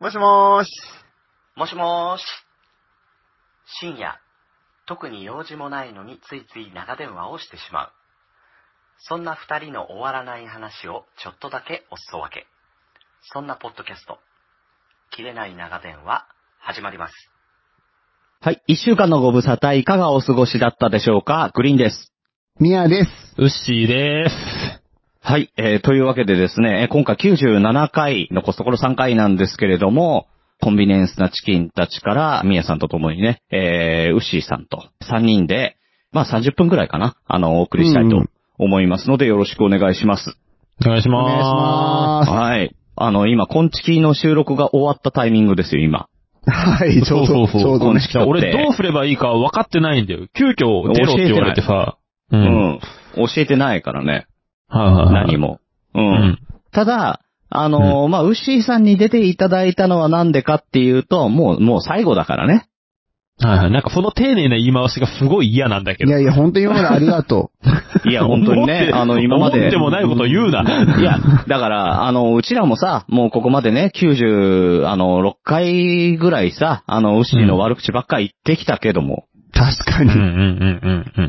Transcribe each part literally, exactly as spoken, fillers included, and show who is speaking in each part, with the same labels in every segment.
Speaker 1: もしもーし。
Speaker 2: もしもーし。深夜、特に用事もないのについつい長電話をしてしまう。そんな二人の終わらない話をちょっとだけおすそ分け。そんなポッドキャスト、切れない長電話、始まります。
Speaker 3: はい。一週間のご無沙汰いかがお過ごしだったでしょうか？グリーンです。
Speaker 1: ミヤです。
Speaker 4: ウッシーです。
Speaker 3: はい。えー、というわけでですね、今回きゅうじゅうななかい、残すところさんかいなんですけれども、コンビニエンスなチキンたちから、ミヤさんと共にね、えー、ウッシーさんとさんにんで、まあさんじゅっぷんくらいかな、あの、お送りしたいと思いますので、よろしくお願いします。
Speaker 4: お願いしまーす。
Speaker 1: お願いしまーす。
Speaker 3: はい。あの、今、コンチキの収録が終わったタイミングですよ、今。
Speaker 1: はい、ちょうど、
Speaker 4: そうそうそう
Speaker 1: ちょうどね。
Speaker 4: 俺どうすればいいか分かってないんだよ。急遽出ろって言われてさ。
Speaker 3: うん。教えてないからね。
Speaker 4: はいはいはい。
Speaker 3: 何も。うん。
Speaker 4: うん、
Speaker 3: ただ、あのー、うん、まあ、ウッシーさんに出ていただいたのはなんでかっていうと、もう、もう最後だからね。
Speaker 4: はいはい。なんかその丁寧な言い回しがすごい嫌なんだけど。
Speaker 1: いやいや、本当に今までありがと
Speaker 3: う。いや、本当にね、あの、今まで。
Speaker 4: 思ってもないこと言うな。
Speaker 3: いや、だから、あの、うちらもさ、もうここまでね、きゅうじゅう、あの、ろっかいぐらいさ、あの、ウッシーの悪口ばっかり言ってきたけども。
Speaker 1: うん、確かに。
Speaker 4: うんうんうんうん。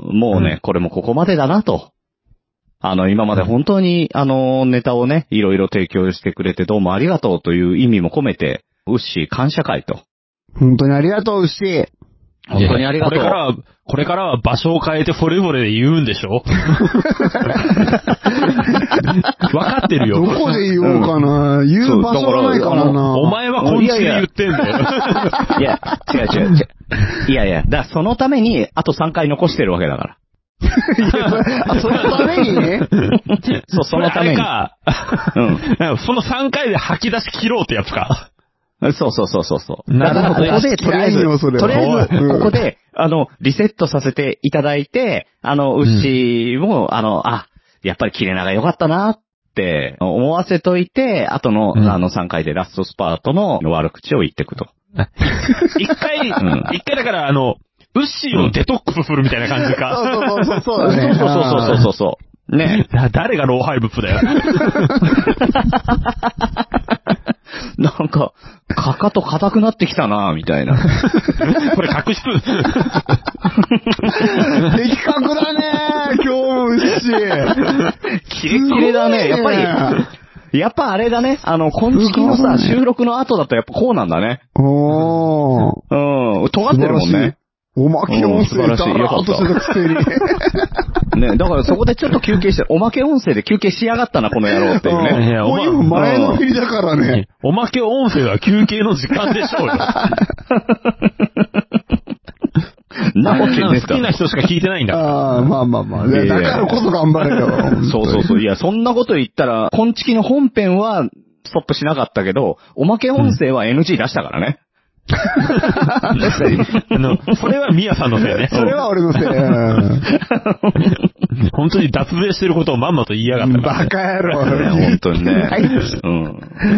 Speaker 3: うん。もうね、これもここまでだなと。あの、今まで本当に、あの、ネタをね、いろいろ提供してくれてどうもありがとうという意味も込めて、ウッシー感謝会と。
Speaker 1: 本当にありがとう、ウッシー。
Speaker 3: 本当にありがとう。
Speaker 4: これからは、これからは場所を変えてそれぞれで言うんでしょ？分かってるよ。
Speaker 1: どこで言おうかな、うん、言う場所がないからな。
Speaker 4: お前はこんちで言ってんだよ。
Speaker 3: いや、違う違う違う。いやいや、だからそのために、あとさんかい残してるわけだから。
Speaker 1: そのためにね。
Speaker 3: そう、そのために。
Speaker 4: か。うん。そのさんかいで吐き出し切ろうってやつか。
Speaker 3: そうそうそうそうそう。
Speaker 4: だ
Speaker 3: からここで、とりあえず、とりあえず、ここで、あの、リセットさせていただいて、あの、ウッシーも、あの、あ、やっぱり切れ長良かったなって思わせといて、あとの、あのさんかいでラストスパートの悪口を言っていくと。
Speaker 4: 一回、一回だから、あの、ウッシーをデトックスするみたいな感じか。
Speaker 1: そうそうそうそうだね。
Speaker 3: そうそうそうそうそう。ね。
Speaker 4: 誰が老廃物だよ。
Speaker 3: なんか、かかと硬くなってきたなみたいな。
Speaker 4: これ確執。
Speaker 1: 的確だね今日もウッシー。
Speaker 3: キレキレだね。やっぱり、やっぱあれだね。あの、コンチキのさ、収録の後だとやっぱこうなんだね。
Speaker 1: おー。
Speaker 3: うん。尖ってるもんね。
Speaker 1: おまけ音声だらーっとしてたくせに。
Speaker 3: ね、だからそこでちょっと休憩して、おまけ音声で休憩しやがったな、この野郎っていうね。
Speaker 1: もう今前のめりだからね。
Speaker 4: おまけ音声は休憩の時間でしょうよ。
Speaker 3: なわけね
Speaker 4: 好きな人しか聞いてないんだから。
Speaker 1: ああ、まあまあまあ。だからこそ頑張れよ。
Speaker 3: そうそうそう。いや、そんなこと言ったら、コンチキの本編はストップしなかったけど、おまけ音声は エヌジー 出したからね。
Speaker 4: あの、それはミヤさんのせいね。
Speaker 1: それは俺のせい。
Speaker 4: 本当に脱税してることをまんまと言いやがったから、
Speaker 1: ね。バカ野郎。
Speaker 3: 本当にね。うん。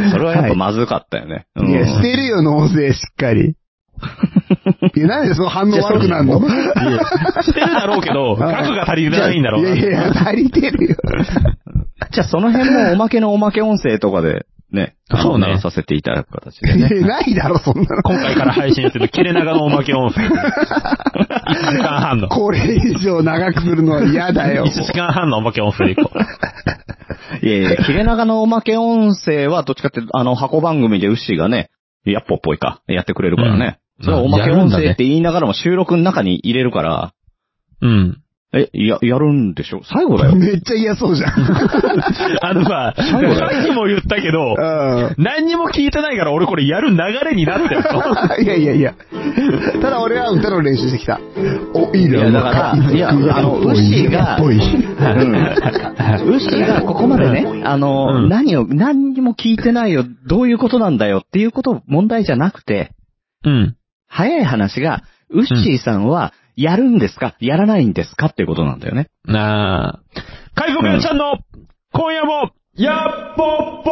Speaker 3: それはやっぱまずかったよね。
Speaker 1: はい、いや、してるよ、納税しっかり。いや、なんでその反応悪くなるの？い
Speaker 4: や、してるだろうけど、額が足りないんだろうな。
Speaker 1: いやいや、足りてるよ。
Speaker 3: じゃあその辺もおまけのおまけ音声とかで、ね。
Speaker 4: そうね。
Speaker 3: させていただく形でね。
Speaker 1: ないだろ、そんなの。
Speaker 4: 今回から配信する切れ長のおまけ音声。いちじかんはんの。
Speaker 1: これ以上長くするのは嫌だよ。
Speaker 4: いちじかんはんのおまけ音声でいこ
Speaker 3: う。いやいや、切れ長のおまけ音声はどっちかって、あの、箱番組でウッシーがね、やっぽっぽいか、やってくれるからね。うん、それはおまけ音声って言いながらも収録の中に入れるから。
Speaker 4: うん。
Speaker 3: え、や、やるんでしょ？最後だよ。
Speaker 1: めっちゃ嫌そうじゃん。
Speaker 4: あのさ、さっきも言ったけど、うん、何にも聞いてないから俺これやる流れになってる
Speaker 1: いやいやいや。ただ俺は歌の練習してきた。お、いいね。
Speaker 3: いや、だから、いや、あの、ウッシーが、うん、ウッシーがここまでね、あの、うん、何を、何にも聞いてないよ、どういうことなんだよっていうこと問題じゃなくて、
Speaker 4: うん。
Speaker 3: 早い話が、ウッシーさんは、やるんですかやらないんですかっていうことなんだよね。
Speaker 4: なあ。海賊屋ちゃんの、今夜も、やっぽっぽ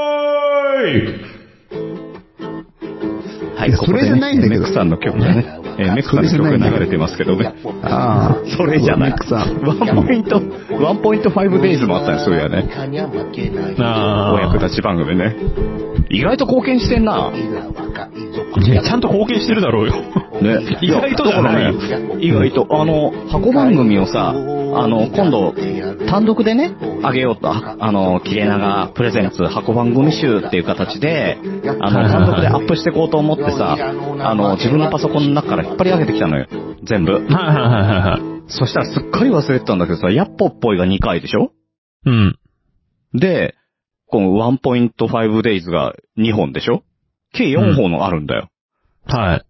Speaker 4: ーい
Speaker 3: はい、
Speaker 1: それじゃないんだけど。
Speaker 3: メックさんの曲だね。 えー、メックさんの曲が流れてますけどね。
Speaker 1: ああ。
Speaker 3: それじゃない。
Speaker 1: メックさん。
Speaker 3: ワンポイント、ワンポイントファイブデイズもあったんですよ、そういやね。
Speaker 4: あ
Speaker 3: お役立ち番組ね。意外と貢献してんな。
Speaker 4: いや、ちゃんと貢献してるだろうよ。
Speaker 3: ね。
Speaker 4: 意外とじゃない。
Speaker 3: 意外と、あの、箱番組をさ、あの、今度、単独でね、あげようと、あの、切れ長プレゼンツ箱番組集っていう形で、あの、単独でアップしていこうと思ってさ、あの、自分のパソコンの中から引っ張り上げてきたのよ。全部。
Speaker 4: はいはいはいはい。
Speaker 3: そしたらすっかり忘れてたんだけどさ、やっぽっぽいがにかいでしょ？
Speaker 4: うん。
Speaker 3: で、このワンポイントファイブデイズがにほんでしょ？計よんほんのあるんだよ。
Speaker 4: うん、はい。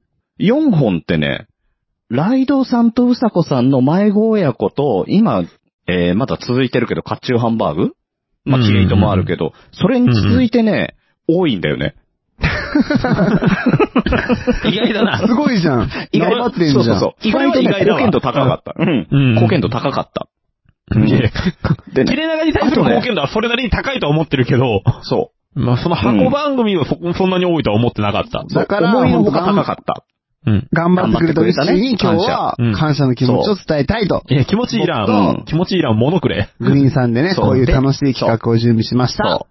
Speaker 3: よんほんってね、ライドさんとうさこさんの迷子親子と、今、えー、まだ続いてるけど、甲冑ハンバーグ？まあ、キレイトもあるけど、それに続いてね、多いんだよね。
Speaker 4: 意外だな。
Speaker 1: すごいじゃん。意外張ってんじゃん。
Speaker 3: そうそうそう。意外とね、貢献度高かった。うん。うん、貢献度高かった。
Speaker 4: うん。でね、切れ長に対する貢献度はそれなりに高いと思ってるけど、
Speaker 3: そう。
Speaker 4: まあ、その箱番組は そ,、うん、そんなに多いとは思ってなかった。
Speaker 1: だから、
Speaker 3: 思いのほか高かった。
Speaker 1: うん。頑張ってくれたうちに今日は感謝の気持ちを伝えたいと。
Speaker 4: いや、気持ちいいらん。うん、気持ちいいらん、物くれ。
Speaker 1: グリーンさんでね、こういう楽しい企画を準備しました。
Speaker 3: そう。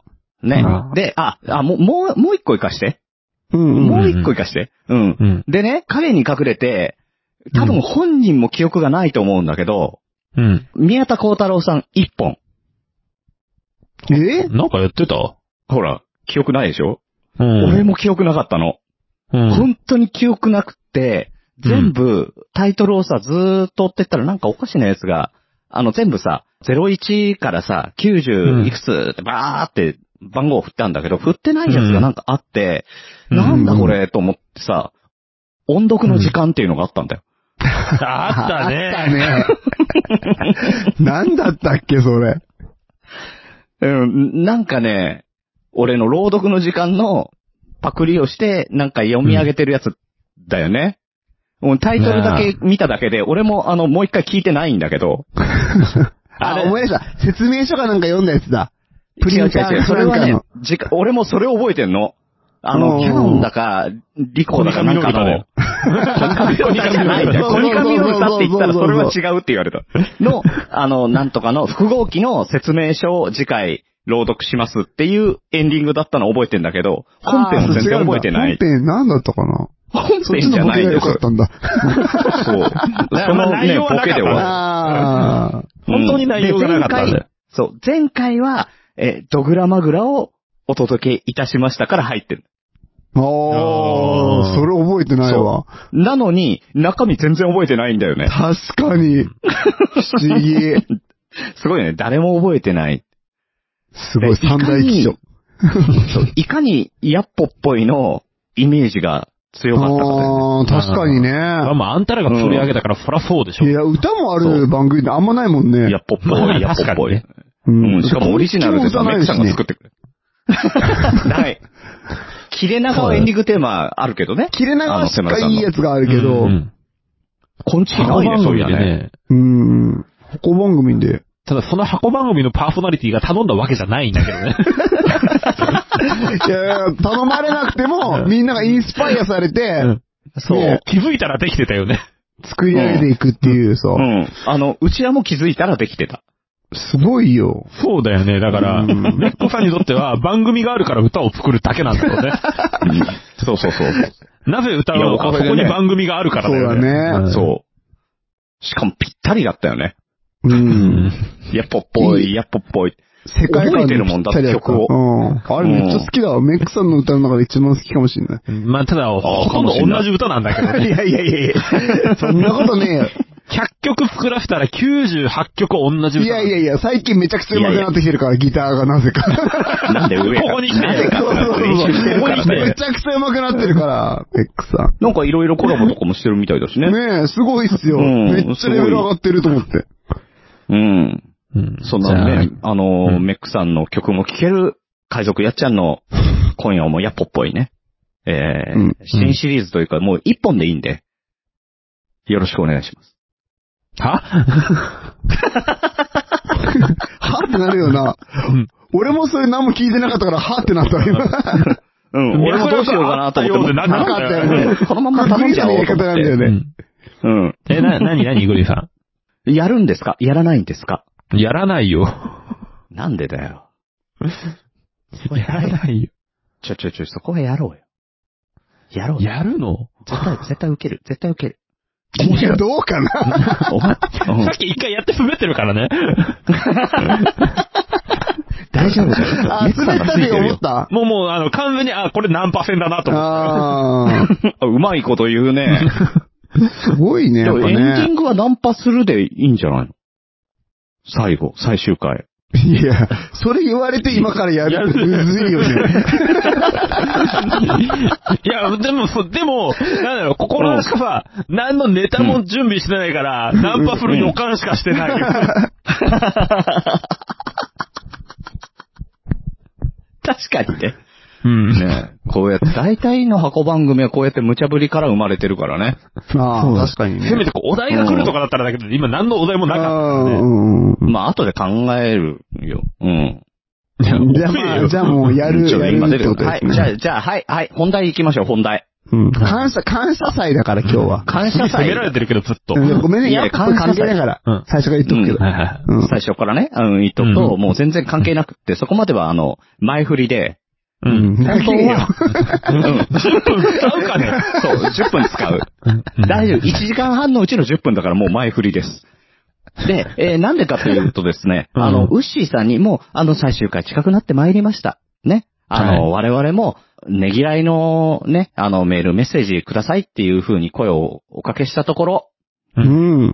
Speaker 3: ね。うん、で、あ、あ、もう、もう、もう一個活かして。うんうんうん、もう一個活かして。うん。うん、でね、影に隠れて、多分本人も記憶がないと思うんだけど、うん。宮田幸太郎さん一本。
Speaker 4: えなんかやってた？
Speaker 3: ほら、記憶ないでしょ？うん。俺も記憶なかったの。うん。本当に記憶なくて、全部、タイトルをさ、ずーっと追ってったらなんかおかしなやつが、あの全部さ、ゼロいちからさ、きゅうじゅういくつってバーって番号を振ったんだけど、振ってないやつがなんかあって、うん、なんだこれと思ってさ、音読の時間っていうのがあったんだよ。
Speaker 4: あったね。
Speaker 1: あったね。なんだったっけ、それ。
Speaker 3: うん、なんかね、俺の朗読の時間のパクリをして、なんか読み上げてるやつだよね。もうタイトルだけ見ただけで、俺もあの、もう一回聞いてないんだけど。
Speaker 1: あ、思い出した。説明書かなんか読んだやつだ。
Speaker 3: プリンターそれはね、時間、俺もそれを覚えてんの。あの、キャノンだか、リコだかなんかの、コニカミノルタじゃないんだよ。コニカミノルタって言ったらそれは違うって言われた。の、あの、なんとかの複合機の説明書を次回朗読しますっていうエンディングだったの覚えてんだけど、本編も全然覚えてない。
Speaker 1: 本編なんだったかな？
Speaker 3: 本編じゃないんです。
Speaker 1: そっちのボケが良かったんだ。
Speaker 3: そう。そのね、ボケで
Speaker 4: は。本当に内容がなかったんだよ。
Speaker 3: そう。前回は、え、ドグラマグラをお届けいたしましたから入ってる。
Speaker 1: ああ、それ覚えてないわ。
Speaker 3: なのに、中身全然覚えてないんだよね。
Speaker 1: 確かに。不思議。
Speaker 3: すごいね。誰も覚えてない。
Speaker 1: すごい、三大記書。
Speaker 3: いかに、やっぽっぽいのイメージが強かったかだよ
Speaker 1: ね。ああ、確かにね。
Speaker 4: まあ、まあ、あんたらが取り上げたから、そらそうでしょ。
Speaker 1: いや、歌もある番組ってあんまないもんね。
Speaker 3: やっぽっぽい、やっぽっぽい。うん。しかもオリジナルでさ、メックさんが作ってくれる。ない。切れ長はエンディングテーマあるけどね。
Speaker 1: 切れ長はしっかりいいやつがあるけど。
Speaker 3: こんちきないね、そういやね。
Speaker 1: うん。箱番組で。
Speaker 4: ただその箱番組のパーソナリティが頼んだわけじゃないんだけどね。
Speaker 1: いやいや、頼まれなくても、みんながインスパイアされて、うん、
Speaker 4: そう。気づいたらできてたよね。
Speaker 1: 作り上げていくっていう、そう。
Speaker 3: うん。あの、うちらも気づいたらできてた。
Speaker 1: すごいよ。
Speaker 4: そうだよね。だから、メッコさんにとっては番組があるから歌を作るだけなんだろうね。
Speaker 3: そうそうそう。
Speaker 4: なぜ歌うのか、そこに番組があるからだよね。
Speaker 3: そうだね。そう。しかもぴったりだったよね。
Speaker 1: うん。
Speaker 3: やっぽっぽい、やっぽっぽい。
Speaker 1: 世界観
Speaker 3: 覚えてるもんだって曲を。
Speaker 1: うん。あれめっちゃ好きだわ。メックさんの歌の中で一番好きかもしれない。
Speaker 4: まあ、ただ、ほとんど同じ歌なんだけどね。
Speaker 1: いやいやいやいや。そんなことねえよ。
Speaker 4: ひゃっきょく作らせたらきゅうじゅうはっきょく同じ歌。
Speaker 1: いやいやいや、最近めちゃくちゃ上手くなってきてるから、ギターがなぜか。
Speaker 3: なんで上か。
Speaker 4: ここに来て。そうそうそう。
Speaker 1: ここに来て。めちゃくちゃ上手くなってるから、メックさん。
Speaker 3: なんかいろいろコラボとかもしてるみたいだしね。
Speaker 1: ねえ、すごいっすよ。めっちゃレベル上がってると思って。
Speaker 3: うん。そんなね、あの、メックさんの曲も聴ける、海賊やっちゃんの、今夜もやっぽっぽいね。えー、新シリーズというか、もう一本でいいんで、よろしくお願いします。
Speaker 4: は
Speaker 1: はってなるよな。うん、俺もそれ何も聞いてなかったから、はってなった今。
Speaker 3: うん。俺もどうしようかなと思って。
Speaker 4: な
Speaker 1: かったよね。
Speaker 3: このまま頼んじゃおうと思って。
Speaker 1: やり方なんだよね。
Speaker 3: うん。
Speaker 4: え、な、なになにグリーさ
Speaker 3: ん。やるんですか？やらないんですか？
Speaker 4: やらないよ。
Speaker 3: なんでだよ。
Speaker 4: そこやらないよ。
Speaker 3: ちょちょちょ、そこはやろうよ。やろうよ。
Speaker 4: やるの？
Speaker 3: 絶対、絶対受ける。絶対受ける。
Speaker 1: いや、どうかな
Speaker 4: さっき一回やって滑ってるからね。
Speaker 3: 大丈夫だよ。
Speaker 1: あ、滑ったって思った？
Speaker 4: もうもう、あの、完全に、あ、これナンパ戦だなと思って。
Speaker 3: ああ。うまいこと言うね。
Speaker 1: すごいね、やっぱね。
Speaker 3: エンディングはナンパするでいいんじゃないの？最後、最終回。
Speaker 1: いや、それ言われて今からやるってむずいよね。
Speaker 4: いや、でも、でも、なんだろう、ここの話かさ、何のネタも準備してないから、うん、ナンパする予感しかしてないよ。
Speaker 3: 確かにね。
Speaker 4: うん。
Speaker 3: ねこうやって、大体の箱番組はこうやって無茶ぶりから生まれてるからね。
Speaker 1: ああ、確かにね。
Speaker 4: せめてこう、お題が来るとかだったらだけど、今何のお題もなかったからね。
Speaker 1: うん。
Speaker 3: まあ、後で考えるよ。うん。
Speaker 1: じゃあ、まあ、じゃあもうやる、やるってことですね。
Speaker 3: はい、じゃあ、じゃあ、はい、はい、本題行きましょう、本題。
Speaker 1: うん。感謝、感謝祭だから今日は。
Speaker 3: 感謝祭。
Speaker 4: 責められてるけどずっと。
Speaker 1: ごめんね、やっぱ関係ないから。最初から言っとくけど。
Speaker 3: 最初からね、うん、言っとくと、もう全然関係なくって、そこまではあの、前振りで、
Speaker 1: うん。
Speaker 3: 本当は、うん。じゅっぷん使うかねそう、じゅっぷん使う。大丈夫。いちじかんはんのうちのじゅっぷんだからもう前振りです。で、えー、なんでかというとですね、あの、ウッシーさんにも、あの、最終回近くなってまいりました。ね。あの、はい、我々も、ねぎらいのね、あの、メール、メッセージくださいっていう風に声をおかけしたところ、
Speaker 1: うん。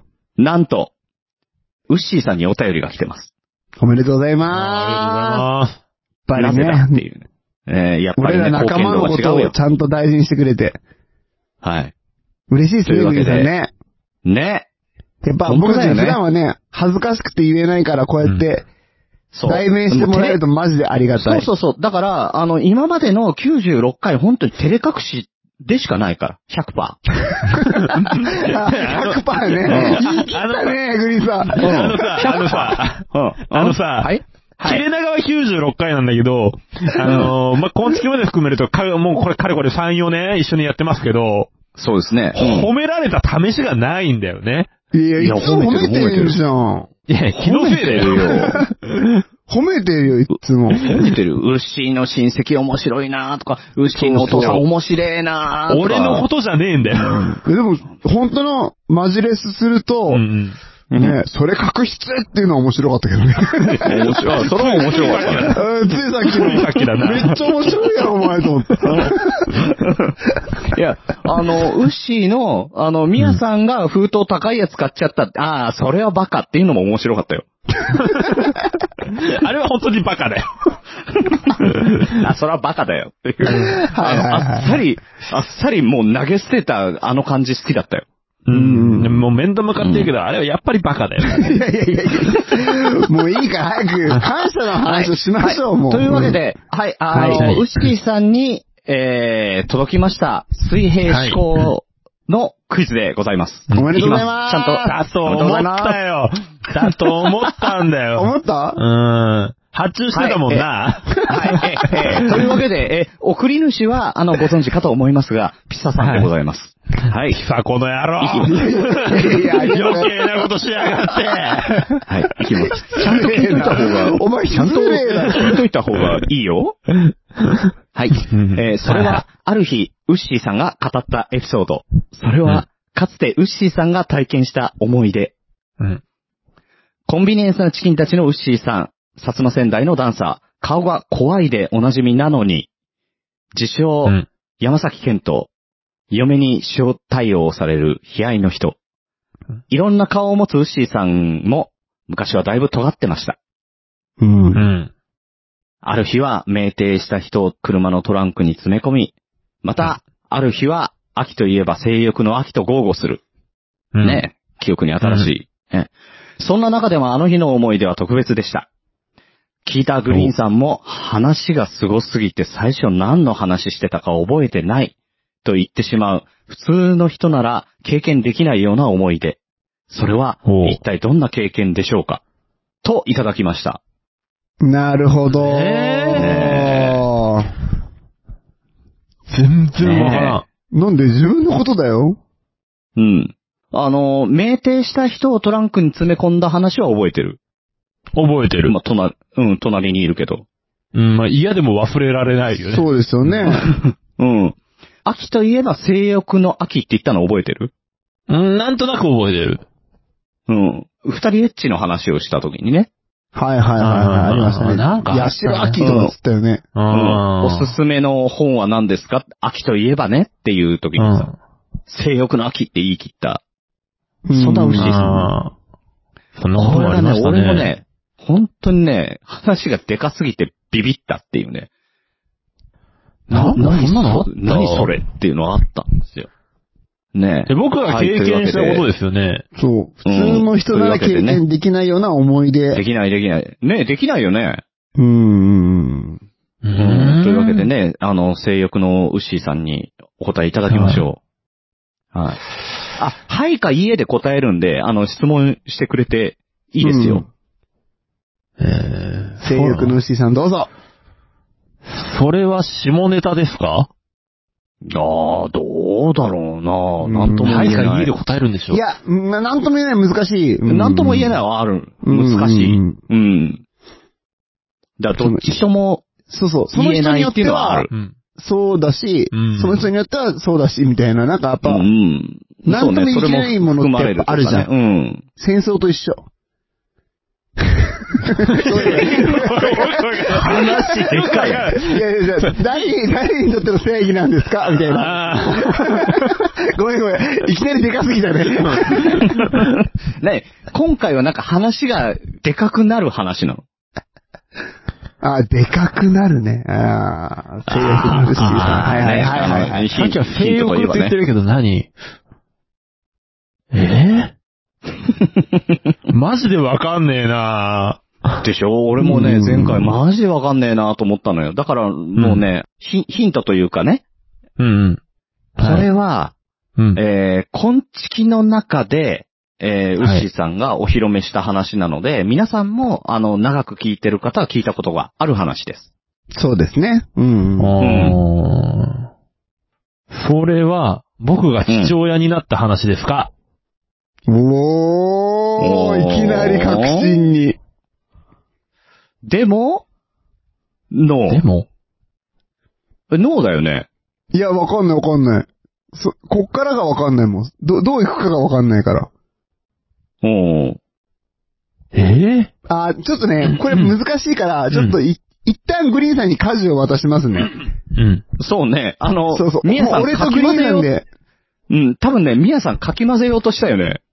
Speaker 3: なんと、ウッシーさんにお便りが来てます。
Speaker 1: おめでとうございまーす。
Speaker 4: あ
Speaker 1: りがとうございます。やっぱりね。
Speaker 3: なぜだっていうね。えー、やっぱりね、
Speaker 1: 俺ら仲間のことをちゃんと大事にしてくれて。
Speaker 3: はい。
Speaker 1: 嬉しいですね、皆さんね。
Speaker 3: ね。
Speaker 1: やっぱ僕たち普段はね、恥ずかしくて言えないからこうやって、そう。代弁してもらえるとマジでありがたい。
Speaker 3: そうそうそう。だから、あの、今までのきゅうじゅうろっかい本当に照れ隠しでしかないから。ひゃくパーセント。
Speaker 1: ひゃくパーセント ね。言い切ったね、グリーさん。
Speaker 4: あのさ、あのさ、あのさ、はい。切れ長はきゅうじゅうろっかいなんだけど、あのー、まあ、今月まで含めると、か、もうこれ、かれこれさん、よねん一緒にやってますけど、
Speaker 3: そうですね。
Speaker 4: うん、褒められた試しがないんだよね。
Speaker 1: いや、いつも褒めてるじゃん。
Speaker 4: いや、気のせいだよ。
Speaker 1: 褒めてるよ、いつも。
Speaker 3: 褒めてる。ウッシーの親戚面白いなとか、ウッシーのお父さん面白いなとか。
Speaker 4: 俺のことじゃねえんだよ。
Speaker 1: でも、本当のマジレスすると、うんね、それ確執っていうのは面白かったけどね。
Speaker 3: 面白い。それも面白かったね。
Speaker 1: ついさっきの。
Speaker 4: さっきだな。
Speaker 1: めっちゃ面白いやろ、お前と思って。
Speaker 3: いや、あの、ウッシーの、あの、ミヤさんが封筒高いやつ買っちゃったって、うん、ああ、それはバカっていうのも面白かったよ。
Speaker 4: あれは本当にバカだよ。
Speaker 3: あ、それはバカだよっていう。あの、あっさり、あっさりもう投げ捨てたあの感じ好きだったよ。
Speaker 4: うん。もう面と向かってるけど、うん、あれはやっぱりバカだよ。
Speaker 1: いやいやいやいや。もういいから早く感謝の話をしましょう、はい、もう。
Speaker 3: というわけで、はい、あの、はい、ウッシーさんに、えー、届きました。水平思考のクイズでございます。
Speaker 1: おめでとうございます。
Speaker 3: ちゃんと。
Speaker 4: だと思ったよ。だと思ったんだよ。
Speaker 1: 思った？
Speaker 4: うん。発注してたもんな。
Speaker 3: はい。はい、えー、というわけで、えー、送り主は、あの、ご存知かと思いますが、ピサさんでございます。はい。
Speaker 4: ピサこの野郎。いや、余計なことしやがって。
Speaker 3: はい、行きます。ちゃんと聞いといた方が、
Speaker 1: お前、
Speaker 3: ちゃんと聞いといた方がいいよ。はい。えー、それは、ある日、ウッシーさんが語ったエピソード。それは、かつてウッシーさんが体験した思い出。うん。コンビニエンスなチキンたちのウッシーさん。薩摩仙台のダンサー、顔が怖いでおなじみなのに、自称、うん、山崎健人、嫁に塩対応される悲哀の人。いろんな顔を持つウッシーさんも、昔はだいぶ尖ってました。
Speaker 1: うん。うん、
Speaker 3: ある日は、酩酊した人を車のトランクに詰め込み、また、ある日は、秋といえば性欲の秋と豪語する。うん、ねえ、記憶に新しい、うんね。そんな中でもあの日の思い出は特別でした。聞いたグリーンさんも話がすごすぎて最初何の話してたか覚えてないと言ってしまう普通の人なら経験できないような思い出。それは一体どんな経験でしょうかといただきました。
Speaker 1: なるほど。
Speaker 3: ね
Speaker 4: 然わからん。
Speaker 1: なんで自分のことだよ。
Speaker 3: うん。あの、酩酊した人をトランクに詰め込んだ話は覚えてる。
Speaker 4: 覚えてる。
Speaker 3: まあ、隣、うん、隣にいるけど。
Speaker 4: うん、まあ、嫌でも忘れられないよね。
Speaker 1: そうですよね。
Speaker 3: うん。秋といえば性欲の秋って言ったの覚えてる？
Speaker 4: うん、なんとなく覚えてる。
Speaker 3: うん。二人エッチの話をした時にね。
Speaker 1: はいはいはいはい、ありましたね。
Speaker 4: なんか、
Speaker 1: 八代秋とかつったよね。
Speaker 3: うん。おすすめの本は何ですか？秋といえばねっていう時にさ、うん、性欲の秋って言い切った。そんな牛さん。
Speaker 4: そんなことありましたね。
Speaker 3: 俺もね、本当にね、話がでかすぎてビビったっていうね。な、何そんなの何それっていうのがあったんですよ。ね
Speaker 4: え。僕が経験したことですよね。
Speaker 1: そう。普通の人なら経験できないような思い出。
Speaker 3: できないできない。ねできないよね。
Speaker 1: うーん。
Speaker 3: うん。というわけでね、あの、性欲のウッシーさんにお答えいただきましょう。はい。あ、はいかいいえで答えるんで、あの、質問してくれていいですよ。
Speaker 1: うん、えー、性欲のウッシーさんどうぞ。
Speaker 4: それは下ネタですか？
Speaker 3: ああ、どうだろうな。なんとも言えない。
Speaker 4: はいかいいえで答えるんでしょ？
Speaker 1: いや、なんとも言えない難しい。
Speaker 3: なんとも言えないはある。難しい。うん。うん、だからどっちとも言えないっていうのはある。
Speaker 1: そうだし、うん、その人によってはそうだし、みたいな、なんかやっぱ、うん、なんとも言えないものってあるじゃん。ね、うん、戦争と一緒。
Speaker 3: 話でかい。いや
Speaker 1: いや、誰、誰にとっての正義なんですかみたいな。ごめんごめん。いきなりでかすぎたね。
Speaker 3: ね、今回はなんか話がでかくなる話なの。
Speaker 1: あ、でかくなるね。ああ、性欲ですよ。はいはいはいはい。
Speaker 4: さっきは性欲って言ってるけど何？えー、マジでわかんねえな
Speaker 3: ぁ。でしょ？俺もね、前回マジでわかんねえなぁと思ったのよ。だからもうね、うん、ヒントというかね。
Speaker 4: うんうん。
Speaker 3: これは、うん、えー、こんちきの中で、えー、ウッシーさんがお披露目した話なので、はい、皆さんも、あの、長く聞いてる方は聞いたことがある話です。
Speaker 1: そうですね。うん。うん、
Speaker 4: それは、僕が父親になった話ですか？
Speaker 1: うん、おー、いきなり確信に。
Speaker 3: でも、ノー。
Speaker 4: でも
Speaker 3: ノーだよね。
Speaker 1: いや、わかんないわかんない。そ、こっからがわかんないもん。ど、どう行くかがわかんないから。
Speaker 3: おー。
Speaker 4: ええ
Speaker 1: ー、あ、ちょっとね、これ難しいから、ちょっとい、うん、一旦グリーンさんに舵を渡しますね。
Speaker 3: うん。そうね。あの、
Speaker 1: そうそう。
Speaker 3: ミヤさん
Speaker 1: 俺とグリーンなんで。
Speaker 3: うん、多分ね、ミヤさんかき混ぜようとしたよね。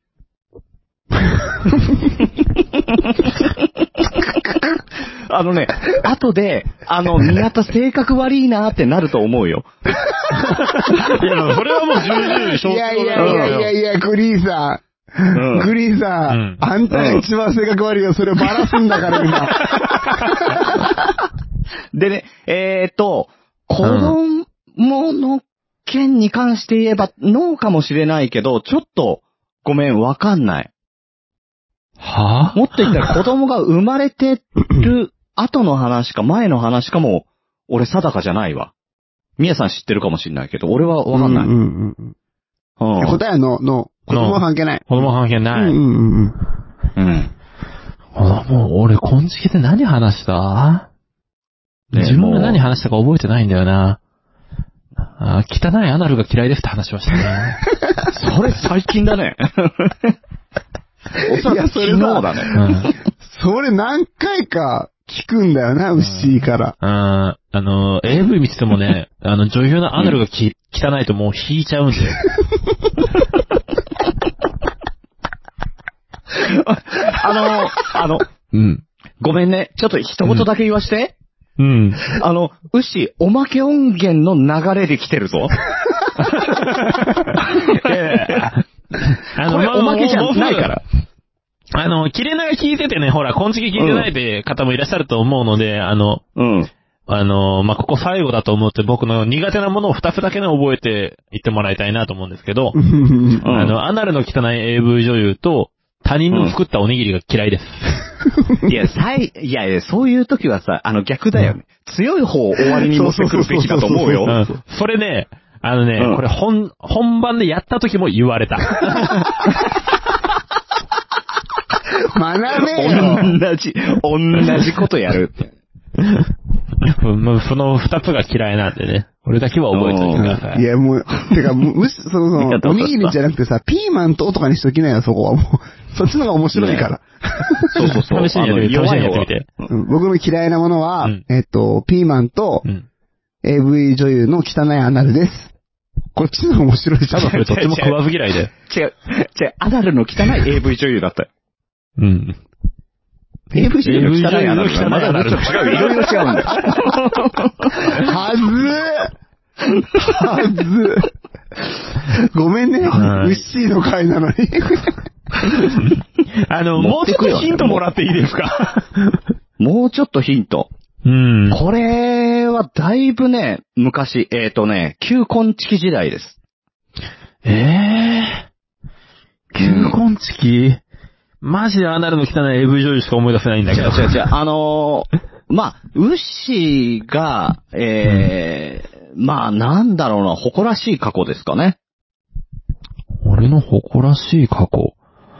Speaker 3: あのね、後で、あの、宮田性格悪いなーってなると思うよ。
Speaker 4: いや、それはもう重々承知。
Speaker 1: いやいやいやいやいや、グリーンさん。うん、グリーンさん、うん、あんたが一番性格悪いよ、それをバラすんだから今。
Speaker 3: でね、えーと、子供の件に関して言えば、ノーかもしれないけど、ちょっと、ごめん、わかんない。
Speaker 4: はぁ、あ、
Speaker 3: もっと言ったら子供が生まれてる後の話か前の話かも、俺定かじゃないわ。みやさん知ってるかもしれないけど、俺はわかんない。うんうんうん
Speaker 1: うん、答えはノー、ノー。子供は関係ない。
Speaker 4: 子供は関係ない。
Speaker 1: うんうんうん。
Speaker 3: うん。
Speaker 4: もう俺、こんちきで何話した、ね、自分が何話したか覚えてないんだよな。あ、汚いアナルが嫌いですって話しましたね。
Speaker 3: それ最近だね。おそらく昨日だね。うん、
Speaker 1: それ何回か聞くんだよな、ウッシーから。
Speaker 4: うん。あの、エーブイ 見ててもね、あの、女優のアナルがき、うん、汚いともう引いちゃうんだよ。
Speaker 3: あの、あの、
Speaker 4: うん。
Speaker 3: ごめんね。ちょっと一言だけ言わして。
Speaker 4: うん。
Speaker 3: あの、ウッシー、おまけ音源の流れで来てるぞ。あの、これおまけじゃないから。
Speaker 4: あの、切れ長聞いててね、ほら、こんちき聞いてないって方もいらっしゃると思うので、うん、あの、
Speaker 3: うん。
Speaker 4: あの、まあ、ここ最後だと思って僕の苦手なものを二つだけね、覚えていってもらいたいなと思うんですけど、うん、あの、アナルの汚い エーブイ 女優と、他人の作ったおにぎりが嫌いです。
Speaker 3: うん、いや、さい、いやいや、そういう時はさ、あの逆だよね。うん、強い方を終わりに持ってくるべきだと思うよ。
Speaker 4: うん、それね、 あのね、うん、これ本、本番でやった時も言われた。
Speaker 1: 学べよ。
Speaker 3: 同じ、同じことやるって。
Speaker 4: その二つが嫌いなんでね。俺だけは覚えておいてください。
Speaker 1: いや、もう、てか、むし、その、その、おにぎりじゃなくてさ、ピーマンととかにしときなよ、そこはもう。そっちの方が面白いから。ね、
Speaker 4: そうそうそう。試しにやってみて、試しにやってみて。
Speaker 1: 僕の嫌いなものは、うん、えっと、ピーマンと、うん、エーブイ 女優の汚いアナルです。こっちの方が面白いじゃん。
Speaker 4: それどっちも食わず嫌いで。
Speaker 3: 違う、違う、アナルの汚い エーブイ 女優だったよ。
Speaker 4: うん。
Speaker 3: エーブイ 女優の汚いアナルがまだちょっと違う、いろいろ違うんだよ。
Speaker 1: はずーはずーごめんね、ウッシーの回なのに。
Speaker 4: あの、もうちょっとヒントもらっていいですか？
Speaker 3: もうちょっとヒント。
Speaker 4: うん。
Speaker 3: これはだいぶね、昔、えっとね、旧婚式時代です。
Speaker 4: ええー。旧婚式、マジでアナルの汚い エーブイ 女優しか思い出せないんだけど。
Speaker 3: 違う違う違う。あのー、まあ、ウッシーが、えー、うん、まあ、なんだろうな、誇らしい過去ですかね。
Speaker 4: 俺の誇らしい過去。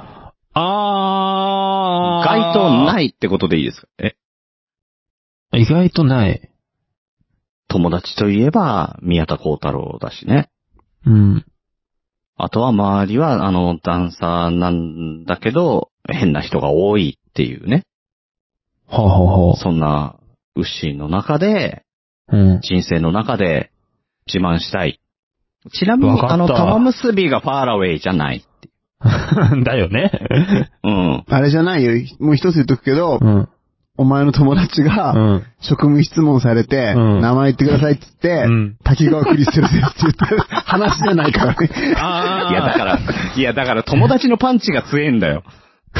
Speaker 4: あー。
Speaker 3: 該当ないってことでいいですか？え
Speaker 4: 意外とない。
Speaker 3: 友達といえば、宮田幸太郎だしね。
Speaker 4: うん。
Speaker 3: あとは周りは、あの、ダンサーなんだけど、変な人が多いっていうね。
Speaker 4: はあ、はあはあ、
Speaker 3: そんな、ウッシーの中で、
Speaker 4: うん、
Speaker 3: 人生の中で自慢したい。ちなみに、あの、玉結びがファーラウェイじゃないって
Speaker 4: だよね。
Speaker 3: うん。
Speaker 1: あれじゃないよ。もう一つ言っとくけど、うん、お前の友達が、うん、職務質問されて、うん、名前言ってくださいって言って、うん、滝川クリステルですって言ってる話じゃないからね。
Speaker 3: あいや、だから、いや、だから友達のパンチが強いんだよ。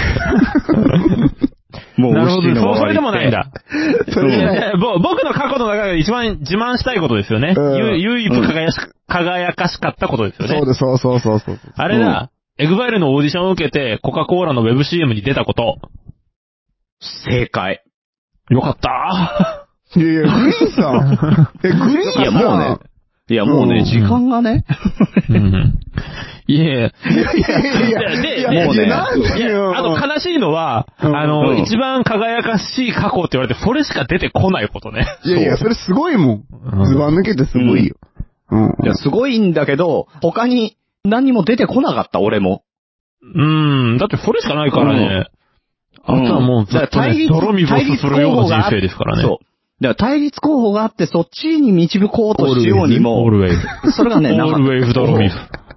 Speaker 3: もう、
Speaker 4: なるほど、そう、それでもないんだ。それね、僕の過去の中で一番自慢したいことですよね。うん、唯一輝し、輝かしかったことですよね。
Speaker 1: そうです、そうそうそうそう。
Speaker 4: あれだ、うん、エグザイルのオーディションを受けて、コカ・コーラのウェブ シーエム に出たこと。
Speaker 3: 正解。
Speaker 4: よかった
Speaker 1: ー。いやいや、グリーンさん。え、グリーンさん。
Speaker 3: いや、もうね。いや、もうね、うん、時間がね。
Speaker 4: うん、いやいや。い
Speaker 1: やいやいや。
Speaker 4: で、
Speaker 3: でもうね。
Speaker 4: いや、あと悲しいのは、うん、あの、うん、一番輝かしい過去って言われて、それしか出てこないことね。
Speaker 1: いやいや、それすごいもん。ずば抜けてすごいよ。
Speaker 3: うん。いや、すごいんだけど、他に何にも出てこなかった、俺も。
Speaker 4: うん、だってそれしかないからね。あとはもうずっとね、泥水をすするような人生ですからね。
Speaker 3: そう。だから対立候補があって、そっちに導こうとしようにも、
Speaker 4: オールウェイズ。
Speaker 3: それがね、
Speaker 4: オールウェイズ泥水。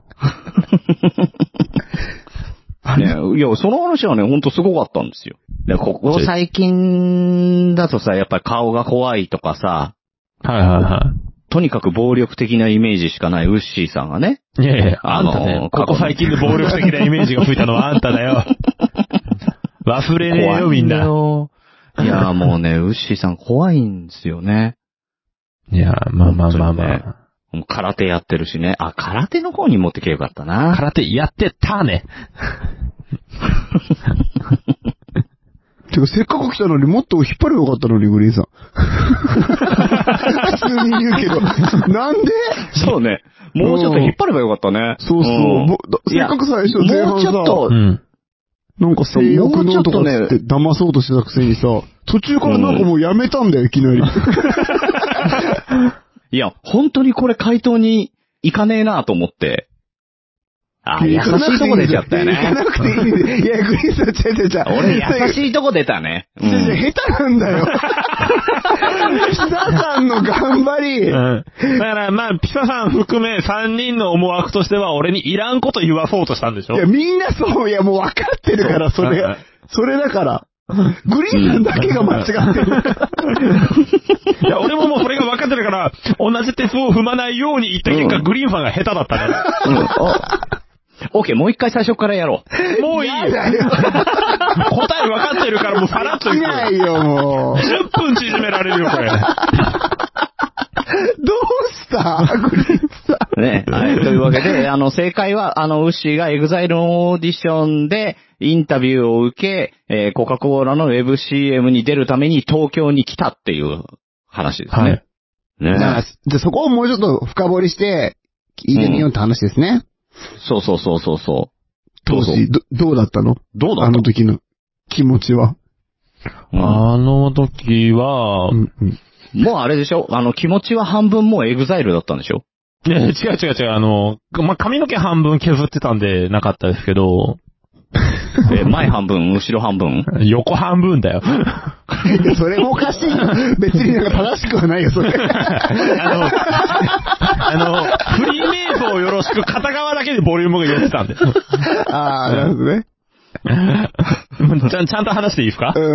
Speaker 3: ね、いや、その話はね、ほんとすごかったんですよ。で、ここ最近だとさ、やっぱり顔が怖いとかさ、
Speaker 4: はいはいはい。
Speaker 3: とにかく暴力的なイメージしかないウッシーさんがね。
Speaker 4: いやいや、あんたね、ここ最近で暴力的なイメージがついたのはあんただよ。忘れねえよ、みんな。
Speaker 3: いや、もうね、ウッシーさん怖いんですよね。
Speaker 4: いや、まあまあまあまあ。
Speaker 3: ね、空手やってるしね。あ、空手の方に持ってけばよかったな。
Speaker 4: 空手やってたね。
Speaker 1: てか、せっかく来たのにもっと引っ張ればよかったのに、グリーンさん。普通に言うけど。なんで
Speaker 3: そうね。もうちょっと引っ張ればよかったね。
Speaker 1: そうそう。うん、せっかく最初前半さ、もうちょっと、うんなんか性欲のとかって騙そうとしてたくせにさ、途中からなんかもうやめたんだよ、いきなり。
Speaker 3: いや、本当にこれ回答に行かねえなと思って。あ、優しいとこ出ちゃったよね。
Speaker 1: 行かなくていいんで。いや、グリーンさん、ちゃちゃちゃ。
Speaker 3: 俺優しいとこ出たね。
Speaker 1: うん、下手なんだよ。ピサさんの頑張り。うん。
Speaker 4: だからまあ、ピサさん含めさんにんの思惑としては俺にいらんこと言わそうとしたんでしょ？
Speaker 1: いや、みんなそう、いやもう分かってるから、それが。それだから。グリーンさんだけが間違ってる。
Speaker 4: いや、俺ももうそれが分かってるから、同じ鉄を踏まないように言った結果、うん、グリーンファンが下手だったね。うん。
Speaker 3: オッケー、もう一回最初からやろ
Speaker 4: う。もういいよ。答え分かってるからもうさらっといく。
Speaker 1: いないよ、もう。
Speaker 4: じゅっぷん縮められるよ、これ。
Speaker 1: どうしたグリーンさ
Speaker 3: ん。ね。はい。というわけで、あの、正解は、あの、ウッシーがエグザイルのオーディションで、インタビューを受け、えー、コカ・コーラのウェブ シーエム に出るために東京に来たっていう話ですね。はい。
Speaker 1: ね。じゃあそこをもうちょっと深掘りして、 聞いてみようって話ですね。
Speaker 3: そうそうそうそうそう。
Speaker 1: 当時、ど、どうだったの？
Speaker 3: どうだったの？
Speaker 1: あの時の気持ちは。
Speaker 4: うん、あの時は、うん
Speaker 3: うん、もうあれでしょ？あの気持ちは半分もうエグザイルだったんでしょ？
Speaker 4: いや、違う違う違う、あの、まあ、髪の毛半分削ってたんでなかったですけど、
Speaker 3: え、前半分、後ろ半分？
Speaker 4: 横半分だよ。
Speaker 1: それもおかしい。別になんか正しくはないよ、それ。あの、
Speaker 4: あの、フリーメイクをよろしく片側だけでボリュームが寄ってたんで。
Speaker 1: ああ、なるほどね。
Speaker 4: ちゃん、ちゃんと話していいですか？
Speaker 1: うん。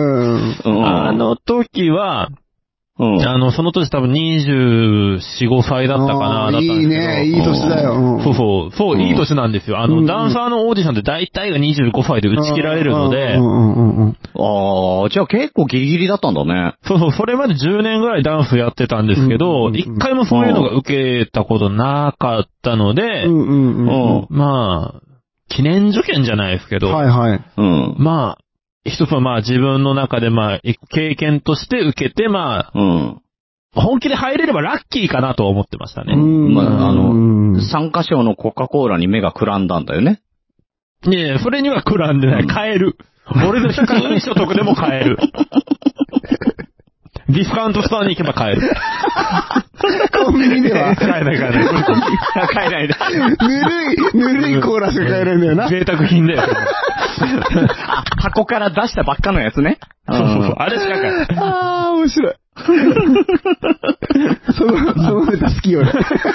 Speaker 4: あの時は、うん、あの、その年多分にじゅうよん、ごさいだったかな、だったんですけど。
Speaker 1: いいね、いい年だよ。
Speaker 4: うん、そうそう、そう、うん、いい年なんですよ。あの、うん、ダンサーのオーディションって大体がにじゅうごさいで打ち切られるので。
Speaker 3: ああ、じゃあ結構ギリギリだったんだね。
Speaker 4: そうそう、それまでじゅうねんぐらいダンスやってたんですけど、一、回もそういうのが受けたことなかったので、まあ、記念受験じゃないですけど。
Speaker 1: はいはい。
Speaker 3: うん、
Speaker 4: まあ、一つはまあ自分の中でまあ、経験として受けてまあ、
Speaker 3: うん、
Speaker 4: 本気で入れればラッキーかなと思ってましたね。
Speaker 3: まあ、あの、参加賞のコカ・コーラに目がくらんだんだよね。
Speaker 4: いやいや、それにはくらんでない。買える。俺の低い所得でも買える。ディスカウントストアに行けば買える。
Speaker 1: コンビニでは
Speaker 4: 買えない買えない。買えないで。
Speaker 1: ぬるい、ぬるいコーラしか買えないんだよな。
Speaker 4: 贅沢品だよ。
Speaker 3: 箱から出したばっかのやつね。
Speaker 4: そうそうそう。あれしか買えない。
Speaker 1: ああ、面白い。その、そのネタ好きよね。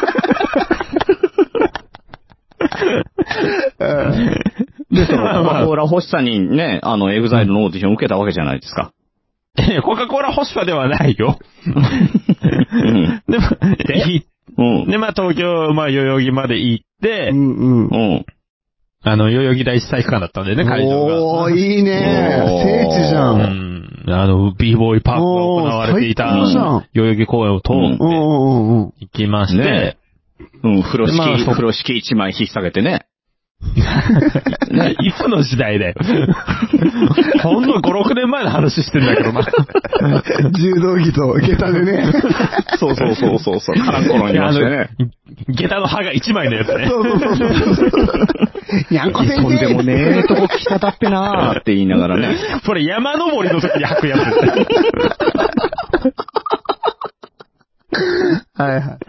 Speaker 3: で、その、コカ・コーラ欲しさにね、あの、エグザイルのオーディション受けたわけじゃないですか。
Speaker 4: コカ・コーラ欲しさではないよ。
Speaker 3: うん、
Speaker 4: でも、
Speaker 3: で、
Speaker 4: うん、で、まあ、東京、まあ、代々木まで行って、
Speaker 1: うんうんうん、
Speaker 4: あの、代々木第一体育館だったんでね、会場が。
Speaker 1: おー、いいね。聖地じゃん。
Speaker 4: うん。あの、b ボーイパークが行われていた、代々木公園を通って、行きまして、
Speaker 3: ね、うん、風呂敷、まあ、風呂敷一枚引っ提げてね。
Speaker 4: ね、いつの時代だよ。ほんのご、ろくねんまえの話してんだけどな。
Speaker 1: 柔道着と下駄でね。
Speaker 3: そうそうそうそうそう。カランコロンにいましてね。
Speaker 4: 下駄の歯が一枚のやつね。
Speaker 1: そうそうそうそう。にゃんこ先生。
Speaker 3: とんでもねえとこ来ただってなーって言いながらね。
Speaker 4: それ山登りの時に履くやつ。
Speaker 1: はいはい。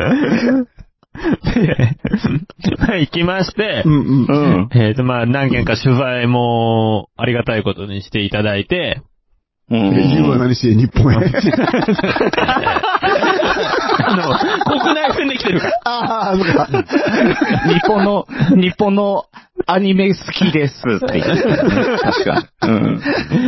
Speaker 4: 行きまして、
Speaker 1: うんうんうん、
Speaker 4: えっと、まあ、何件か取材もありがたいことにしていただいて、
Speaker 1: うん。自分は何して日本へ。
Speaker 4: あの、国内線で来てるから。
Speaker 1: ああ、そうか。
Speaker 3: 日本の、日本のアニメ好きですって言って、ね。確かに、うん。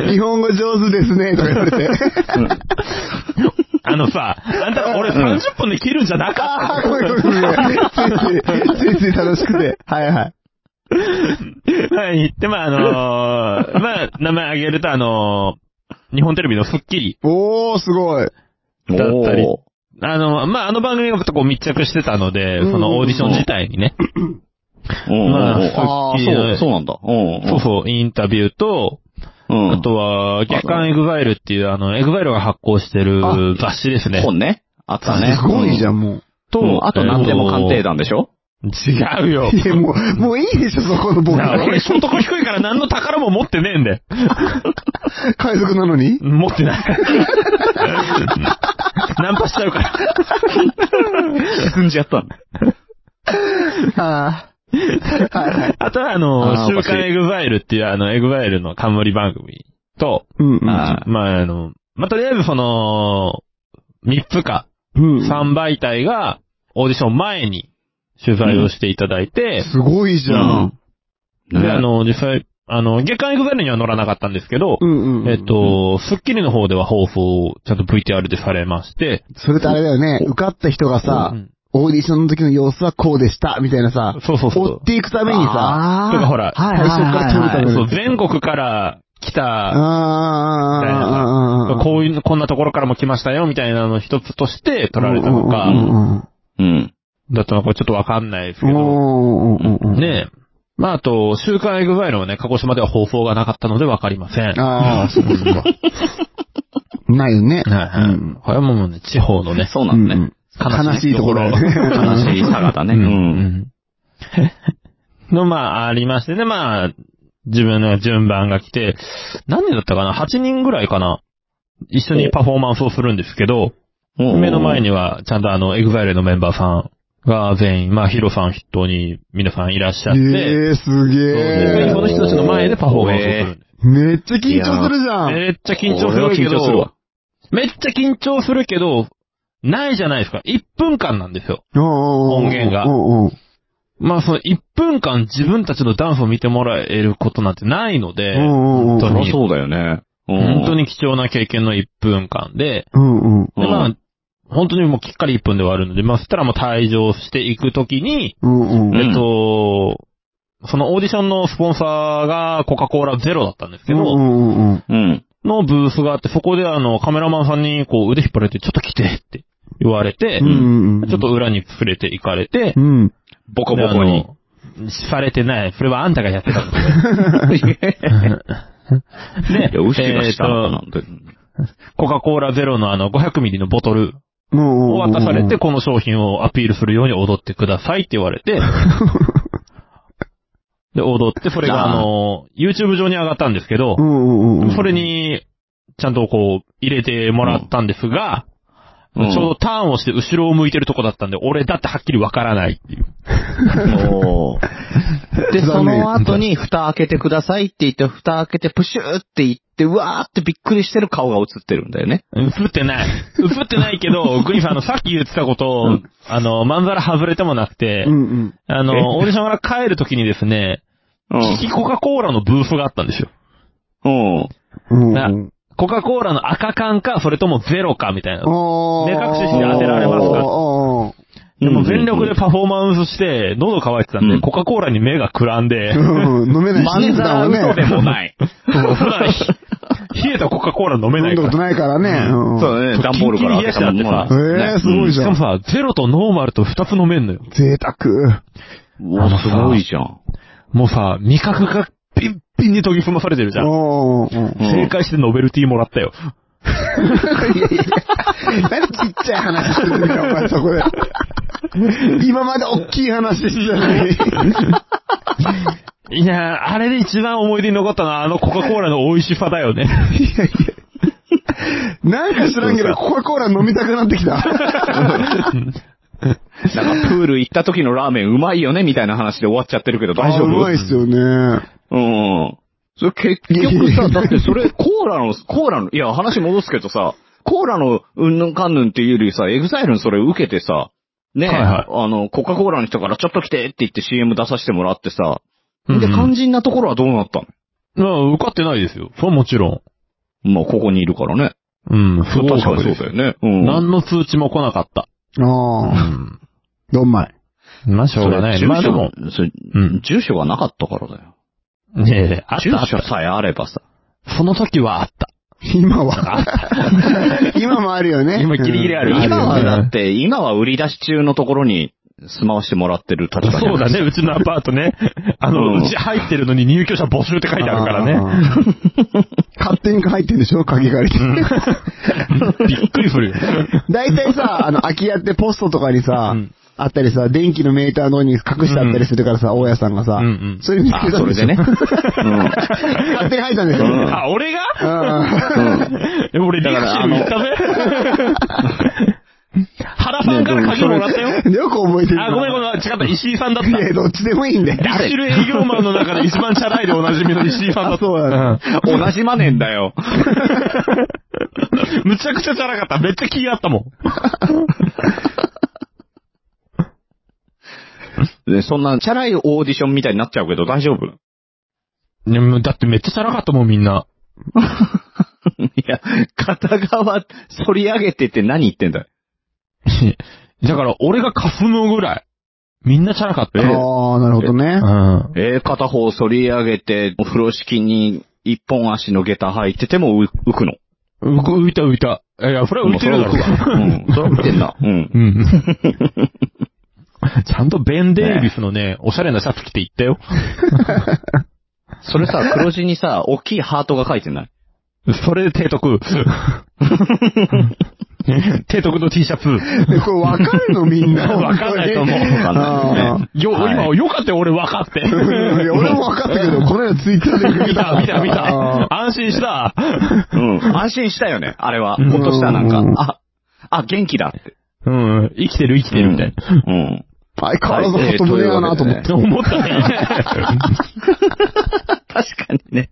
Speaker 1: 日本語上手ですね、とか言われて。うん
Speaker 4: あのさ、あんた俺さんじゅっぷんで切るんじゃなかった。
Speaker 1: ああ、ごめんごめんごめん。ついつい、ついつい楽しくて。はいはい。
Speaker 4: はい。で、まあ、あのー、まあ、名前挙げると、あのー、日本テレビのスッキリ。
Speaker 1: おー、すごい。
Speaker 4: だったり。あの、まあ、あの番組がこう密着してたので、そのオーディション自体にね。
Speaker 3: まあ、スッキリの。そうなんだ。
Speaker 4: そうそう、インタビューと、うん、あとは、月刊エグザイルっていう、あの、エグザイルが発行してる雑誌ですね。
Speaker 3: 本ね。あったね。
Speaker 1: すごいじゃん、もう。
Speaker 3: と、うん、あと何でも鑑定団でしょ？
Speaker 4: 違うよ。
Speaker 1: いや、もう、もういいでしょ、そこの僕は。
Speaker 4: 俺、所得低いから何の宝も持ってねえんだよ。
Speaker 1: 海賊なのに
Speaker 4: 持ってない。ナンパしちゃうから。
Speaker 3: 沈んじゃったんだ。
Speaker 1: ああ。はいはい、
Speaker 4: あとは、あの、週刊エグザイルっていう、あの、エグザイルの冠番組と、
Speaker 1: うんうん、
Speaker 4: あまあ、あの、まあ、とりあえずその、三つか、三媒体が、オーディション前に取材をしていただいて、
Speaker 1: うん、すごいじゃん。
Speaker 4: うん、で、あの、実際、あの、月刊エグザイルには載らなかったんですけど、
Speaker 1: うんうんうん、
Speaker 4: えっと、スッキリの方では放送、ちゃんと ブイティーアール でされまして、
Speaker 1: それってあれだよね、受かった人がさ、うんオーディションの時の様子はこうでした、みたいなさ、
Speaker 4: そうそうそう。
Speaker 1: 追っていくためにさ、
Speaker 4: とかほら、
Speaker 1: 最初から撮るために。
Speaker 4: そう、全国から来た、
Speaker 1: あ
Speaker 4: みたいな、こういう、こんなところからも来ましたよ、みたいなの一つとして撮られたのか、
Speaker 3: うん。
Speaker 4: だったのかちょっとわかんないですけど、ねえ。まあ、あと、週刊エグザイルはね、鹿児島では放送がなかったのでわかりません。
Speaker 1: ああ、そうですか。ないよね。
Speaker 4: はいはい。これはもうね、地方のね。
Speaker 3: そうなんね。
Speaker 1: 悲しいところ。
Speaker 3: 悲しい差がだね。うん。
Speaker 4: の、まあ、ありましてね、まあ、自分の順番が来て、何人だったかな ?はち 人ぐらいかな一緒にパフォーマンスをするんですけど、目の前には、ちゃんとあの、エグザイルのメンバーさんが全員、まあ、ヒロさん筆頭に皆さんいらっしゃって、
Speaker 1: えー、すげー。
Speaker 4: その人たちの前でパフォーマンスをするんです。
Speaker 1: めっちゃ緊張するじゃん。
Speaker 4: めっちゃ緊張するけど、めっちゃ緊張するけど、ないじゃないですか。いっぷんかんなんですよ。音源が。まあそのいっぷんかん自分たちのダンスを見てもらえることなんてないので、
Speaker 3: 本当に。そうだよね。
Speaker 4: 本当に貴重な経験のいっぷんかんで、
Speaker 1: うんうん、
Speaker 4: でまあ、本当にもうきっかりいっぷんで終わるので、まあそしたらもう退場していくときに、
Speaker 1: うんうん、
Speaker 4: えっと、そのオーディションのスポンサーがコカ・コーラゼロだったんですけど、
Speaker 1: うんうん、
Speaker 4: のブースがあって、そこであのカメラマンさんにこう腕引っ張られてちょっと来てって言われて、
Speaker 1: うんうん、
Speaker 4: ちょっと裏に触れて行かれて、
Speaker 1: うん、
Speaker 3: ボコボコに。
Speaker 4: されてない。それはあんたがやってたんだよ。で、
Speaker 3: いや、ウシがしたのかなんて。
Speaker 4: コカ・コーラゼロのあのごひゃくミリのボトルを渡されて、この商品をアピールするように踊ってくださいって言われて、で、踊って、それがあの、YouTube 上に上がったんですけど、それに、ちゃんとこう、入れてもらったんですが、うん、ちょうどターンをして後ろを向いてるとこだったんで、俺だってはっきりわからないっていう。
Speaker 3: おで、その後に蓋開けてくださいって言って、蓋開けてプシューって言って、うわーってびっくりしてる顔が映ってるんだよね。
Speaker 4: 映ってない。映ってないけど、グリファン、あの、さっき言ってたことを、うん、あの、まんざら外れてもなくて、
Speaker 1: うんうん、
Speaker 4: あの、オーディションから帰るときにですね、キキコカ・コーラのブースがあったんですよ。
Speaker 3: うん。
Speaker 1: うん
Speaker 4: コカ・コーラの赤缶か、それともゼロかみたいな。目隠しして当てられますか？でも全力でパフォーマンスして、喉乾いてたんで、うん、コカ・コーラに目がくらんで、
Speaker 1: うん、飲めない
Speaker 3: し、まんざら嘘でもない。
Speaker 4: 普段、冷えたコカ・コーラ飲めないから。
Speaker 1: 飲んだことないからね。
Speaker 3: うん、そうだね、段ボールから
Speaker 4: 冷やしてあってさ。
Speaker 1: えー、すごいじゃん。
Speaker 4: しかもさ、ゼロとノーマルと二つ飲めんのよ。
Speaker 1: 贅沢。
Speaker 3: うわ、すごいじゃん。
Speaker 4: もうさ、味覚がピンピンに研ぎ澄まされてるじゃん。正解してノベルティもらったよ。
Speaker 1: いやいや、何ちっちゃい話するんだよ、お前そこで。今まで大きい話してたのに。
Speaker 4: いや、あれで一番思い出に残ったのはあのコカ・コーラの美味しさだよね。いやいや。
Speaker 1: なんか知らんけど、コカ・コーラ飲みたくなってきた。
Speaker 3: なんかプール行った時のラーメンうまいよねみたいな話で終わっちゃってるけど大丈夫？
Speaker 1: うまいっすよね。
Speaker 3: うん。それ結局さ、だってそれコーラの、コーラの、いや話戻すけどさ、コーラのうんぬんかんぬんっていうよりさ、エグザイルにそれ受けてさ、ね、はいはい、あの、コカ・コーラの人からちょっと来てって言って シーエム 出させてもらってさ、うんうん、で、肝心なところはどうなった
Speaker 4: の？受かってないですよ。そうもちろ
Speaker 3: ん。まあ、ここにいるからね。
Speaker 4: うん、
Speaker 3: そう確かにそうだよね。うん。
Speaker 4: 何の通知も来なかった。
Speaker 1: ああ。うん。どんまい。
Speaker 4: まあ、しょうがない。まあでも、
Speaker 3: それ、うん、住所がなかったからだよ。
Speaker 4: ねえ、あった
Speaker 3: 住所さえあればさ。
Speaker 4: その時はあった。
Speaker 1: 今はあった今もあるよね。
Speaker 4: 今ギリギリある。
Speaker 3: 今はだって、今は売り出し中のところに住まわしてもらってる立場じゃないですか。
Speaker 4: そうだね、うちのアパートね。あの、うん、うち入ってるのに入居者募集って書いてあるからね。
Speaker 1: 勝手に入ってんでしょ鍵借りて。
Speaker 4: びっくりするよ。
Speaker 1: だいたいさ、あの、空き家ってポストとかにさ、うんあったりさ、電気のメーターの方に隠してあったりするからさ、うん、大家さんがさ、うんうん、それ見つけたんでしょ。それでね。うん、勝手に入ったんですよ。うん、
Speaker 4: あ、俺がうん。俺、リアクション言ったぜ。原さんから鍵もらったよ。
Speaker 1: よく覚えてる。
Speaker 4: あ、ごめんごめん、違った。石井さんだった。
Speaker 1: いや、どっちでもいいんだよ。
Speaker 4: 一種類営業マンの中で一番チャラいでおなじみの石井さんだった。
Speaker 1: そうだね。
Speaker 3: 同じマネんだよ。
Speaker 4: むちゃくちゃチャラかった。めっちゃ気があったもん。
Speaker 3: で、そんな、チャラいオーディションみたいになっちゃうけど大丈夫？
Speaker 4: でも、だってめっちゃチャラかったもん、みんな。
Speaker 3: いや、片側、反り上げてって何言ってんだよ。
Speaker 4: だから、俺が霞むぐらい。みんなチャラかった。
Speaker 1: ああ、なるほどね。
Speaker 3: え、えー、片方反り上げて、お風呂敷に一本足の下駄履いてても浮くの。
Speaker 4: 浮く、浮いた浮いた。いや、それは浮いてるだろうが。
Speaker 3: うん、それは浮いてんだ。うん。うん。
Speaker 4: ちゃんとベン・デイビスのね、おしゃれなシャツ着て行ったよ。
Speaker 3: それさ、黒地にさ、大きいハートが書いてない？
Speaker 4: それで提督。提督の T シャツ。
Speaker 1: これわかるのみんな。
Speaker 4: わかんないと思う。よ、はい、今、よかったよ、俺わかって。
Speaker 1: 俺もわかったけど、この間ツイッターで
Speaker 4: 見た、見た、見た。安心した。
Speaker 3: うん。安心したよね、あれは。ほっとしたなんか、あ、あ、元気だって。
Speaker 4: うん。生きてる、生きてるみたいな。
Speaker 3: うん。
Speaker 1: 相変わらずハト胸やなと思って。
Speaker 4: 思ったね。
Speaker 3: 確かにね。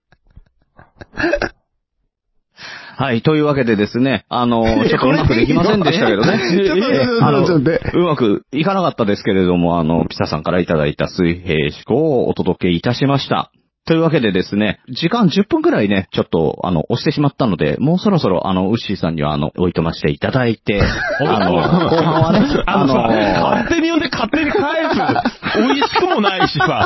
Speaker 3: はい、というわけでですね、あの、ちょっとうまくできませんでしたけどね。あの、うまくいかなかったですけれども、あの、ピサさんからいただいた水平思考をお届けいたしました。というわけでですね、時間じゅっぷんくらいね、ちょっと、あの、押してしまったので、もうそろそろ、あの、ウッシーさんには、あの、おいとましていただいて、あの、後半はね、
Speaker 4: あの、勝手に呼んで勝手に返す。美味しくもないしさ。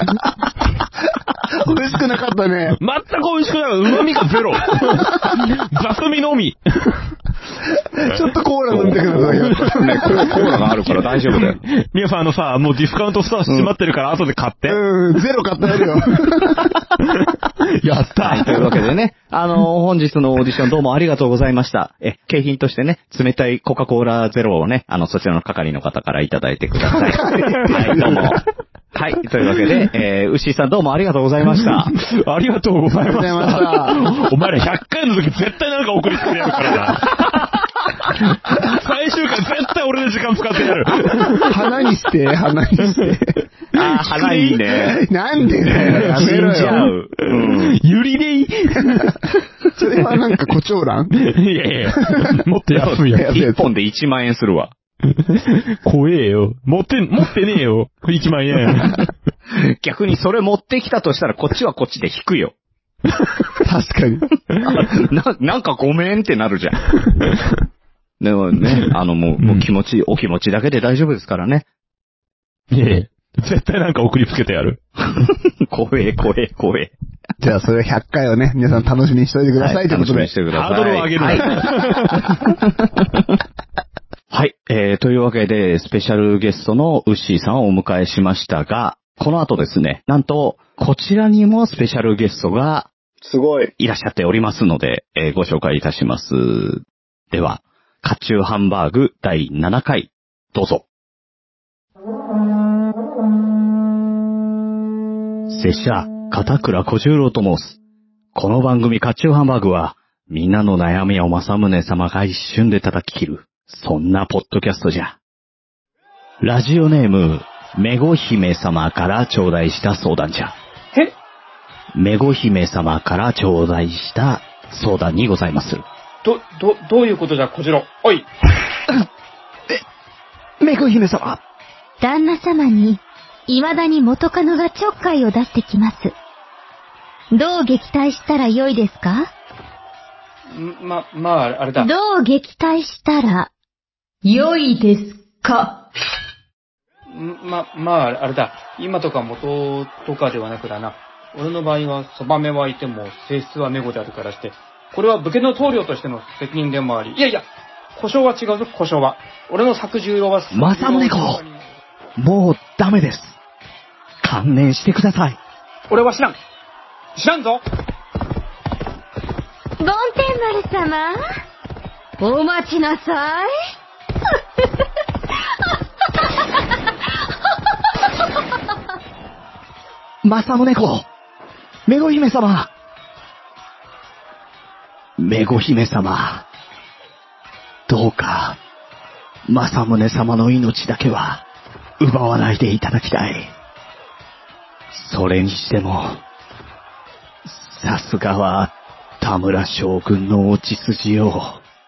Speaker 1: 美味しくなかったね。
Speaker 4: 全く美味しくない。旨味がゼロ。雑味のみ。
Speaker 1: ちょっとコーラ飲みたくなったけど。ね、コ
Speaker 3: ーラがあるから大丈夫だよ。
Speaker 4: みやさん、あのさ、もうディスカウントストア閉まってるから後で買って。
Speaker 1: うん、ゼロ買ってやるよ。
Speaker 4: やったー、
Speaker 3: はい。というわけでね、あの、本日のオーディションどうもありがとうございました。え、景品としてね、冷たいコカ・コーラゼロをね、あの、そちらの係の方からいただいてください。はい、どうも。はい。というわけで、えー、牛井さんどうもありがとうございました。
Speaker 4: ありがとうございました。お前らひゃっかいの時絶対なんか送りつけてやるからな。最終回絶対俺の時間使ってやる。
Speaker 1: 花にして、花にして。
Speaker 3: ああ、花いいね。
Speaker 1: なんでだよ。やめろよ。
Speaker 3: 死んじゃう。うん。
Speaker 4: ゆりでいい。
Speaker 1: それはなんか胡蝶蘭？
Speaker 4: いやいや、もっと安いやつ。
Speaker 3: 一本でいちまん円するわ。
Speaker 4: 怖えよ。持って、持ってねえよ。いちまんえん。
Speaker 3: 逆にそれ持ってきたとしたらこっちはこっちで引くよ。
Speaker 1: 確かに。
Speaker 3: な、なんかごめんってなるじゃん。でもね、あのもう、もう気持ち、お気持ちだけで大丈夫ですからね。
Speaker 4: いえいえ。絶対なんか送りつけてやる。
Speaker 3: 怖え、怖え、怖え。
Speaker 1: じゃあそれひゃっかいをね、皆さん楽しみにしておいてください、はい、ということで。
Speaker 3: 楽しみにしてください。
Speaker 4: ハードルを上げる。はい。
Speaker 3: はい、えー、というわけで、スペシャルゲストのウッシーさんをお迎えしましたが、この後ですね、なんと、こちらにもスペシャルゲストが、
Speaker 1: すごい。
Speaker 3: いらっしゃっておりますので、えー、ご紹介いたします。では、甲冑ハンバーグだいななかい、どうぞ。拙者、片倉小十郎と申す。この番組甲冑ハンバーグは、みんなの悩みを正宗様が一瞬で叩き切る、そんなポッドキャストじゃ。ラジオネーム、めご姫様から頂戴した相談じゃ。
Speaker 5: え？
Speaker 3: めご姫様から頂戴した相談にございます。
Speaker 5: ど、ど、どういうことじゃ、小次郎。おい。
Speaker 3: え、めご姫様。
Speaker 6: 旦那様に、未だに元カノがちょっかいを出してきます。どう撃退したらよいですか？
Speaker 5: ま、まあ、あれだ。
Speaker 6: どう撃退したら、よいですか？
Speaker 5: ま、まあ、あれだ。今とか元とかではなくだな。俺の場合は、そばめはいても、性質はめごであるからして、これは武家の棟梁としての責任でもあり、いやいや、故障は違うぞ、故障は。俺の作十郎は、
Speaker 3: 正宗公、もうダメです。観念してください。
Speaker 5: 俺は知らん。知らんぞ。
Speaker 6: 梵天丸様、お待ちなさい。
Speaker 3: 正宗公、めご姫様。めご姫様、どうか、正宗様の命だけは奪わないでいただきたい。それにしても、さすがは田村将軍のお血筋を。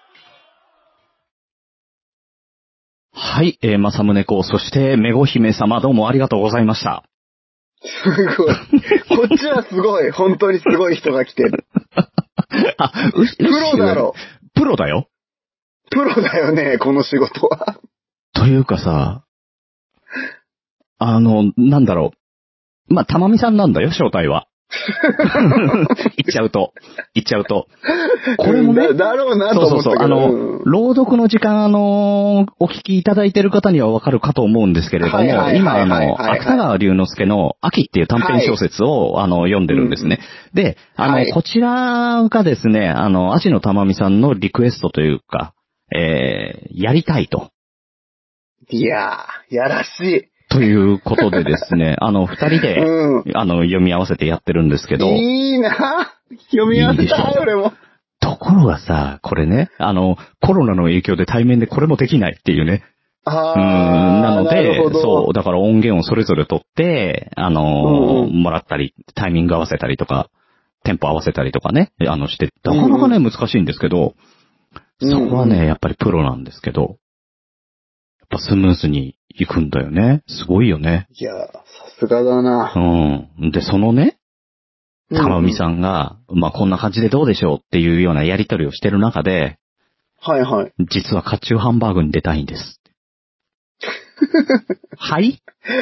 Speaker 3: はい、えー、正宗公、そしてめご姫様、どうもありがとうございました。
Speaker 1: すごい。こっちはすごい。本当にすごい人が来てる。
Speaker 3: あ、
Speaker 1: プロだろ。
Speaker 3: プロだよ。
Speaker 1: プロだよね、この仕事は。
Speaker 3: というかさ、あの、なんだろう。まあ、たまみさんなんだよ、正体は。 言っちゃうと。言っちゃうと。これもね。
Speaker 1: だ, だろうなと思ったけど。そうそうそう。
Speaker 3: あの、朗読の時間、あの、お聞きいただいている方にはわかるかと思うんですけれども、今、あの、芥川龍之介の秋っていう短編小説を、はい、あの、読んでるんですね。うん、で、あの、はい、こちらがですね、あの、足野玉美さんのリクエストというか、えー、やりたいと。
Speaker 1: いやー、やらしい。
Speaker 3: ということでですね、あの、二人で、うん、あの、読み合わせてやってるんですけど。
Speaker 1: いいな読み合わせたい、俺も。
Speaker 3: ところがさ、これね、あの、コロナの影響で対面でこれもできないっていうね。
Speaker 1: あ
Speaker 3: うん、なので、そう、だから音源をそれぞれ取って、あの、うん、もらったり、タイミング合わせたりとか、テンポ合わせたりとかね、あの、して、なかなかね、難しいんですけど、うん、そこはね、やっぱりプロなんですけど、やっぱスムーズに行くんだよね。すごいよね。
Speaker 1: いや、さすがだな。
Speaker 3: うん。で、そのね、玉美さんが、うん、まあ、こんな感じでどうでしょうっていうようなやりとりをしてる中で、
Speaker 1: はいはい。
Speaker 3: 実は甲冑ハンバーグに出たいんです。はい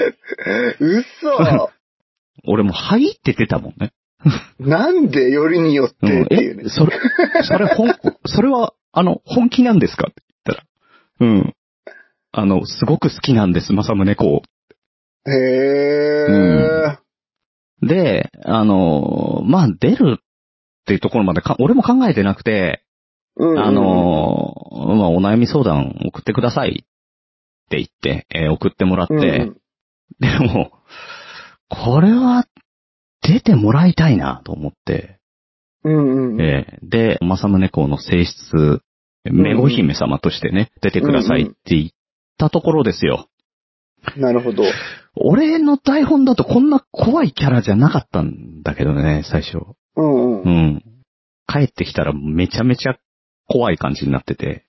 Speaker 1: 嘘
Speaker 3: 俺もはいって出たもんね。
Speaker 1: なんでよりによってっていうね。
Speaker 3: うん、え、それ、それ本、それは、あの、本気なんですかって言ったら。うん。あの、すごく好きなんです、正宗公。
Speaker 1: へー。
Speaker 3: うん。で、あの、まあ、出るっていうところまでか、俺も考えてなくて、うんうんうん、あの、まあ、お悩み相談送ってくださいって言って、えー、送ってもらって、うんうん、でも、これは出てもらいたいなと思って、
Speaker 1: うんうん、
Speaker 3: えー、で、正宗公の正室、めご姫様としてね、出てくださいって言ったところですよ。
Speaker 1: なるほど。
Speaker 3: 俺の台本だとこんな怖いキャラじゃなかったんだけどね、最初。
Speaker 1: うんうん。
Speaker 3: うん。帰ってきたらめちゃめちゃ怖い感じになってて。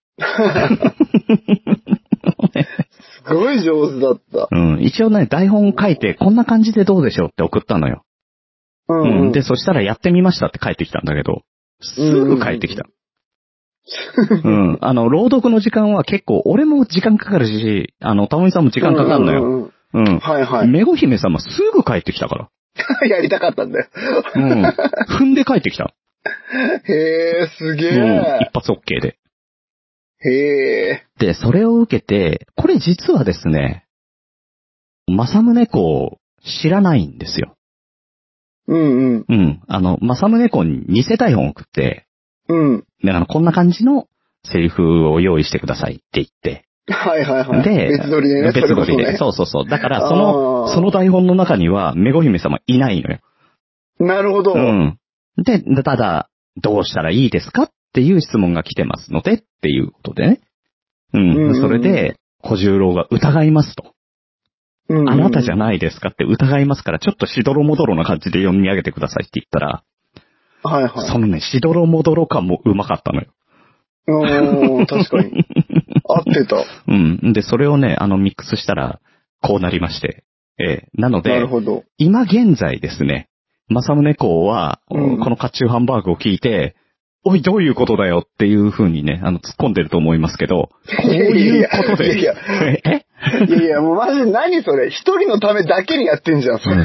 Speaker 1: すごい上手だった。
Speaker 3: うん。一応ね、台本書いてこんな感じでどうでしょうって送ったのよ。
Speaker 1: うん、うん、
Speaker 3: うん。で、そしたらやってみましたって帰ってきたんだけど、すぐ帰ってきた。うん、うん。あの、朗読の時間は結構、俺も時間かかるし、あの、たもみさんも時間かかるのよ。うんうん
Speaker 1: うん。うん。はいはい。
Speaker 3: めご姫様すぐ帰ってきたから。
Speaker 1: やりたかったんだよ。
Speaker 3: うん。踏んで帰ってきた。
Speaker 1: へー、すげー。
Speaker 3: うん。一発 OK で。
Speaker 1: へー。
Speaker 3: で、それを受けて、これ実はですね、正宗公知らないんですよ。
Speaker 1: うんうん。
Speaker 3: うん。あの、正宗公に偽台本を送って、
Speaker 1: うん。
Speaker 3: だからこんな感じのセリフを用意してくださいって言って。
Speaker 1: はいはいはい。
Speaker 3: で、
Speaker 1: 別撮りでね。
Speaker 3: 別撮りで。ね、そうそうそう。だから、その、その台本の中には、めご姫様いないのよ。
Speaker 1: なるほど。
Speaker 3: うん。で、ただ、どうしたらいいですかっていう質問が来てますので、っていうことでね。うん。うんうん、それで、小十郎が疑いますと。うんうん、あなたじゃないですかって疑いますから、ちょっとしどろもどろな感じで読み上げてくださいって言ったら、
Speaker 1: はいはい。
Speaker 3: そのね、しどろもどろ感もうまかったのよ。
Speaker 1: おー、確かに。合ってた。
Speaker 3: うん。で、それをね、あの、ミックスしたら、こうなりまして。えー、なので、
Speaker 1: なるほど。
Speaker 3: 今現在ですね、正宗公は、うん、この甲冑ハンバーグを聞いて、おい、どういうことだよっていう風にね、あの、突っ込んでると思いますけど、こういうことで。
Speaker 1: いやいや、えいやいや、もうマジで何それ、一人のためだけにやってんじゃん、それ。うん、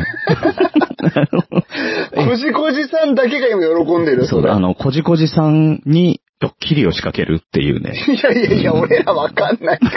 Speaker 1: こじこじさんだけが今喜んでる。
Speaker 3: そうだ、あの、こじこじさんにドッキリを仕掛けるっていうね。
Speaker 1: いやいやいや、俺らわかんないから。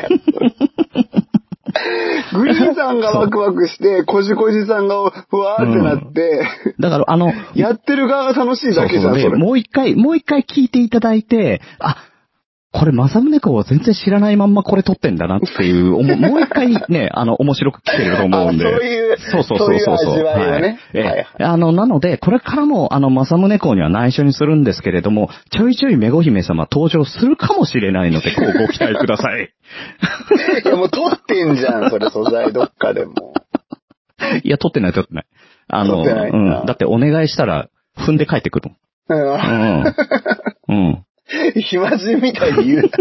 Speaker 1: グリーンさんがワクワクして、こじこじさんがふわーってなって、
Speaker 3: うん、だからあの、
Speaker 1: やってる側が楽しいだけじゃん、
Speaker 3: そうそう、それ。もう一回、もう一回聞いていただいて、あ、これ正宗公は全然知らないまんまこれ撮ってんだなっていう、もう一回ね、あの、面白く聞けると思うんで。
Speaker 1: そういう、
Speaker 3: そうそうそうそう。
Speaker 1: そういう味わいをね。
Speaker 3: はい。はい、あの、なので、これからも、あの、正宗公には内緒にするんですけれども、ちょいちょいめご姫様登場するかもしれないので、こうご期待ください。
Speaker 1: いや、もう撮ってんじゃん、それ素材どっかでも。
Speaker 3: いや、撮ってない、撮ってない。あの、うん。だってお願いしたら、踏んで帰ってくるもん。うん。うん。うん。
Speaker 1: 暇人みたいに言うな。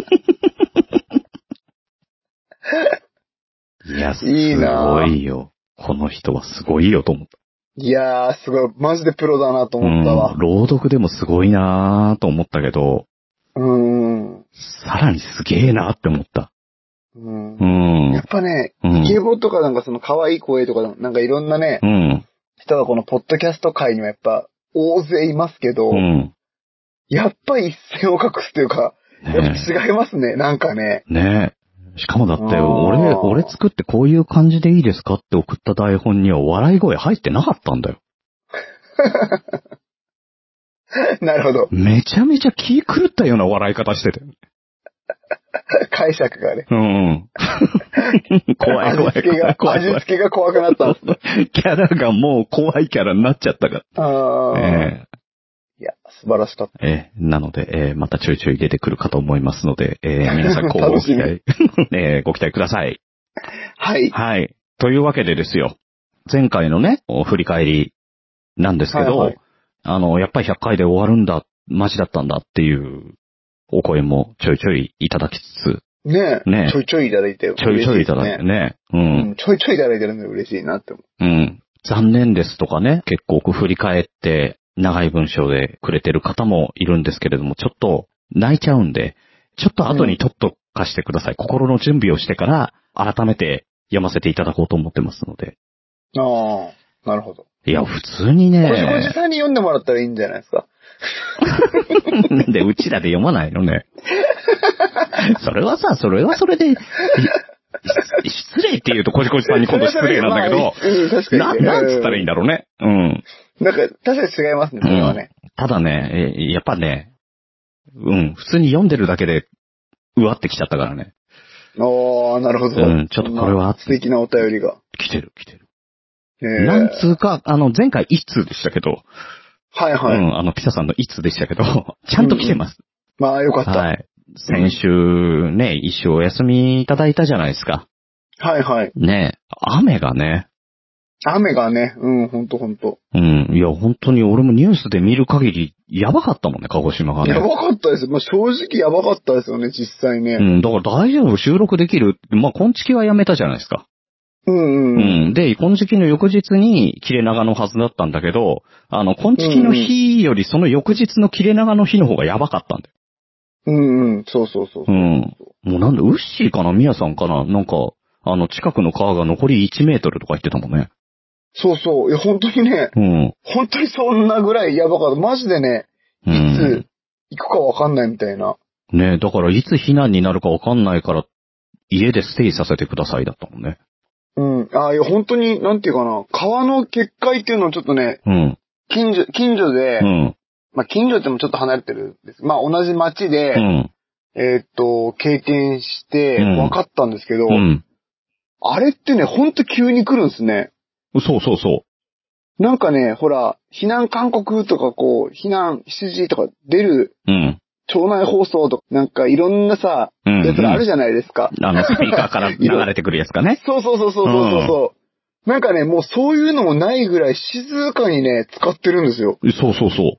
Speaker 3: いや、すごいよ。この人はすごいよと思った。
Speaker 1: いやー、すごい。マジでプロだなと思ったわ。
Speaker 3: うん、朗読でもすごいなーと思ったけど、
Speaker 1: うーん。
Speaker 3: さらにすげーなーって思った。
Speaker 1: うん。
Speaker 3: うん。
Speaker 1: やっぱね、イケボとかなんかその可愛い声とかなんかいろんなね、
Speaker 3: うん。
Speaker 1: 人がこのポッドキャスト界にはやっぱ大勢いますけど、うん、やっぱり一線を画すというか、ね、やっぱ違いますね、なんかね。
Speaker 3: ねえ。しかもだって、俺、俺作ってこういう感じでいいですかって送った台本には笑い声入ってなかったんだよ。
Speaker 1: なるほど。
Speaker 3: めちゃめちゃ気狂ったような笑い方してて。
Speaker 1: 解釈がね。
Speaker 3: うん。怖い怖い。
Speaker 1: 味付けが、味付けが怖くなったんですね。
Speaker 3: キャラがもう怖いキャラになっちゃったから。
Speaker 1: ああ。
Speaker 3: えー
Speaker 1: いや、素晴らしかった。
Speaker 3: えー、なので、えー、またちょいちょい出てくるかと思いますので、えー、皆さんこうご期待、えー、ご期待ください。
Speaker 1: はい。
Speaker 3: はい。というわけでですよ。前回のね、振り返りなんですけど、はいはい、あの、やっぱりひゃっかいで終わるんだ、マジだったんだっていうお声もちょいちょいいただきつつ。
Speaker 1: ねえ。ねえ。ちょいちょいいただいてる。
Speaker 3: ちょいちょいいただいてね。うん、うん。
Speaker 1: ちょいちょいいただいてるんで嬉しいなって思う。
Speaker 3: うん。残念ですとかね、結構振り返って、長い文章でくれてる方もいるんですけれども、ちょっと泣いちゃうんで、ちょっと後にとっとかしてください。うん、心の準備をしてから、改めて読ませていただこうと思ってますので。
Speaker 1: ああ、なるほど。
Speaker 3: いや、普通にね。
Speaker 1: こじこじさんに読んでもらったらいいんじゃないですか。
Speaker 3: なんで、うちらで読まないのね。それはさ、それはそれで、失礼って言うとこじこじさんに今度失礼なんだけど、まあうん、確かにね、な、なんつったらいいんだろうね。うん。
Speaker 1: なんか、確かに違いますね、それはね。
Speaker 3: うん、ただね、やっぱね、うん、普通に読んでるだけで、うわってきちゃったからね。
Speaker 1: ああ、なるほど。
Speaker 3: うん、ちょっとこれは。
Speaker 1: 素敵なお便りが。
Speaker 3: 来てる、来てる。えー、なんつうか、あの、前回一通でしたけど、
Speaker 1: はいはい。
Speaker 3: うん、あの、ピサさんの一通でしたけど、ちゃんと来てます。
Speaker 1: うん、まあ、よかった。
Speaker 3: はい。先週ね、一週お休みいただいたじゃないですか。
Speaker 1: はいはい。
Speaker 3: ね、雨がね。
Speaker 1: 雨がね、うん、ほんとほんと。
Speaker 3: うん、いや、本当に俺もニュースで見る限り、やばかったもんね、鹿児島がね。
Speaker 1: やばかったです。まあ、正直やばかったですよね、実際ね。
Speaker 3: うん、だから大丈夫、収録できる。まあ、今月はやめたじゃないですか。
Speaker 1: うんうん。
Speaker 3: うん。で、今月の翌日に切れ長のはずだったんだけど、あの、今月の日よりその翌日の切れ長の日の方がやばかったんだよ。
Speaker 1: うんうん、そうそうそうそう。うん。
Speaker 3: もうなんで、ウッシーかな、ミヤさんかな、なんか、あの、近くの川が残りいちメートルとか言ってたもんね。
Speaker 1: そうそう。いや、本当にね、うん。本当にそんなぐらいやばかった。マジでね、いつ行くかわかんないみたいな。
Speaker 3: うん、ねえ、だからいつ避難になるかわかんないから、家でステイさせてくださいだったもんね。
Speaker 1: うん。ああ、いや、本当に、なんていうかな、川の決壊っていうのをちょっとね、うん。近所、近所で、うん。まあ、近所ってもちょっと離れてるんです。まあ、同じ町で、うん。えー、っと、経験して、分かったんですけど、うん。あれってね、ほんと急に来るんですね。
Speaker 3: そうそうそう。
Speaker 1: なんかね、ほら、避難勧告とかこう、避難指示とか出る、うん。町内放送とか、なんかいろんなさ、うんうん、やつがあるじゃないですか。
Speaker 3: あの、スピーカーから流れてくるやつかね。
Speaker 1: そうそうそうそうそうそう、うん。なんかね、もうそういうのもないぐらい静かにね、使ってるんですよ。
Speaker 3: そうそうそう。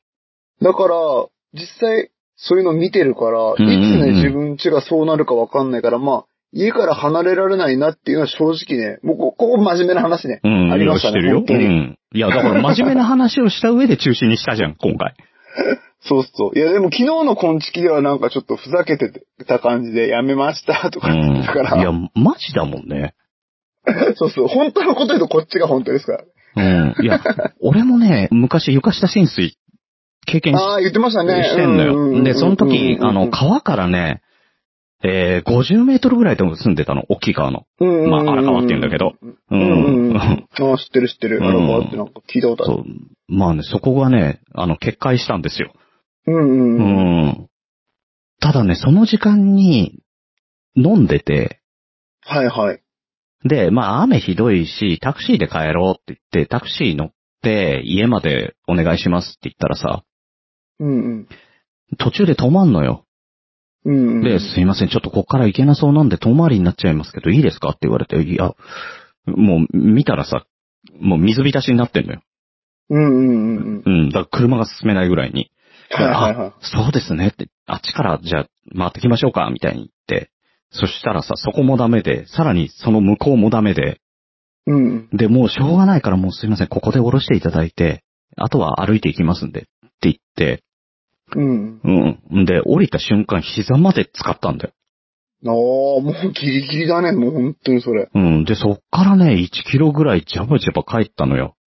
Speaker 1: だから、実際、そういうの見てるから、うんうんうん、いつね、自分家がそうなるかわかんないから、まあ、家から離れられないなっていうのは正直ね、もうここ真面目な話ね。うん、ありましたね。
Speaker 3: 本当に。うん。いや、だから真面目な話をした上で中止にしたじゃん、今回。
Speaker 1: そうそう。いや、でも昨日の今月ではなんかちょっとふざけてた感じでやめましたとか言ってたから、
Speaker 3: うん。いや、マジだもんね。
Speaker 1: そうそう。本当のこと言うとこっちが本当ですから。
Speaker 3: うん。いや、俺もね、昔床下浸水経験し、
Speaker 1: ああ、言ってましたね。
Speaker 3: してんのよ。で、その時、あの、川からね、えー、ごじゅうメートルぐらいでも住んでたの、大きい川の。うん。まあ、荒川って言うんだけど。
Speaker 1: うん。うん。ああ、知ってる知ってる。荒川ってなんか聞いたことある。
Speaker 3: そう。まあね、そこがね、あの、決壊したんですよ。
Speaker 1: うんうんうん。うん。
Speaker 3: ただね、その時間に飲んでて。
Speaker 1: はいはい。
Speaker 3: で、まあ雨ひどいし、タクシーで帰ろうって言って、タクシー乗って家までお願いしますって言ったらさ。
Speaker 1: うんうん。
Speaker 3: 途中で止まんのよ。
Speaker 1: うんうん。
Speaker 3: で、すいません、ちょっとこっから行けなそうなんで遠回りになっちゃいますけど、いいですかって言われて、いや、もう見たらさ、もう水浸しになってんのよ。
Speaker 1: うんうんうん。
Speaker 3: うん、だから車が進めないぐらいに。
Speaker 1: はいはいはい。
Speaker 3: あ、そうですねって、あっちからじゃあ回ってきましょうかみたいに言って、そしたらさ、そこもダメで、さらにその向こうもダメで、
Speaker 1: うん。
Speaker 3: で、もうしょうがないからもうすいません、ここで降ろしていただいて、あとは歩いていきますんで、って言って、
Speaker 1: うん。
Speaker 3: うん。で、降りた瞬間膝まで使ったんだよ。
Speaker 1: ああ、もうギリギリだね、もう本当にそれ。
Speaker 3: うん。で、そっからね、いちキロぐらいジャバジャバ帰ったのよ。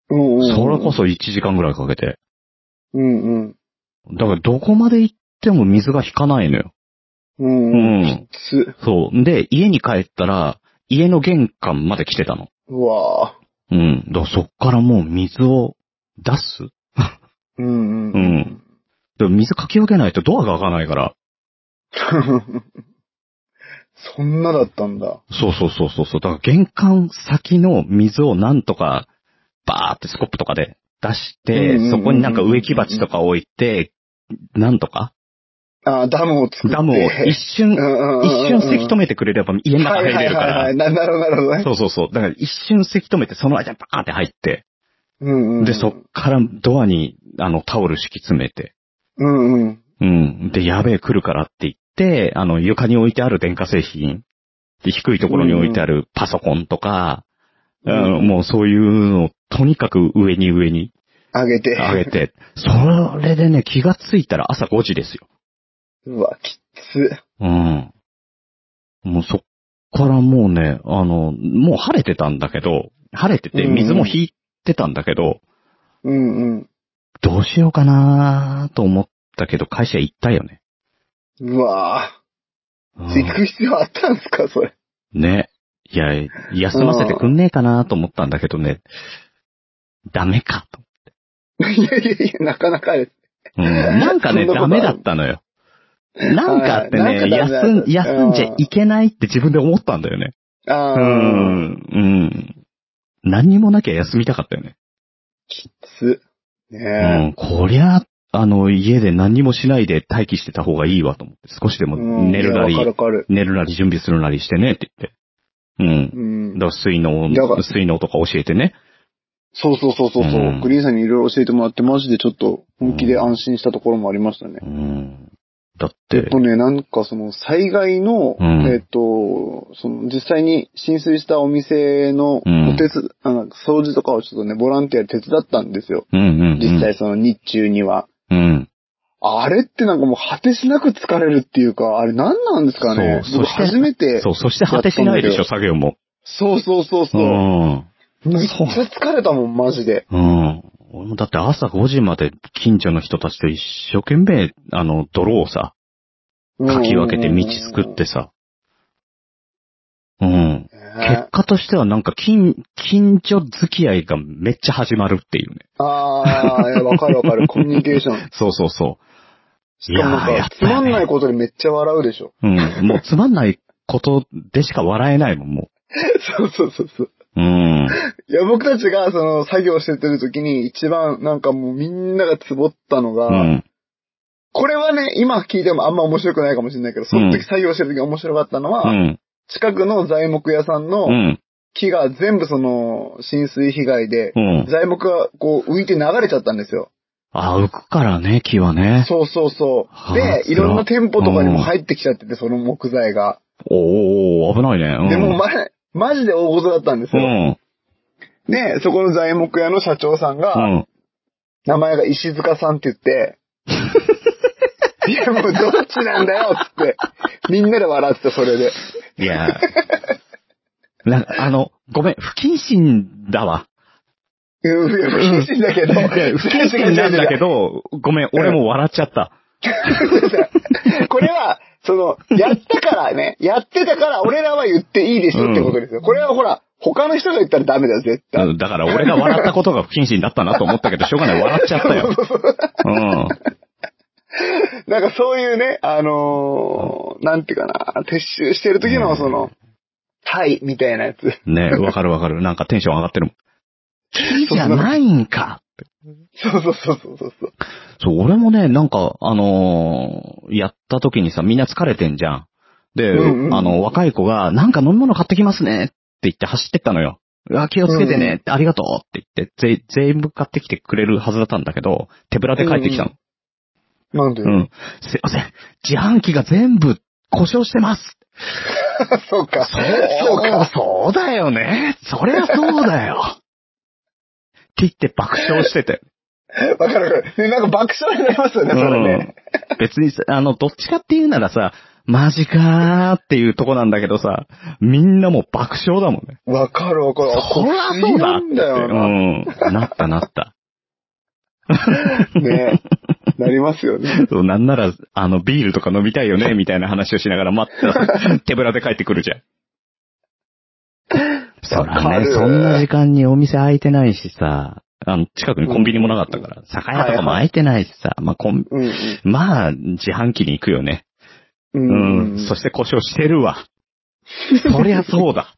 Speaker 1: うんうんうん、
Speaker 3: それこそいちじかんぐらいかけて。
Speaker 1: うんうん。
Speaker 3: だからどこまで行っても水が引かないのよ。
Speaker 1: うんうん。うん、きつ。
Speaker 3: そう。で、家に帰ったら、家の玄関まで来てたの。
Speaker 1: うわ
Speaker 3: ぁ。うん。だからそっからもう水を出す
Speaker 1: うんうん。
Speaker 3: うん。でも水かき分けないとドアが開かないから。
Speaker 1: そんなだったんだ。
Speaker 3: そうそうそうそう。だから玄関先の水をなんとか、バーってスコップとかで出して、そこになんか植木鉢とか置いて、なんとか。
Speaker 1: ああ、ダムを作って。
Speaker 3: ダムを一瞬、一瞬せき止めてくれれば家の中入れるから。はいはいはい、はい。
Speaker 1: なるほど、なるほどね。
Speaker 3: そうそうそう。だから一瞬せき止めて、その間バーンって入って。
Speaker 1: うんうんうん、
Speaker 3: で、そっからドアに、あの、タオル敷き詰めて。
Speaker 1: うんうん。
Speaker 3: うん。で、やべえ来るからって言って、あの、床に置いてある電化製品。で、低いところに置いてあるパソコンとか、うん、あのもうそういうのを、とにかく上に上に。
Speaker 1: 上げて。
Speaker 3: 上げて。それでね、気がついたら朝ごじですよ。
Speaker 1: うわ、きつ。
Speaker 3: うん。もうそっからもうね、あの、もう晴れてたんだけど、晴れてて水も引いてたんだけど、
Speaker 1: うんうん。
Speaker 3: どうしようかなと思ったけど、会社行ったよね。
Speaker 1: うわぁ。行く必要あったんですか、それ。
Speaker 3: ね。いや、休ませてくんねえかなと思ったんだけどね、ダメかと
Speaker 1: 思って。いやいやいや、なかなかです。
Speaker 3: うん。なんかね、ダメだったのよ。なんかあってね、休ん、休んじゃいけないって自分で思ったんだよね。
Speaker 1: ああ。
Speaker 3: うん。うん。何にもなきゃ休みたかったよね。
Speaker 1: きつ。ねえ。
Speaker 3: うん。こりゃ、あの、家で何にもしないで待機してた方がいいわと思って、少しでも寝るなり、寝るなり準備するなりしてねって言って。うん。うん。だから水の、水のとか教えてね。
Speaker 1: そうそうそうそう。うん、グリーンさんにいろいろ教えてもらって、マジでちょっと本気で安心したところもありましたね。
Speaker 3: うん。だって。
Speaker 1: えっとね、なんかその災害の、うん、えっと、その実際に浸水したお店のお手伝、うん、掃除とかをちょっとね、ボランティアで手伝ったんですよ。
Speaker 3: うんうんうん、
Speaker 1: 実際その日中には。
Speaker 3: うん。
Speaker 1: あれってなんかもう果てしなく疲れるっていうか、あれ何なんですかね。そう、僕初めて。
Speaker 3: そう、そして果てしないでしょ、作業も。
Speaker 1: そうそうそうそう。うん。めっちゃ疲れたもん、マジで。
Speaker 3: うん。俺もだって朝ごじまで近所の人たちと一生懸命、あの、泥をさ、かき分けて道作ってさ。うん。結果としてはなんか近、近所付き合いがめっちゃ始まるっていうね。
Speaker 1: ああ、いや、わかるわかる。コミュニケーション。
Speaker 3: そうそうそう。
Speaker 1: しかもなんか、つまんないことでめっちゃ笑うでしょ。
Speaker 3: うん。もうつまんないことでしか笑えないもん、もう。
Speaker 1: そうそうそうそう。
Speaker 3: うん。
Speaker 1: いや、僕たちがその作業しててる時に一番なんかもうみんながつぼったのが、うん、これはね、今聞いてもあんま面白くないかもしれないけど、その時作業してる時面白かったのは、うん、近くの材木屋さんの木が全部その浸水被害で、うん、材木がこう浮いて流れちゃったんですよ。
Speaker 3: あ、浮くからね、木はね。
Speaker 1: そうそうそう。で、いろんな店舗とかにも入ってきちゃってて、その木材が。
Speaker 3: おー、危ないね。うん、
Speaker 1: でも前、マジで大事だったんですよ。うん、で、そこの材木屋の社長さんが、うん、名前が石塚さんって言って、いやもうどっちなんだよつって、みんなで笑ってた、それで。
Speaker 3: いやなあの、ごめん、不謹慎だわ。
Speaker 1: いや、不謹慎だけど。
Speaker 3: 不謹慎なんだけど、ごめん、俺も笑っちゃった。
Speaker 1: これは、その、やったからね、やってたから俺らは言っていいでしょってことですよ。うん、これはほら、他の人が言ったらダメだよ、絶対。
Speaker 3: だから俺が笑ったことが不謹慎だったなと思ったけど、しょうがない、笑っちゃったよ。うん。
Speaker 1: なんかそういうね、あのー、なんていうかな、撤収してる時のその、タイみたいなやつ。
Speaker 3: ね、わかるわかる。なんかテンション上がってるもん。木じゃないんか。
Speaker 1: そうそうそうそうそう。
Speaker 3: そう、俺もね、なんか、あのー、やった時にさ、みんな疲れてんじゃん。で、うんうん、あの、若い子が、なんか飲み物買ってきますねって言って走ってったのよ。うわ、気をつけてねって、うん、ありがとうって言って、ぜ、全部買ってきてくれるはずだったんだけど、手ぶらで帰ってきたの。
Speaker 1: うんうん、なんで？
Speaker 3: うん。すいません。自販機が全部故障してます。
Speaker 1: そうか。
Speaker 3: そう、そうか。そうだよね。そりゃそうだよ。って言って爆笑してて。
Speaker 1: わかるわかる。なんか爆笑になりますよね、それね。
Speaker 3: うん、別に、あの、どっちかっていうならさ、 マジかーっていうとこなんだけどさ、みんなもう爆笑だもんね。
Speaker 1: わかるわかる。
Speaker 3: そりゃそうだって。
Speaker 1: だよな。
Speaker 3: うん。なったなった。
Speaker 1: ねなりますよね。
Speaker 3: そう、なんなら、あの、ビールとか飲みたいよね、みたいな話をしながら待ってた手ぶらで帰ってくるじゃん。そらね、そんな時間にお店開いてないしさ、あの、近くにコンビニもなかったから、酒屋とかも開いてないしさ、まあ、コン、うんうん、まあ、自販機に行くよね。うん、うん。そして故障してるわ。そりゃそうだ。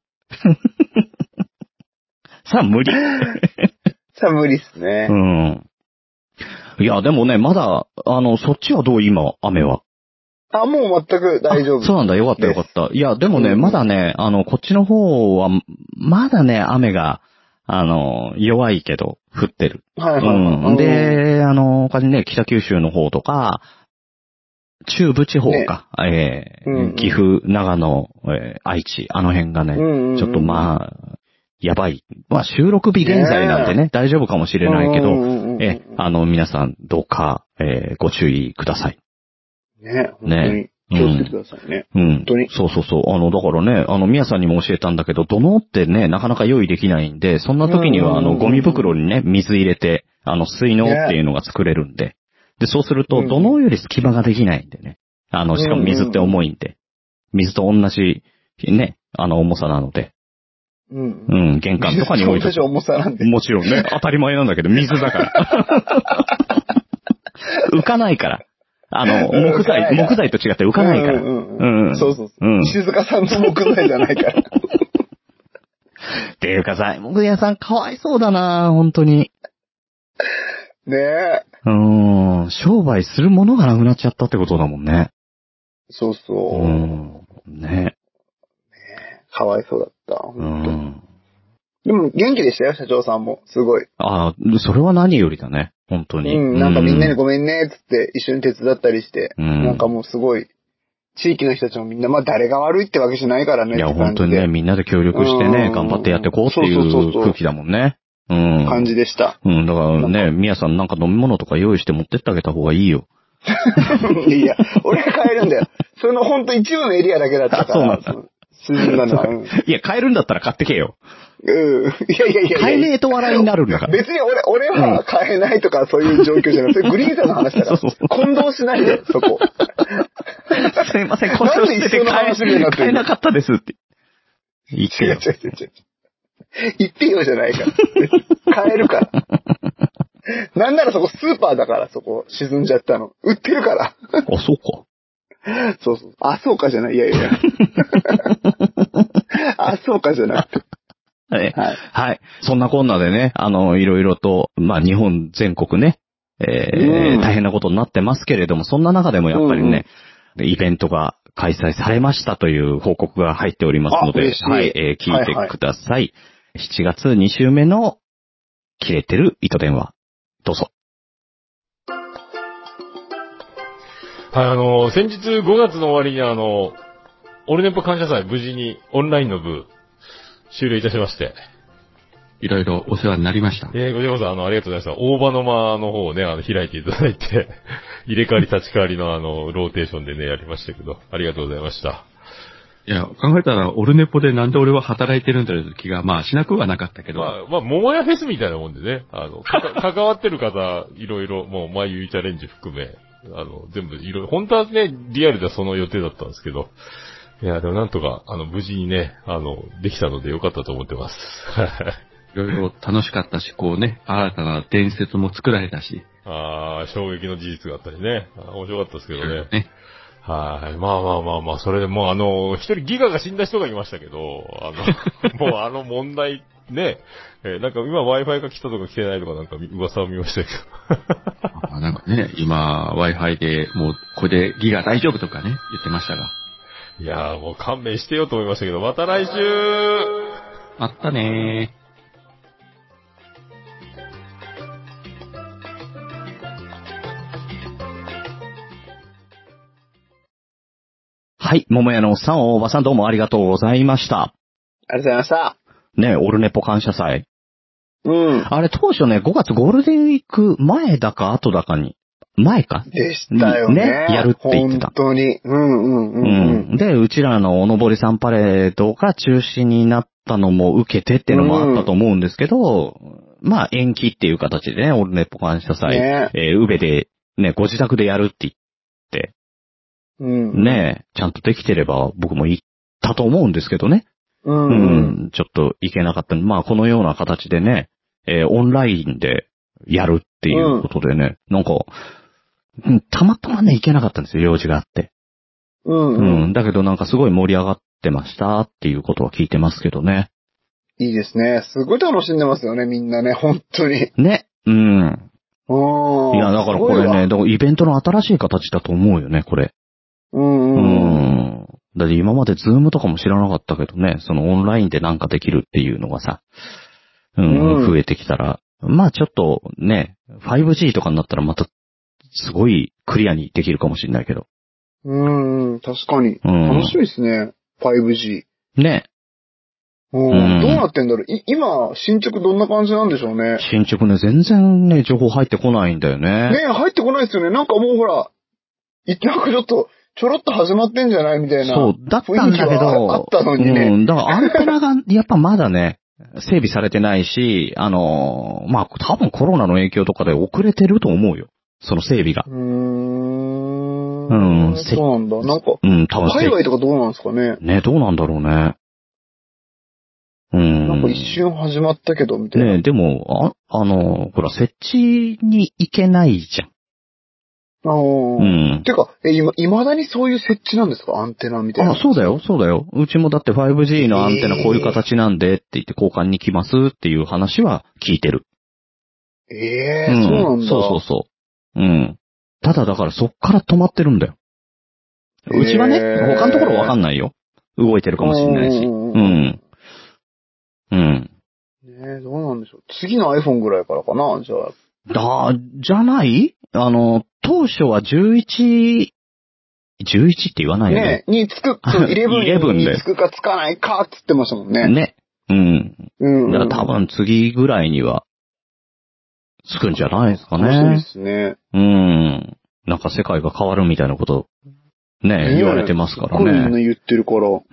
Speaker 3: さあ、無理。
Speaker 1: さあ、無理っすね。
Speaker 3: うん。いや、でもね、まだ、あの、そっちはどう今、雨は。
Speaker 1: あ、もう全く大丈夫。
Speaker 3: そうなんだ、よかったよかった。いや、でもね、うん、まだね、あの、こっちの方は、まだね、雨が、あの、弱いけど、降ってる。
Speaker 1: はいはいはい。
Speaker 3: うん。で、あの、他にね、北九州の方とか、中部地方か、ね、えーうんうん、岐阜、長野、えー、愛知、あの辺がね、うんうんうん、ちょっとまあ、やばい。まあ収録日現在なんでね、大丈夫かもしれないけど、え、あの、皆さんどうか、えー、ご注意ください。
Speaker 1: ね、本当に気をつけてくださいね。
Speaker 3: うん。
Speaker 1: 本当に。
Speaker 3: そうそうそう。あの、だからね、あの、宮さんにも教えたんだけど、土のうってね、なかなか用意できないんで、そんな時には、あの、ゴミ袋にね、水入れて、あの、水のうっていうのが作れるんで。で、そうすると、土のうより隙間ができないんでね。あの、しかも水って重いんで。水と同じ、ね、あの、重さなので。うん。うん、玄関とかに置いて。
Speaker 1: 重さなんで。
Speaker 3: もちろんね、当たり前なんだけど、水だから。浮かないから。あの、木材、木材と違って浮かないから。うん、
Speaker 1: うんうん。そうそうそう。うん。石塚さんの木材じゃないから。
Speaker 3: っていうかさ、木屋さんかわいそうだな本当に。
Speaker 1: ねえ。
Speaker 3: うーん、商売するものがなくなっちゃったってことだもんね。
Speaker 1: そうそう。
Speaker 3: うん。ね。ね
Speaker 1: え。かわいそうだった。本当に。うん。でも元気でしたよ、社長さんも。すごい。
Speaker 3: ああ、それは何よりだね。本当に。
Speaker 1: うん、なんかみんなにごめんね、つって一緒に手伝ったりして。うん。なんかもうすごい、地域の人たちもみんな、まあ誰が悪いってわけじゃないからね。
Speaker 3: いや、本当にね、みんなで協力してね、頑張ってやっていこうっていう空気だもんね。うん。
Speaker 1: 感じでした。
Speaker 3: うん、だからね、みやさんなんか飲み物とか用意して持ってってあげた方がいいよ。
Speaker 1: いや、俺が買えるんだよ。そのほんと一部のエリアだけだったから。そうなんだ。沈んだのは。
Speaker 3: いや、買えるんだったら買ってけよ。
Speaker 1: うん。いやいやいや。
Speaker 3: 買えねえと笑いになるんだから。
Speaker 1: 別に俺、俺は買えないとかそういう状況じゃなくて、グリーンさんの話だから。そうそう。混同しないで、そこ。
Speaker 3: すいません、混同してて買え、買えなかったですって。言ってよ。違う違う違う違う。
Speaker 1: 言ってよじゃないから。買えるから。なんならそこスーパーだから、そこ沈んじゃったの。売ってるから。
Speaker 3: あ、そうか。
Speaker 1: そうそう。あ、そうかじゃない。いやいや。あ、そうかじゃなくて。
Speaker 3: はい。はい。はい。そんなこんなでね、あの、いろいろと、まあ、日本全国ね、えーうん、大変なことになってますけれども、そんな中でもやっぱりね、うんうん、イベントが開催されましたという報告が入っておりますので、はい、えー、聞いてください。はいはい、しちがつに週目の切れてる糸電話。どうぞ。
Speaker 7: はい、あの、先日ごがつの終わりにあの、オルネポ感謝祭無事にオンラインの部終了いたしまして。
Speaker 8: いろいろお世話になりました。
Speaker 7: えー、ごちそうさん、あの、ありがとうございました。大場の間の方をね、あの、開いていただいて、入れ替わり立ち替わりのあの、ローテーションでね、やりましたけど、ありがとうございました。
Speaker 8: いや、考えたら、オルネポでなんで俺は働いてるんだという気が、まあ、しなくはなかったけど。
Speaker 7: まあ、まあ、桃屋フェスみたいなもんでね、あの、か関わってる方、いろいろ、もう、まゆいチャレンジ含め、あの、全部、いろいろ、本当はね、リアルではその予定だったんですけど、いや、でもなんとか、あの、無事にね、あの、できたのでよかったと思ってます。
Speaker 8: いろいろ楽しかったし、こうね、新たな伝説も作られたし。
Speaker 7: ああ、衝撃の事実があったりね。面白かったですけどね。ねはい。まあまあまあまあ、それでもうあの、一人ギガが死んだ人がいましたけど、あの、もうあの問題、ね、えー、なんか今 Wi-Fi が来たとか来てないとかなんか噂を見ましたけ
Speaker 8: ど。あなんかね、今 Wi-Fi でもうこれでギガ大丈夫とかね、言ってましたが。
Speaker 7: いやーもう勘弁してよと思いましたけど、また来週
Speaker 8: まったねー。
Speaker 3: はい。桃屋のおっさん、おばさんどうもありがとうございました。
Speaker 1: ありがとうございました。
Speaker 3: ね、オルネポ感謝祭。
Speaker 1: うん。
Speaker 3: あれ当初ね、ごがつゴールデンウィーク前だか後だかに前か
Speaker 1: でしたよね。
Speaker 3: ね、やるって言ってた。
Speaker 1: 本当に。うんうんうん、うん。
Speaker 3: うん。で、うちらのおのぼりさんパレードが中止になったのも受けてっていうのもあったと思うんですけど、うん、まあ延期っていう形でね、オルネポ感謝祭、ね、えー、宇部でね、ご自宅でやるって言って、うん、ね、ちゃんとできてれば僕も行ったと思うんですけどね。うん、うん、ちょっと行けなかった。まあこのような形でね、えー、オンラインでやるっていうことでね、うん、なんか、たまたまね、行けなかったんですよ、用事があって。うん、うん。うん。だけどなんかすごい盛り上がってましたっていうことは聞いてますけどね。
Speaker 1: いいですね。すごい楽しんでますよね、みんなね、本当に。
Speaker 3: ね。うん。いや、だからこれね、だからイベントの新しい形だと思うよね、これ。うん、うん。うん。だって今までズームとかも知らなかったけどね、そのオンラインでなんかできるっていうのがさ、うん、うん、増えてきたら、まあちょっとね、ファイブジー とかになったらまたすごいクリアにできるかもしれないけど。
Speaker 1: うん、確かに。うん、楽しみですね。ファイブジ
Speaker 3: ー。ね。
Speaker 1: うん。どうなってんだろう。い今、進捗どんな感じなんでしょうね。
Speaker 3: 進捗ね、全然ね、情報入ってこないんだよね。
Speaker 1: ね入ってこないですよね。なんかもうほら、なんかちょっと、ちょろっと始まってんじゃないみたいな。
Speaker 3: そう、だったんだけど、
Speaker 1: あったのにね。
Speaker 3: うん、だからアンテナがやっぱまだね、整備されてないし、あのー、まあ、多分コロナの影響とかで遅れてると思うよ。その整備が。
Speaker 1: うーん。うん。そうなんだ。なんか、
Speaker 3: うん、多分。
Speaker 1: 海外とかどうなんですかね。
Speaker 3: ね、どうなんだろうね。うん。
Speaker 1: なんか一瞬始まったけど、みたいな。
Speaker 3: ね、でも、あ、あの、ほら、設置に行けないじゃん。
Speaker 1: ああ。うん。てか、え、今、未だにそういう設置なんですか？アンテナみたいな。
Speaker 3: あ、そうだよ、そうだよ。うちもだって ファイブジー のアンテナこういう形なんでって言って交換に来ますっていう話は聞いてる。
Speaker 1: ええーうん、そうなんだ。
Speaker 3: そうそうそう。うん。ただだからそっから止まってるんだよ。うちはね、他のところわかんないよ。動いてるかもしれないし。うん。うん。
Speaker 1: ねえ、どうなんでしょう。次の iPhone ぐらいからかな、じゃあ。
Speaker 3: だ、じゃないあの、当初はじゅういち、じゅういちって言わないよね。
Speaker 1: ねにつく、そう、じゅういちにつくかつかないかって言ってましたもんね。
Speaker 3: ね。うん。うん。だから多分次ぐらいには、つくんじゃないですかね。
Speaker 1: 楽しみですね。
Speaker 3: うん。なんか世界が変わるみたいなこと、ね、言われてますからね。すごい
Speaker 1: みんな言ってるから。
Speaker 3: うん。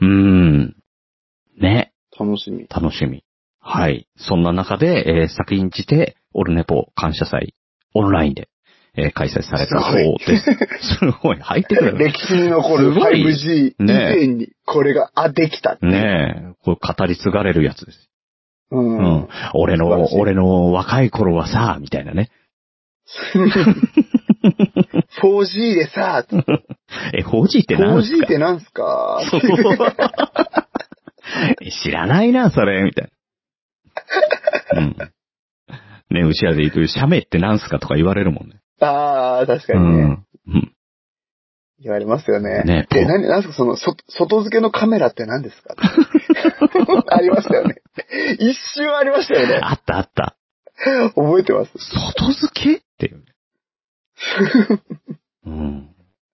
Speaker 3: ね。
Speaker 1: 楽しみ。
Speaker 3: 楽しみ。はい。そんな中で、えー、先んじて、オルネポ感謝祭、オンラインで、えー、開催されたそうです。すごい。入ってくる。
Speaker 1: 歴史に残る ファイブジー 以前に、これが、あ、できたって。
Speaker 3: ねえ。これ語り継がれるやつです。うん。うん。俺の、俺の若い頃はさ、みたいなね。
Speaker 1: フォージー でさ、
Speaker 3: え、フォージー って何すか ?フォージー
Speaker 1: って何すか
Speaker 3: そうそうそう。知らないな、それ、みたいな。うん。ね、うちらで言うと、写メって何すかとか言われるもんね。
Speaker 1: ああ、確かにね。うん。言われますよね。ね。で、何、何すか、その、そ、外付けのカメラって何ですかありましたよね。一瞬ありましたよね。
Speaker 3: あったあった。
Speaker 1: 覚えてます。
Speaker 3: 外付けっていう。うん。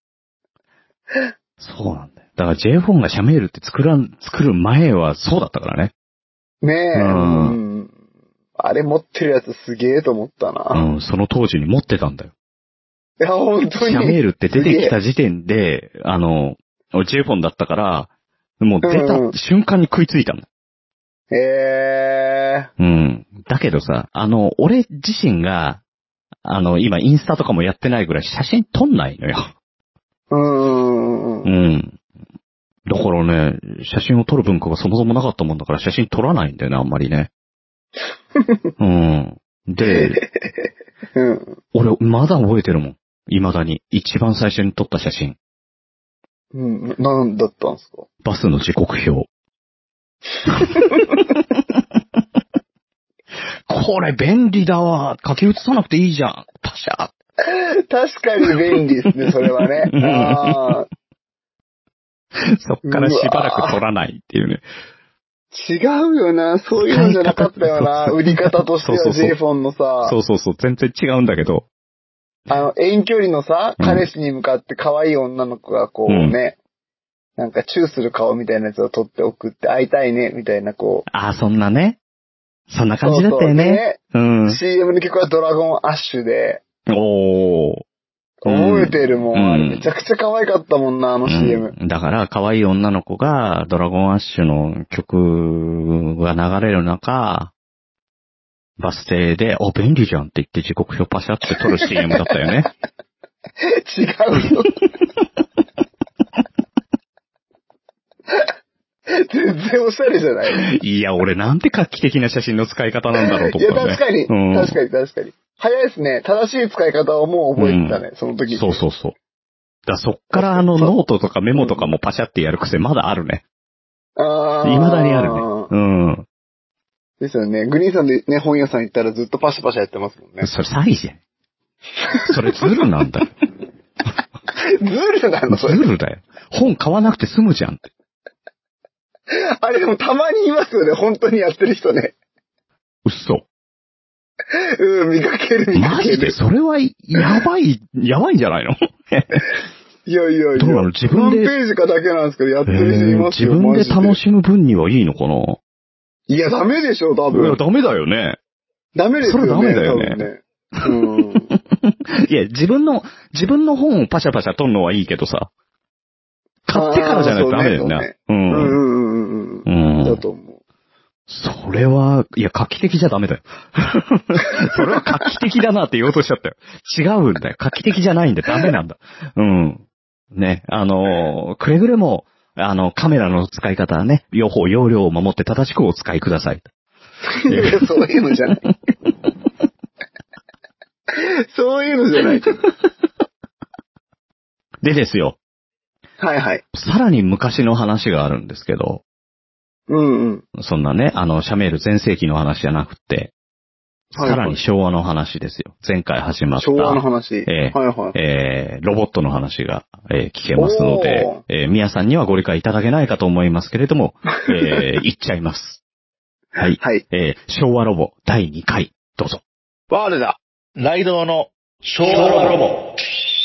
Speaker 3: そうなんだよ。だから J フォンがシャメールって作らん、作る前はそうだったからね。
Speaker 1: ねえ。うん。あれ持ってるやつすげえと思ったな。
Speaker 3: うん、その当時に持ってたんだよ。
Speaker 1: いや、本当に。
Speaker 3: シャメールって出てきた時点で、あの、J フォンだったから、もう出た瞬間に食いついたんだ。
Speaker 1: へえ
Speaker 3: ー。うん。だけどさ、あの、俺自身が、あの、今インスタとかもやってないぐらい写真撮んないのよ。
Speaker 1: うーん。
Speaker 3: うん。だからね、写真を撮る文化がそもそもなかったもんだから写真撮らないんだよね、あんまりね。うん。で、うん、俺、まだ覚えてるもん。未だに。一番最初に撮った写真。
Speaker 1: うん、何だったんですか？
Speaker 3: バスの時刻表。これ便利だわ。書き写さなくていいじゃん。パシャ。
Speaker 1: 確かに便利ですね、それはね。あ
Speaker 3: そっからしばらく撮らないっていうね。
Speaker 1: 違うよな、そういうのじゃなかったよな、売り方としては J フォンのさ。
Speaker 3: そうそうそう、全然違うんだけど。
Speaker 1: あの、遠距離のさ、彼氏に向かって可愛い女の子がこうね、うん、なんかチューする顔みたいなやつを撮って送って会いたいね、みたいなこう。
Speaker 3: ああ、そんなね。そんな感じだったよね。
Speaker 1: そうそうね、うん。シーエム の曲はドラゴンアッシュで。
Speaker 3: おー。
Speaker 1: 覚えてるもん。うん、めちゃくちゃ可愛かったもんな、あの シーエム。
Speaker 3: うん、だから、可愛い女の子がドラゴンアッシュの曲が流れる中、バス停で、お、便利じゃんって言って時刻表パシャって撮る シーエム だったよね。
Speaker 1: 違うよ。全然おしゃれじゃない。
Speaker 3: いや、俺なんて画期的な写真の使い方なんだろうと思ったね。
Speaker 1: いや、確かに、うん。確かに、確かに。早いですね。正しい使い方をもう覚えてたね、うん、その時。
Speaker 3: そうそうそう。だそっからあのノートとかメモとかもパシャってやる癖まだあるね。
Speaker 1: ああ。
Speaker 3: 未だにあるね。うん。
Speaker 1: ですよね。グリーンさんでね、本屋さん行ったらずっとパシャパシャやってますもんね。
Speaker 3: それ詐欺じゃん。それズルなんだよ。
Speaker 1: ズルなのそれ。
Speaker 3: ズルだよ。本買わなくて済むじゃんって。
Speaker 1: あれでもたまにいますよね、本当にやってる人ね。
Speaker 3: 嘘。
Speaker 1: うん、見かける見かける。
Speaker 3: マジでそれは、やばい、やばいんじゃないの
Speaker 1: いやいやいや。
Speaker 3: どうなの自分で。
Speaker 1: 何ページかだけなんですけど、やってる人いますよ、
Speaker 3: 自分で楽しむ分にはいいのかな。
Speaker 1: いや、ダメでしょ、多分。
Speaker 3: いや、ダメだよね。
Speaker 1: ダメですよね。
Speaker 3: それダメだよね。
Speaker 1: ねうん、
Speaker 3: いや、自分の、自分の本をパシャパシャ取るのはいいけどさ。買ってからじゃないとダメだよね。うん。
Speaker 1: うんうんうんうん。だと思う。
Speaker 3: それは、いや、画期的じゃダメだよ。それは画期的だなって言おうとしちゃったよ。違うんだよ。画期的じゃないんでダメなんだ。うん。ね、あの、くれぐれも、あの、カメラの使い方はね、用法、用量を守って正しくお使いください。
Speaker 1: いや、そういうのじゃない。そういうのじゃない。
Speaker 3: でですよ。
Speaker 1: はいはい。
Speaker 3: さらに昔の話があるんですけど。
Speaker 1: うんうん。
Speaker 3: そんなね、あの、シャメール全盛期の話じゃなくて、はいはい、さらに昭和の話ですよ。前回始まった。
Speaker 1: 昭和の話。
Speaker 3: えー、
Speaker 1: はいはい。
Speaker 3: えー、ロボットの話が、えー、聞けますので、えー、皆さんにはご理解いただけないかと思いますけれども、えー、言っちゃいます。はい。
Speaker 1: はい。
Speaker 3: えー、昭和ロボだいにかい、どうぞ。
Speaker 1: ワールダ。
Speaker 9: ライドウの昭和ロボ。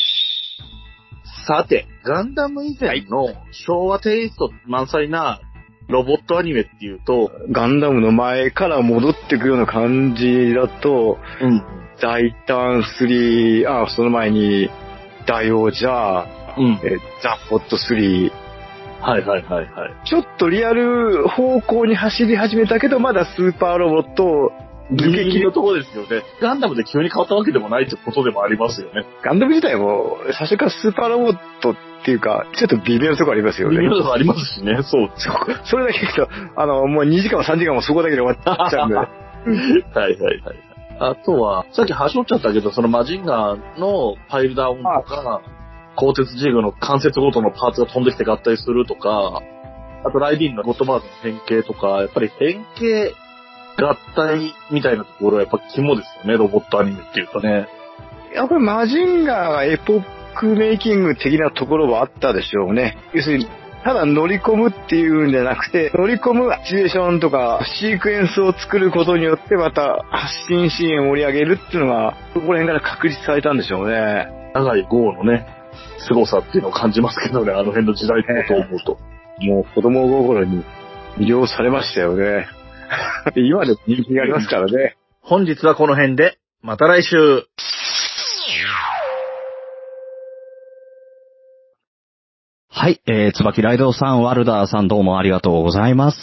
Speaker 9: さて、ガンダム以前の昭和テイスト満載なロボットアニメっていうと、
Speaker 1: ガンダムの前から戻っていくような感じだと、うん。大胆スリー、あ、その前に、大王者、うん。え、ザ・ホットスリー。
Speaker 9: はいはいはいはい。
Speaker 1: ちょっとリアル方向に走り始めたけど、まだスーパーロボット、
Speaker 9: ギリギリのところですよね。ガンダムで急に変わったわけでもないってことでもありますよね。
Speaker 1: ガンダム自体も最初からスーパーロボットっていうか、ちょっと微妙なところありますよね。
Speaker 9: 微妙なところありますしね、そう。
Speaker 1: そそれだけ聞くと、あの、もうにじかんもさんじかんもそこだけで終わっちゃうんで。はい
Speaker 9: はいはい。あとは、さっき端折っちゃったけど、そのマジンガーのパイルダウンとか、鋼鉄ジグの関節ごとのパーツが飛んできて合体するとか、あとライディンのゴッドマークの変形とか、やっぱり変形、合体みたいなところはやっぱ肝ですよね、ロボットアニメっていうとね。
Speaker 1: やっぱりマジンガーがエポックメイキング的なところはあったでしょうね。要するに、ただ乗り込むっていうんじゃなくて、乗り込むシチュエーションとかシークエンスを作ることによってまた発信シーンを盛り上げるっていうのが、ここら辺から確立されたんでしょうね。
Speaker 9: 長井豪のね、凄さっていうのを感じますけどね、あの辺の時代ってことを思うと。
Speaker 1: もう子供心に魅了されましたよね。今でも人気がありますからね。
Speaker 9: 本日はこの辺で、また来週。
Speaker 3: はい、えー、椿ライドさん、ワルダーさんどうもありがとうございます。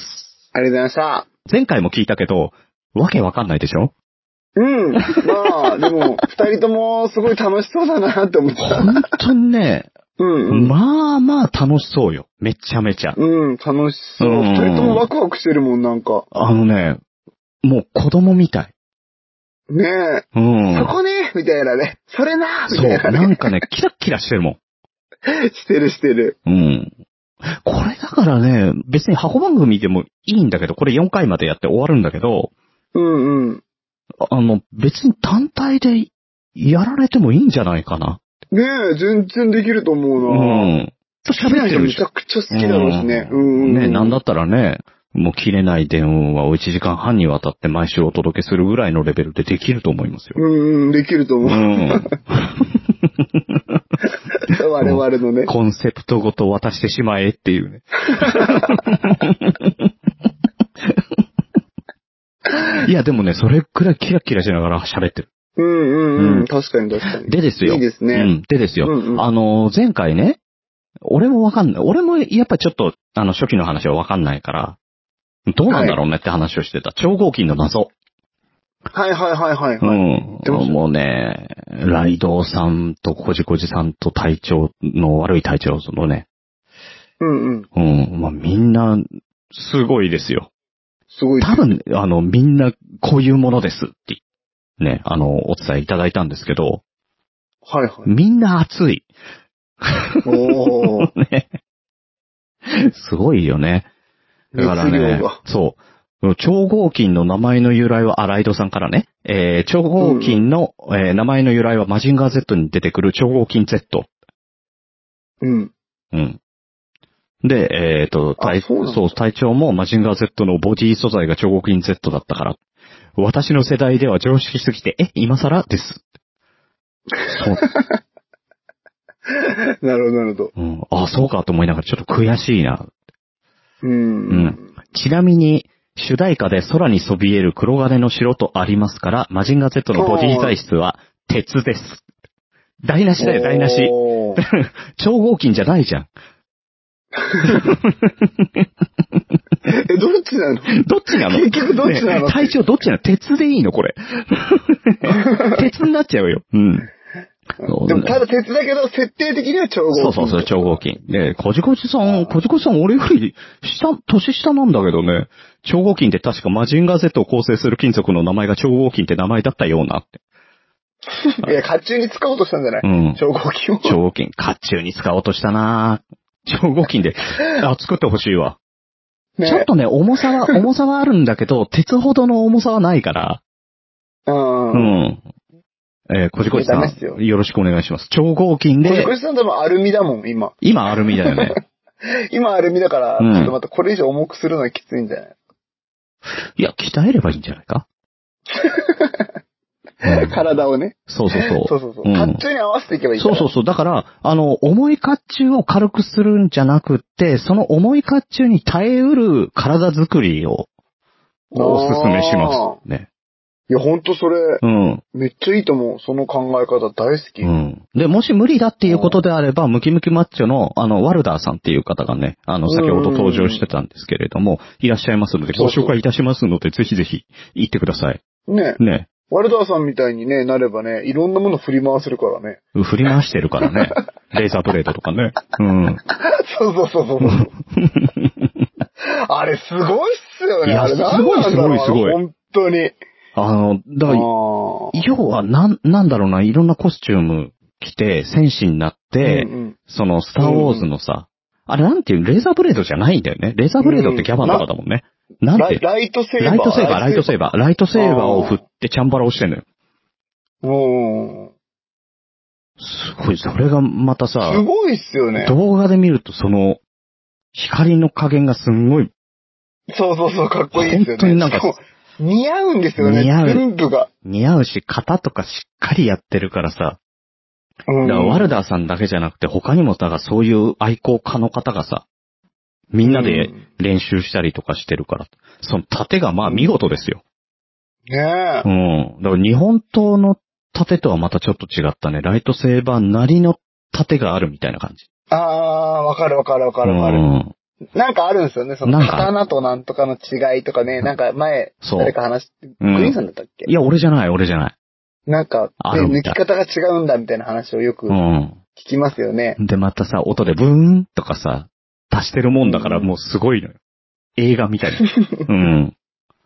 Speaker 1: ありがとうございました。
Speaker 3: 前回も聞いたけど、わけわかんないでしょ？
Speaker 1: うん。まあ、でも、二人ともすごい楽しそうだなって思った。
Speaker 3: 本当にね、
Speaker 1: うんうん、
Speaker 3: まあまあ楽しそうよ。めちゃめちゃ。
Speaker 1: うん、楽しそう。二、うん、人ともワクワクしてるもん、なんか。
Speaker 3: あのね、もう子供みたい。
Speaker 1: ねえ。
Speaker 3: うん。
Speaker 1: そこねみたいなね。それなみたいな、ね。
Speaker 3: そう、なんかね、キラッキラしてるもん。
Speaker 1: してるしてる。
Speaker 3: うん。これだからね、別に箱番組でもいいんだけど、これよんかいまでやって終わるんだけど、
Speaker 1: うんうん。
Speaker 3: あの、別に単体でやられてもいいんじゃないかな。
Speaker 1: ねえ、全然できると思うな。
Speaker 3: うん。
Speaker 1: 喋ってるめちゃくちゃ好きだろうしね。うん、うんうん。
Speaker 3: ね、なんだったらね、もう切れない電話をいちじかんはんにわたって毎週お届けするぐらいのレベルでできると思いますよ。
Speaker 1: うんうん、できると思う。うん。我々のね。
Speaker 3: コンセプトごと渡してしまえっていうね。いや、でもね、それくらいキラキラしながら喋ってる。
Speaker 1: うんうんうん。うん、確かに確かに。
Speaker 3: でですよ。
Speaker 1: いいですね。
Speaker 3: うん。でですよ。
Speaker 1: うんうん、
Speaker 3: あの、前回ね、俺もわかんない。俺もやっぱちょっと、あの、初期の話はわかんないから、どうなんだろうねって話をしてた。はい、超合金の謎。
Speaker 1: はいはいはいはい、はい。
Speaker 3: うん。もうね、ライドウさんとコジコジさんと体調の悪い体調のね。
Speaker 1: うんうん。
Speaker 3: うん。まあ、みんな、すごいですよ。
Speaker 1: すごい。
Speaker 3: 多分、あの、みんなこういうものですって、ね、あの、お伝えいただいたんですけど。
Speaker 1: はいはい。
Speaker 3: みんな熱い。
Speaker 1: おー。
Speaker 3: ね。すごいよね。だからね、そう。超合金の名前の由来は、あ、ライドさんからね、えー、超合金の、うんえー、名前の由来はマジンガー Z に出てくる超合金 Z。
Speaker 1: うん。
Speaker 3: うん。で、えっ、ー、と、体、そう、そう、体長もマジンガー Z のボディ素材が超合金 Z だったから、私の世代では常識すぎて、え、今更です。そう。
Speaker 1: なるほど、なるほど。
Speaker 3: うん。あ、そうかと思いながらちょっと悔しいな。
Speaker 1: うん。
Speaker 3: うん。ちなみに、主題歌で空にそびえる黒金の城とありますから、マジンガー Z のボディ材質は鉄です。台無しだよ、台無し。超合金じゃないじゃん。
Speaker 1: え、どっちなの
Speaker 3: どっちなの
Speaker 1: 結局どっちなの、
Speaker 3: ね、体調どっちなの鉄でいいのこれ。鉄になっちゃうよ。うん。
Speaker 1: でもただ鉄だけど、設定的には超合金。
Speaker 3: そうそうそう、超合金。で、こじこじさん、こじこじさん俺より下、年下なんだけどね、超合金って確かマジンガー Z を構成する金属の名前が超合金って名前だったようなって。
Speaker 1: いや、甲冑に使おうとしたんじゃない、うん、超合金を。
Speaker 3: 超合金。甲冑に使おうとしたな超合金で。あ、作ってほしいわ。ね、ちょっとね、重さは、重さはあるんだけど、鉄ほどの重さはないから。
Speaker 1: うん。
Speaker 3: うん。えー、こじこじさんよ、よろしくお願いします。超合金で。
Speaker 1: こじこじさん多分アルミだもん、今。
Speaker 3: 今アルミだよね。
Speaker 1: 今アルミだから、うん、ちょっとまたこれ以上重くするのはきついんじゃない
Speaker 3: いや、鍛えればいいんじゃないか
Speaker 1: 体をね。
Speaker 3: そうそうそう。
Speaker 1: そうそうそう。甲冑に合わせていけばいい。
Speaker 3: そうそうそう。だから、あの、重い甲冑を軽くするんじゃなくって、その重い甲冑に耐えうる体作りをおすすめしますね。
Speaker 1: いや、ほんとそれ、
Speaker 3: うん。
Speaker 1: めっちゃいいと思う。その考え方大好き。
Speaker 3: うん。で、もし無理だっていうことであれば、ムキムキマッチョの、あの、ワルダーさんっていう方がね、あの、先ほど登場してたんですけれども、いらっしゃいますので、ご紹介いたしますので、ぜひぜひ、行ってください。
Speaker 1: ね。
Speaker 3: ね。
Speaker 1: ワルダーさんみたいにね、なればね、いろんなもの振り回せるからね。
Speaker 3: 振り回してるからね。レーザーブレードとかね。うん。
Speaker 1: そうそうそうそう。あれ、すごいっすよね。
Speaker 3: いや、
Speaker 1: あれ
Speaker 3: すごいすごいすごい。
Speaker 1: 本当に。
Speaker 3: あの、だから、要は、なん、なんだろうな、いろんなコスチューム着て、戦士になって、うんうん、その、スターウォーズのさ、うん、あれなんていう、レーザーブレードじゃないんだよね。レーザーブレードってギャバンとかだもんね。うん、なんて
Speaker 1: ライトセーバー。
Speaker 3: ライトセーバー、ライトセーバー。ライトセーバーを振ってチャンバラをしてんのよ。
Speaker 1: おー。
Speaker 3: すごい、それがまたさ、
Speaker 1: すごいっすよね。
Speaker 3: 動画で見ると、その、光の加減がすんごい。
Speaker 1: そうそうそう、かっこいいですよね。
Speaker 3: 本当になんか、
Speaker 1: 似合うんですよね。似合う。全部が。
Speaker 3: 似合うし、型とかしっかりやってるからさ。だからワルダーさんだけじゃなくて、他にも、だからそういう愛好家の方がさ、みんなで練習したりとかしてるから、その盾がまあ見事ですよ。
Speaker 1: ねえ。
Speaker 3: うん。だから日本刀の盾とはまたちょっと違ったね。ライトセーバーなりの盾があるみたいな感じ。
Speaker 1: ああ、わかるわかるわかるわかる。うんなんかあるんですよね、その刀となんとかの違いとかね、なんか前、誰か話して、グリーンさんだったっけ、
Speaker 3: いや、俺じゃない、俺じゃない。
Speaker 1: なんか、ね、抜き方が違うんだみたいな話をよく聞きますよね。
Speaker 3: うん、で、またさ、音でブーンとかさ、足してるもんだからもうすごいのよ。うん、映画みたいな。うん。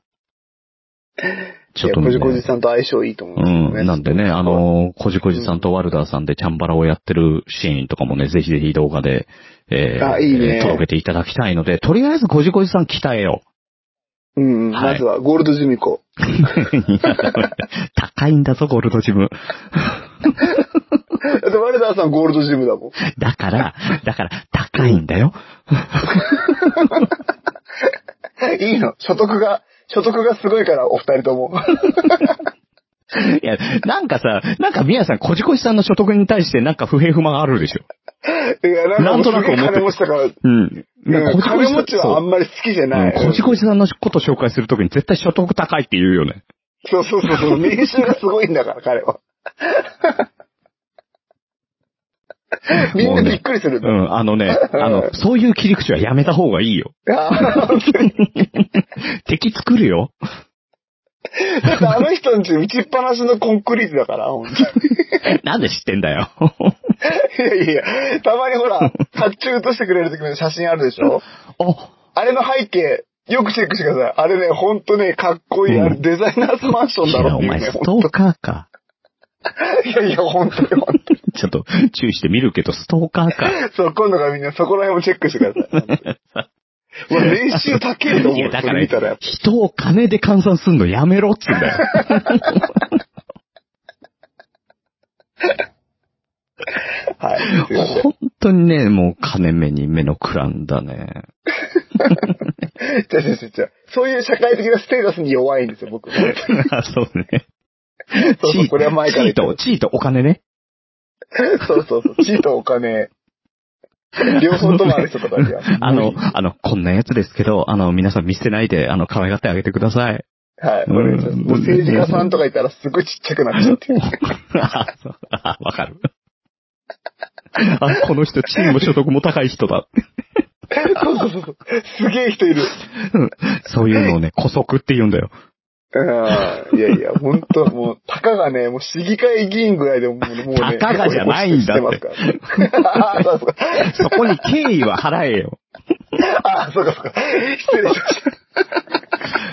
Speaker 1: ちょっとね。こじこじさんと相性いいと思うんですよね。
Speaker 3: うん。なんでね、あの、こじこじさんとワルダーさんでチャンバラをやってるシーンとかもね、ぜひぜひ動画で、えー、
Speaker 1: あ、いいね。
Speaker 3: 届けていただきたいので、とりあえずこじこじさん鍛えよ
Speaker 1: う。うん、はい、まずはゴールドジム行こう。
Speaker 3: 高いんだぞ、ゴールドジム。
Speaker 1: だってワルダーさんゴールドジムだもん。
Speaker 3: だから、だから、高いんだよ。
Speaker 1: いいの。所得が、所得がすごいから、お二人とも。
Speaker 3: いや、なんかさ、なんか宮さん、こじこじさんの所得に対してなんか不平不満があるでしょ。
Speaker 1: いや、なんとなく思って金持ちだから。うん。金持ちはあんまり好きじゃない。
Speaker 3: こじこじさんのこと紹介するときに絶対所得高いって言うよね。
Speaker 1: そうそうそうそう、練習がすごいんだから、彼は。みんなびっくりするんだ。
Speaker 3: うん、あのね、あの、そういう切り口はやめた方がいいよ。敵作るよ。
Speaker 1: だってあの人んち打ちっぱなしのコンクリートだから、ほんとに。
Speaker 3: なんで知ってんだよ。
Speaker 1: いやいやいや、たまにほら、発注写してくれる時の写真あるでしょ？あれの背景、よくチェックしてください。あれね、ほんとね、かっこいい。うん、あれデザイナーズマンションだろっていうね。
Speaker 3: いや、お前ストーカーか。
Speaker 1: いやいや、ほんとにほんとに。
Speaker 3: ちょっと注意して見るけど、ストーカーか。
Speaker 1: そう、今度からみんなそこら辺もチェックしてください。うわ、練習高いと思う。いや、
Speaker 3: だから、人を金で換算すんのやめろっつうんだよ。
Speaker 1: はい。
Speaker 3: 本当にね、もう金目に目のくらんだね。
Speaker 1: じゃじゃじゃじゃそういう社会的なステータスに弱いんですよ、僕。
Speaker 3: あ、そうね。
Speaker 1: そうそう、これは前から言ってる。
Speaker 3: 地位とお金ね。
Speaker 1: そうそうそう、地位とお金。両方ともある人とかには。
Speaker 3: あの、あの、こんなやつですけど、あの、皆さん見捨てないで、あの、可愛がってあげてください。
Speaker 1: はい。これ、うん、もう政治家さんとかいたらすごいちっちゃくなっちゃって。
Speaker 3: あ、わかる。あ、この人、地位も所得も高い人だ。
Speaker 1: そうそうそう。すげえ人いる。
Speaker 3: そういうのをね、姑息って言うんだよ。
Speaker 1: ああ、いやいや、ほんと、もう、たかがね、もう市議会議員ぐらいでももうね、
Speaker 3: たかがじゃないんだって。そこに敬意は払えよ。
Speaker 1: ああ、そうかそうか。失礼しました。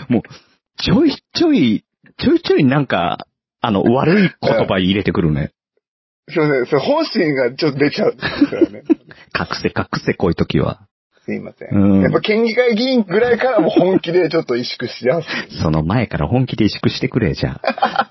Speaker 3: もう、ちょいちょい、ちょいちょいなんか、あの、悪い言葉入れてくるね。
Speaker 1: すいません、それ本心がちょっと出ちゃうんですよね。
Speaker 3: 隠せ隠せ、こういう時は。
Speaker 1: すいません。うん、やっぱ県議会議員ぐらいからも本気でちょっと萎縮しやすい。
Speaker 3: その前から本気で萎縮してくれ、じゃあ。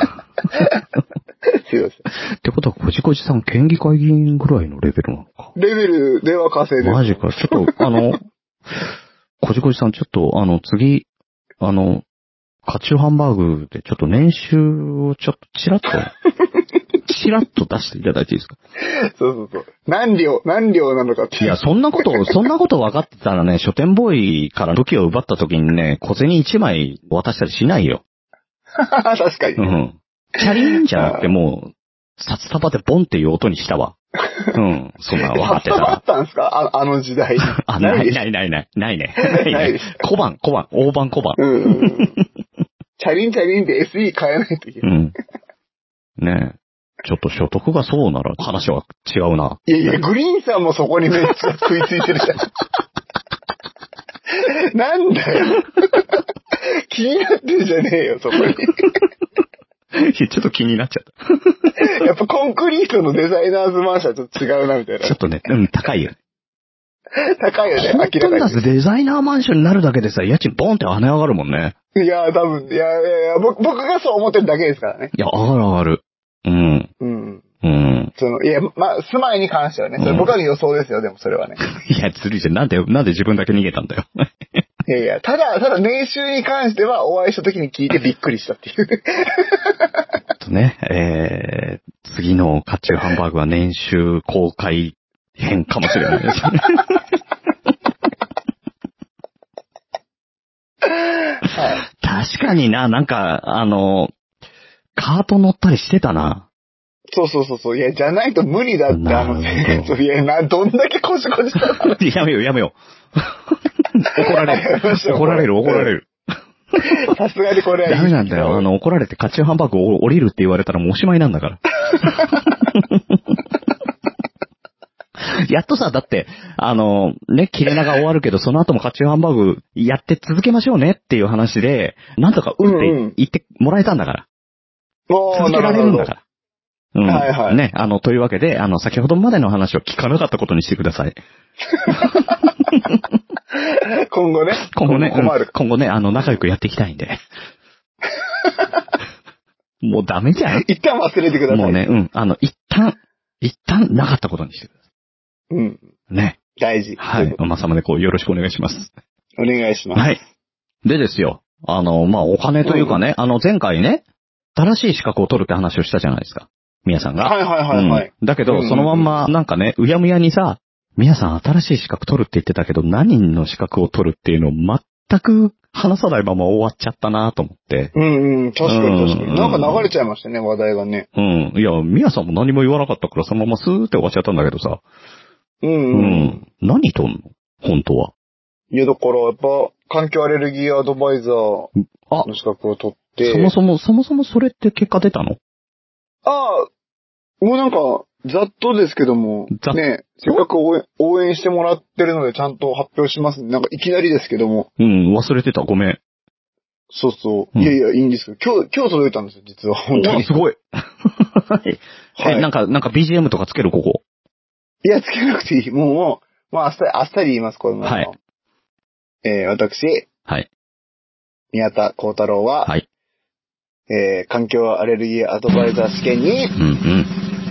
Speaker 1: すいません。
Speaker 3: ってことは、こじこじさん、県議会議員ぐらいのレベルなのか。
Speaker 1: レベルでは稼いでる。
Speaker 3: マジか。ちょっと、あの、こじこじさん、ちょっと、あの、次、あの、カチューハンバーグで、ちょっと年収をちょっとチラッと、チラッと出していただいていいですか？
Speaker 1: そうそうそう。何両、何両なのかって。
Speaker 3: いや、そんなこと、そんなこと分かってたらね、書店ボーイから武器を奪った時にね、小銭一枚渡したりしないよ。
Speaker 1: 確かに。
Speaker 3: うん。チャリーンじゃなくてもう、札束でボンっていう音にしたわ。うん。そんな分かってたら。
Speaker 1: あったんですか？あ、あの時代。
Speaker 3: あ、ないないないない。ないね。ないね。小判、小判、大判小判。
Speaker 1: うんうんうん。チャリンチャリンで エスイー 変えないといけない。うん。
Speaker 3: ねえ。ちょっと所得がそうなら話は違うな。
Speaker 1: いやいや、グリーンさんもそこにめっちゃ食いついてるじゃん。なんだよ。気になってるじゃねえよ、そこに。
Speaker 3: いや、ちょっと気になっちゃった。
Speaker 1: やっぱコンクリートのデザイナーズマンションはちょっと違うな、みたいな。
Speaker 3: ちょっとね、うん、高いよね。
Speaker 1: 高いよね、明らかに。
Speaker 3: 本当だ、デザイナーマンションになるだけでさ、家賃ボンって跳ね上がるもんね。
Speaker 1: いや、多分、いやいやいや、僕、僕がそう思ってるだけですからね。
Speaker 3: いや、上がる上がる。うん。
Speaker 1: うん。
Speaker 3: うん。
Speaker 1: その、いや、まあ、住まいに関してはね、それ僕の予想ですよ、でもそれはね。
Speaker 3: いや、ずるいじゃん。なんで、なんで自分だけ逃げたんだよ。
Speaker 1: いやいや、ただ、ただ年収に関してはお会いした時に聞いてびっくりしたっていう。
Speaker 3: とね、えー、次のカチューハンバーグは年収公開編かもしれないですね。はい、確かにな、なんか、あの、カート乗ったりしてたな。
Speaker 1: そうそうそうそう。いや、じゃないと無理だって、あの、いや、な、どんだけこじこじしたの
Speaker 3: やめよう、やめよう。怒られる。怒られる、怒られる。
Speaker 1: さすがにこれは
Speaker 3: ダメなんだよ。あの、怒られてカチューハンバーグを降りるって言われたらもうおしまいなんだから。やっとさ、だって、あの、ね、切れ長終わるけど、その後もカチューハンバーグやって続けましょうねっていう話で、なんとかうんって言ってもらえたんだから。
Speaker 1: うんうん、
Speaker 3: 続けられるんだから。うん。
Speaker 1: はいはい。
Speaker 3: ね、あの、というわけで、あの、先ほどまでの話を聞かなかったことにしてください。
Speaker 1: 今後ね。
Speaker 3: 今後ね、困る、うん、今後ね、あの、仲良くやっていきたいんで。もうダメじゃん。
Speaker 1: 一旦忘れてください。
Speaker 3: もうね、うん。あの、一旦、一旦なかったことにしてくださ
Speaker 1: い。うん。
Speaker 3: ね。
Speaker 1: 大事。
Speaker 3: はい。まさまでこう、よろしくお願いします。
Speaker 1: お願いします。
Speaker 3: はい。でですよ。あの、まあ、お金というかね、うん、あの、前回ね、新しい資格を取るって話をしたじゃないですか。宮さんが。
Speaker 1: はいはいはいはい。
Speaker 3: うん、だけど、そのまんま、なんかね、うやむやにさ、宮さん新しい資格取るって言ってたけど、何の資格を取るっていうのを全全く話さないまま終わっちゃったなと思って。
Speaker 1: うんうん、確かに確かに。なんか流れちゃいましたね、話題がね。
Speaker 3: うん。いや、ミヤさんも何も言わなかったから、そのままスーって終わっちゃったんだけどさ。
Speaker 1: うんうん。うん。
Speaker 3: 何とんの本当は。
Speaker 1: いや、だから、やっぱ、環境アレルギーアドバイザーの資格を取って。
Speaker 3: そもそも、そもそもそれって結果出たの？
Speaker 1: ああ、もうなんか、ざっとですけども、ね、せっかく応援、応援してもらってるのでちゃんと発表しますね。なんかいきなりですけども。
Speaker 3: うん、忘れてた、ごめん。
Speaker 1: そうそう。うん、いやいや、いいんですけど、今日、今日届いたんですよ、実は。本当に。
Speaker 3: すごい。はい。え、なんか、なんか ビージーエム とかつける、ここ。
Speaker 1: いや、つけなくていい。もう、もう、まあ、あっさり、あっさり言います、これも。
Speaker 3: はい。
Speaker 1: えー、私。
Speaker 3: はい。
Speaker 1: 宮田幸太郎は。
Speaker 3: はい。
Speaker 1: えー、環境アレルギーアドバイザー試験に。うんうん。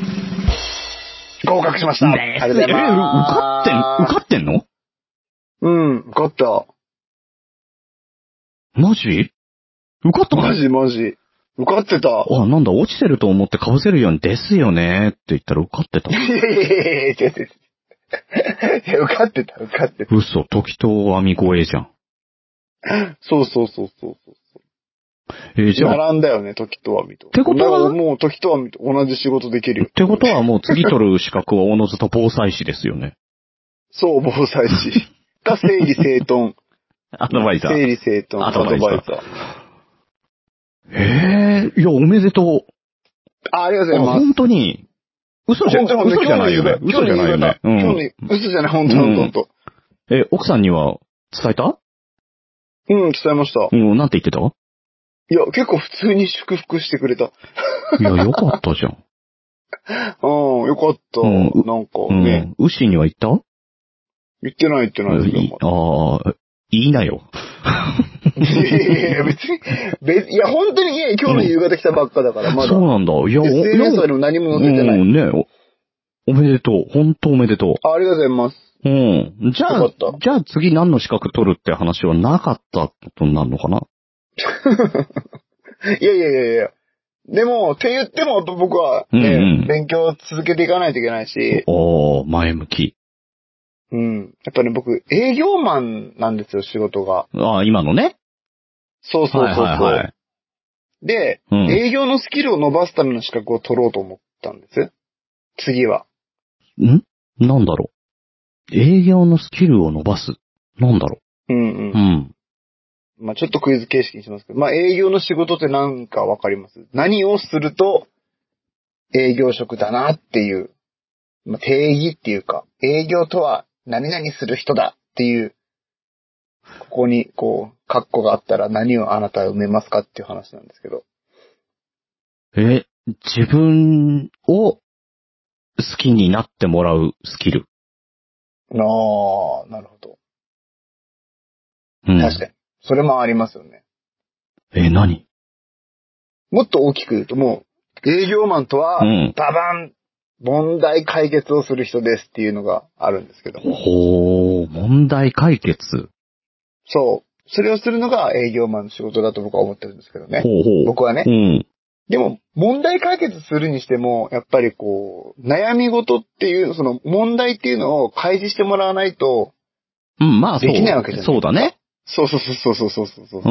Speaker 1: 合格しました。
Speaker 3: ありがとうございます。えー、受かってん、受かってんの？
Speaker 1: うん、受かった。
Speaker 3: マジ？受かったの？
Speaker 1: マジマジ。受かってた。
Speaker 3: あ、なんだ、落ちてると思って被せるようにですよねって言ったら受かってた。
Speaker 1: いやいやいやいやいやいや受かってた、受かってた。
Speaker 3: 嘘、時と網越えじゃん。
Speaker 1: そうそうそうそうそう。
Speaker 3: えー、じゃあ。
Speaker 1: 並んだよね、時と網と。
Speaker 3: ってことは
Speaker 1: もう時と網と同じ仕事できるよ。
Speaker 3: ってことはもう次取る資格はおのずと防災士ですよね。
Speaker 1: そう、防災士。か、整理整頓。
Speaker 3: アドバイザー。
Speaker 1: 整理整頓。アドバイザー。
Speaker 3: ええー、いや、おめでとう。
Speaker 1: あ、ありがとうございます。
Speaker 3: 本当に。嘘じゃ、嘘じゃないよね。嘘じゃないよね。
Speaker 1: うん。今日の、嘘じゃない、本当に本当。
Speaker 3: え、奥さんには伝えた？
Speaker 1: うん、伝えました。
Speaker 3: うん、なんて言ってた？
Speaker 1: いや、結構普通に祝福してくれた。
Speaker 3: いや、よかったじゃん。
Speaker 1: うん、よかった。うん、なんかね。
Speaker 3: うん。ウッシーには言った？
Speaker 1: 言ってない言ってないです
Speaker 3: よ。ああ、言いなよ。
Speaker 1: いやいやいや、別に、別、いや、本当にね、今日の夕方来たばっかだから、まだ。
Speaker 3: そうなんだ。いや、
Speaker 1: エスエヌエス とかにも何も載せてない。
Speaker 3: うん、ねお。おめでとう。本当おめでとう。
Speaker 1: あ、ありがとうございます。
Speaker 3: うん。じゃあ、じゃあ次何の資格取るって話はなかったことになるのかな？
Speaker 1: いやいやいやいや。でも、って言っても僕はね、うんうん、勉強を続けていかないといけないし。
Speaker 3: おー、前向き。
Speaker 1: うん。やっぱね、僕、営業マンなんですよ、仕事が。
Speaker 3: ああ、今のね。
Speaker 1: そうそうそうそう。はいはいはい、で、うん、営業のスキルを伸ばすための資格を取ろうと思ったんです。次は。
Speaker 3: ん？なんだろう。営業のスキルを伸ばす。なんだろ
Speaker 1: う。うんうん。うん。まあちょっとクイズ形式にしますけど、まあ営業の仕事って何かわかります？何をすると営業職だなっていう、まあ、定義っていうか、営業とは何々する人だっていう、ここにこう、カッコがあったら何をあなたは埋めますかっていう話なんですけど。
Speaker 3: え、自分を好きになってもらうスキル。
Speaker 1: ああ、なるほど。うん、確かに。それもありますよね。
Speaker 3: え、何？
Speaker 1: もっと大きく言うともう、営業マンとは、うん、ババン、問題解決をする人ですっていうのがあるんですけども。
Speaker 3: ほー、問題解決。
Speaker 1: そう。それをするのが営業マンの仕事だと僕は思ってるんですけどね。
Speaker 3: ほうほう
Speaker 1: 僕はね。
Speaker 3: うん。
Speaker 1: でも、問題解決するにしても、やっぱりこう、悩み事っていう、その問題っていうのを開示してもらわないと、
Speaker 3: うん、まあそう。
Speaker 1: できないわけじゃない。
Speaker 3: そうだね。
Speaker 1: そうそうそうそうそうそうそう。
Speaker 3: うん。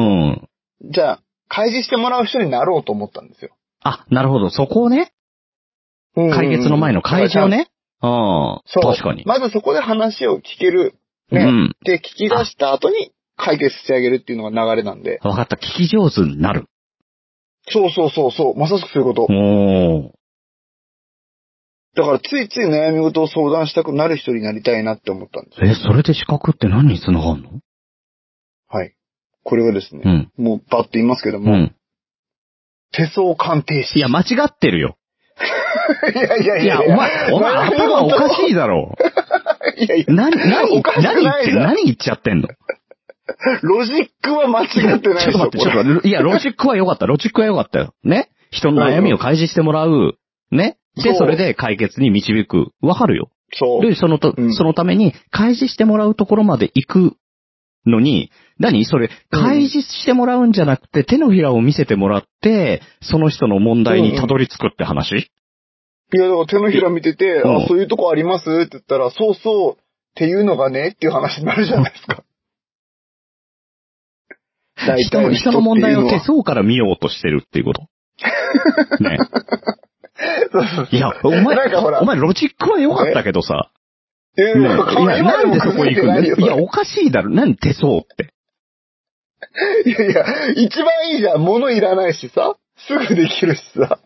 Speaker 1: じゃあ、開示してもらう人になろうと思ったんですよ。
Speaker 3: あ、なるほど。そこをね。解決の前の開示をね。ああ、そう。確かに。
Speaker 1: まずそこで話を聞ける。ね。うん、で、聞き出した後に解決してあげるっていうのが流れなんで。
Speaker 3: わかった。聞き上手になる。
Speaker 1: そうそうそうそう。まさしくそういうこと。
Speaker 3: おー。
Speaker 1: だからついつい悩み事を相談したくなる人になりたいなって思ったんですよ。
Speaker 3: え、それで資格って何につながるの？
Speaker 1: はい。これがですね。うん、もうバッと言いますけども。
Speaker 3: うん。
Speaker 1: 手相鑑定士。
Speaker 3: いや、間違ってるよ。
Speaker 1: いやいやいや。
Speaker 3: いや、お前、お前頭おかしいだろ。
Speaker 1: いやいや。
Speaker 3: 何、何、何言って、何言っちゃってんの？
Speaker 1: ロジックは間違ってないでしょ。
Speaker 3: ちょっと待って、ちょっと待って。いや、ロジックは良かった。ロジックは良かったよ。ね。人の悩みを開示してもらう。ね。で、それで解決に導く。わかるよ。
Speaker 1: そう。
Speaker 3: で、そのと、うん、そのために開示してもらうところまで行くのに、何それ、開示してもらうんじゃなくて、うん、手のひらを見せてもらって、その人の問題にたどり着くって話？うん
Speaker 1: いや、だから手のひら見てて、あ、そういうとこありますって言ったら、そうそうっていうのがねっていう話になるじゃないですか。
Speaker 3: 人の、人の問題を手相から見ようとしてるっていうこと。ね。
Speaker 1: そうそうそう
Speaker 3: いや、お前、なんかほらお前ロジックは良かったけどさ。
Speaker 1: えー、
Speaker 3: ね、いや、なんでそこ行くんだよ。いや、おかしいだろ。何手相って。
Speaker 1: いやいや、一番いいじゃん。物いらないしさ。すぐできるしさ。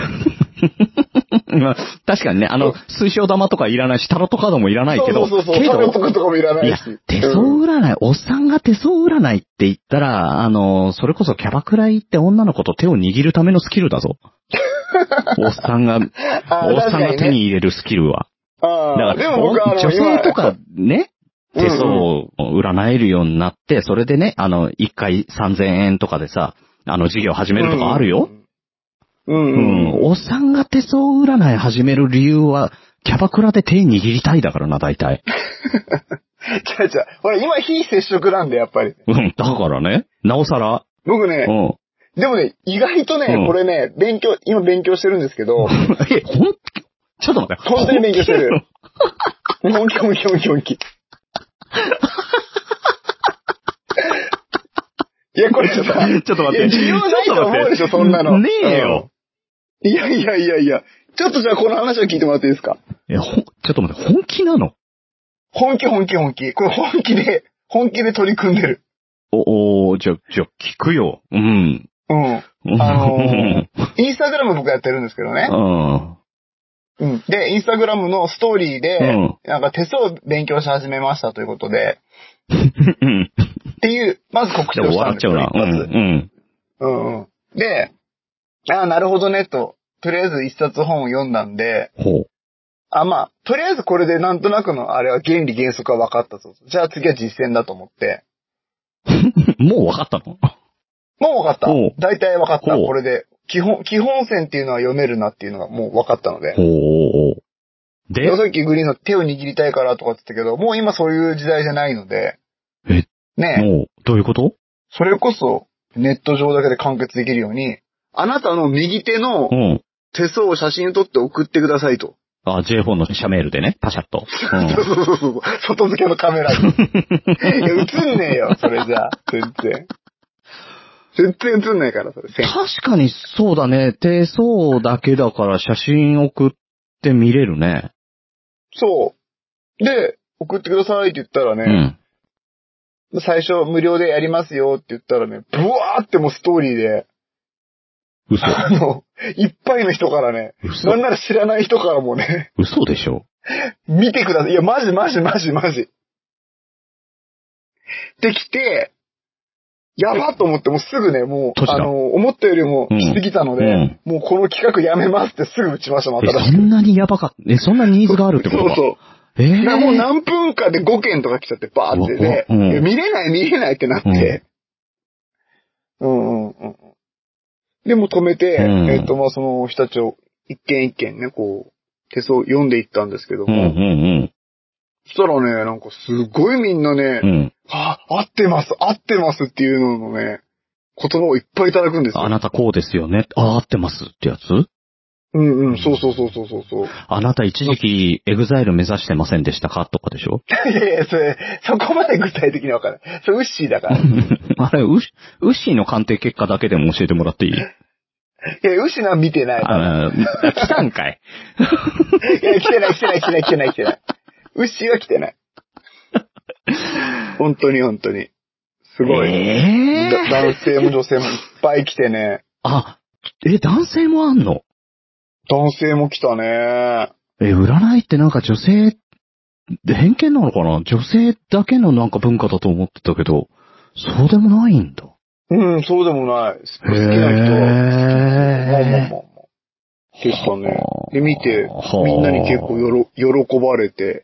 Speaker 3: まあ、確かにね、あの、水晶玉とかいらないし、タロットカードもいらないけど、
Speaker 1: そうそうそう、タロットカードとかもいらないし。いや、
Speaker 3: 手相占い、うん、おっさんが手相占いって言ったら、あの、それこそキャバクラ行って女の子と手を握るためのスキルだぞ。おっさんが、おっさんが手に入れるスキルは。
Speaker 1: あ
Speaker 3: だから、女性とかね、手相を占えるようになって、それでね、あの、一回さんぜんえんとかでさ、あの、事業始めるとかあるよ。
Speaker 1: うんうん。うん、
Speaker 3: おっさんが手相占い始める理由は、キャバクラで手握りたいだからな、大体。
Speaker 1: ちゃちゃ、ほら、今非接触なんで、やっぱり。
Speaker 3: うん、だからね、なおさら。
Speaker 1: 僕ね、うん、でもね、意外とね、うん、これね、勉強、今勉強してるんですけど。
Speaker 3: え、ほん、ちょっと待って。
Speaker 1: 本当に勉強してる。本気本気本気本気。いや、これさ、ちょ
Speaker 3: っと待って。
Speaker 1: 需要ないと思うでしょ、そんなの。
Speaker 3: ねえよ。
Speaker 1: いやいやいやいや。ちょっとじゃあこの話を聞いてもらっていいですか？
Speaker 3: いや、ほ、ちょっと待って、本気なの？
Speaker 1: 本気本気本気。これ本気で、本気で取り組んでる。
Speaker 3: お、お、じゃ、じゃ、聞くよ。うん。
Speaker 1: うん。あのー、インスタグラム僕やってるんですけどね。
Speaker 3: うん。
Speaker 1: うん。で、インスタグラムのストーリーで、うん、なんか手相勉強し始めましたということで、
Speaker 3: うん。
Speaker 1: っていう、まず告知をしたんですよ。
Speaker 3: 笑っちゃうな。うん。
Speaker 1: うんうん。で、ああ、なるほどね、と。とりあえず一冊本を読んだんで、
Speaker 3: ほう。
Speaker 1: あ、まあ、とりあえずこれでなんとなくのあれは原理原則は分かったぞ。じゃあ次は実践だと思って。
Speaker 3: もう分かったの？
Speaker 1: もう分かった。大体分かった。これで。基本、基本線っていうのは読めるなっていうのがもう分かったので。
Speaker 3: ほう。
Speaker 1: で、さっきグリーンの手を握りたいからとかって言ったけど、もう今そういう時代じゃないので。
Speaker 3: え？
Speaker 1: ねえ。
Speaker 3: もう、どういうこと？
Speaker 1: それこそ、ネット上だけで完結できるように、あなたの右手の手相を写真撮って送ってくださいと。
Speaker 3: うん、あ、ジェイフォン の写メールでね、パシャッと。
Speaker 1: うん、そうそうそうそう。外付けのカメラに。いや、映んねえよ、それじゃあ。全然。全然映んないから、それ。
Speaker 3: 確かにそうだね。手相だけだから写真送って見れるね。
Speaker 1: そう。で、送ってくださいって言ったらね、うん、最初無料でやりますよって言ったらね、ブワーってもうストーリーで、
Speaker 3: 嘘。
Speaker 1: あの、いっぱいの人からね、なんなら知らない人からもね、
Speaker 3: 嘘でしょ。
Speaker 1: 見てください。いや、マジマジマジマジ。できて、やばっと思って、もうすぐね、もう、あの、思ったよりもしすぎたので、うん、もうこの企画やめますってすぐ打ちました、また。
Speaker 3: そんなにやばかった。え、そんなニーズがあるってことか。
Speaker 1: そうそう。
Speaker 3: えー、
Speaker 1: もう何分かでごけんとか来ちゃって、バーってね、うん、見れない見れないってなって、うん、うんうんうんでも止めて、うん、えっと、まあ、その人たちを一件一件ね、こう、手相読んでいったんですけども、
Speaker 3: うんうんうん、
Speaker 1: そしたらね、なんかすごいみんなね、うん、あ、合ってます、合ってますっていうののね、言葉をいっぱいいただくんですよ。
Speaker 3: あなたこうですよね。あ、合ってますってやつ？
Speaker 1: うんうん、そうそうそうそうそうそう。
Speaker 3: あなた一時期エグザイル目指してませんでしたかとかでしょ？
Speaker 1: いやいや、それ、そこまで具体的にわかる。それウッシーだから。
Speaker 3: あれ、ウッ、ウッシーの鑑定結果だけでも教えてもらっていい？いや、
Speaker 1: ウッシーのは見てない。
Speaker 3: あ来たんかい。
Speaker 1: いや、来てない来てない来てない来てない来てない。ウッシーは来てない。本当に本当に。すごい。
Speaker 3: えー、
Speaker 1: 男性も女性もいっぱい来てね。
Speaker 3: あ、え、男性もあんの？
Speaker 1: 男性も来たね。
Speaker 3: え、占いってなんか女性、偏見なのかな？女性だけのなんか文化だと思ってたけど、そうでもないんだ。
Speaker 1: うん、そうでもない。好きな人は。まあまあまあまあ。でしたね。で、見て、みんなに結構よろ、喜ばれて、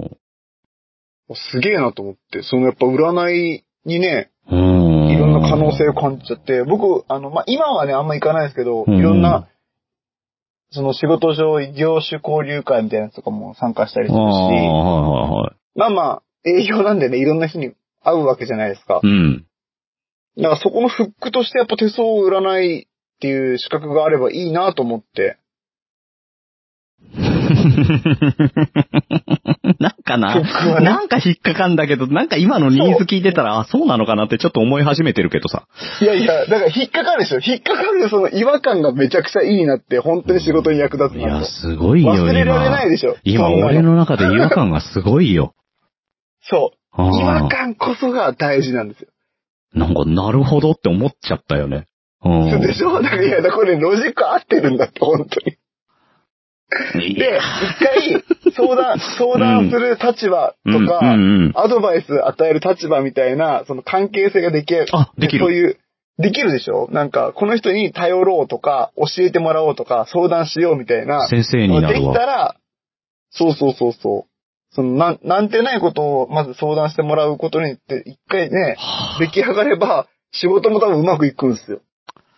Speaker 1: すげえなと思って、そのやっぱ占いにね、いろんな可能性を感じちゃって、僕、あの、まあ、今はね、あんま行かないですけど、いろんな、その仕事上、業種交流会みたいなやつとかも参加したりするし、まあまあ、営業なんでね、いろんな人に会うわけじゃないですか。
Speaker 3: うん。
Speaker 1: だからそこのフックとしてやっぱ手相占いっていう資格があればいいなと思って。
Speaker 3: なんかな、ね、なんか引っかかんだけど、なんか今のニーズ聞いてたら、あ、そうなのかなってちょっと思い始めてるけどさ。
Speaker 1: いやいや、だから引っかかるでしょ。引っかかるその違和感がめちゃくちゃいいなって、本当に仕事に役立つなと。
Speaker 3: いや、すごいよ、
Speaker 1: 忘れられないでしょ。
Speaker 3: 今、今俺の中で違和感がすごいよ。
Speaker 1: そう。違和感こそが大事なんですよ。
Speaker 3: なんか、なるほどって思っちゃったよね。
Speaker 1: うん。でしょ？だからいや、これロジック合ってるんだって、本当に。で、一回相談、相談する立場とか、うんうんうん、アドバイス与える立場みたいな、その関係性ができる。
Speaker 3: あ、できる。
Speaker 1: そういう、できるでしょ？なんか、この人に頼ろうとか、教えてもらおうとか、相談しようみたいな。
Speaker 3: 先生になるわ。
Speaker 1: できたら、そうそうそうそう。その、なん、なんてないことをまず相談してもらうことによって、一回ね、出来上がれば、仕事も多分うまくいくんですよ。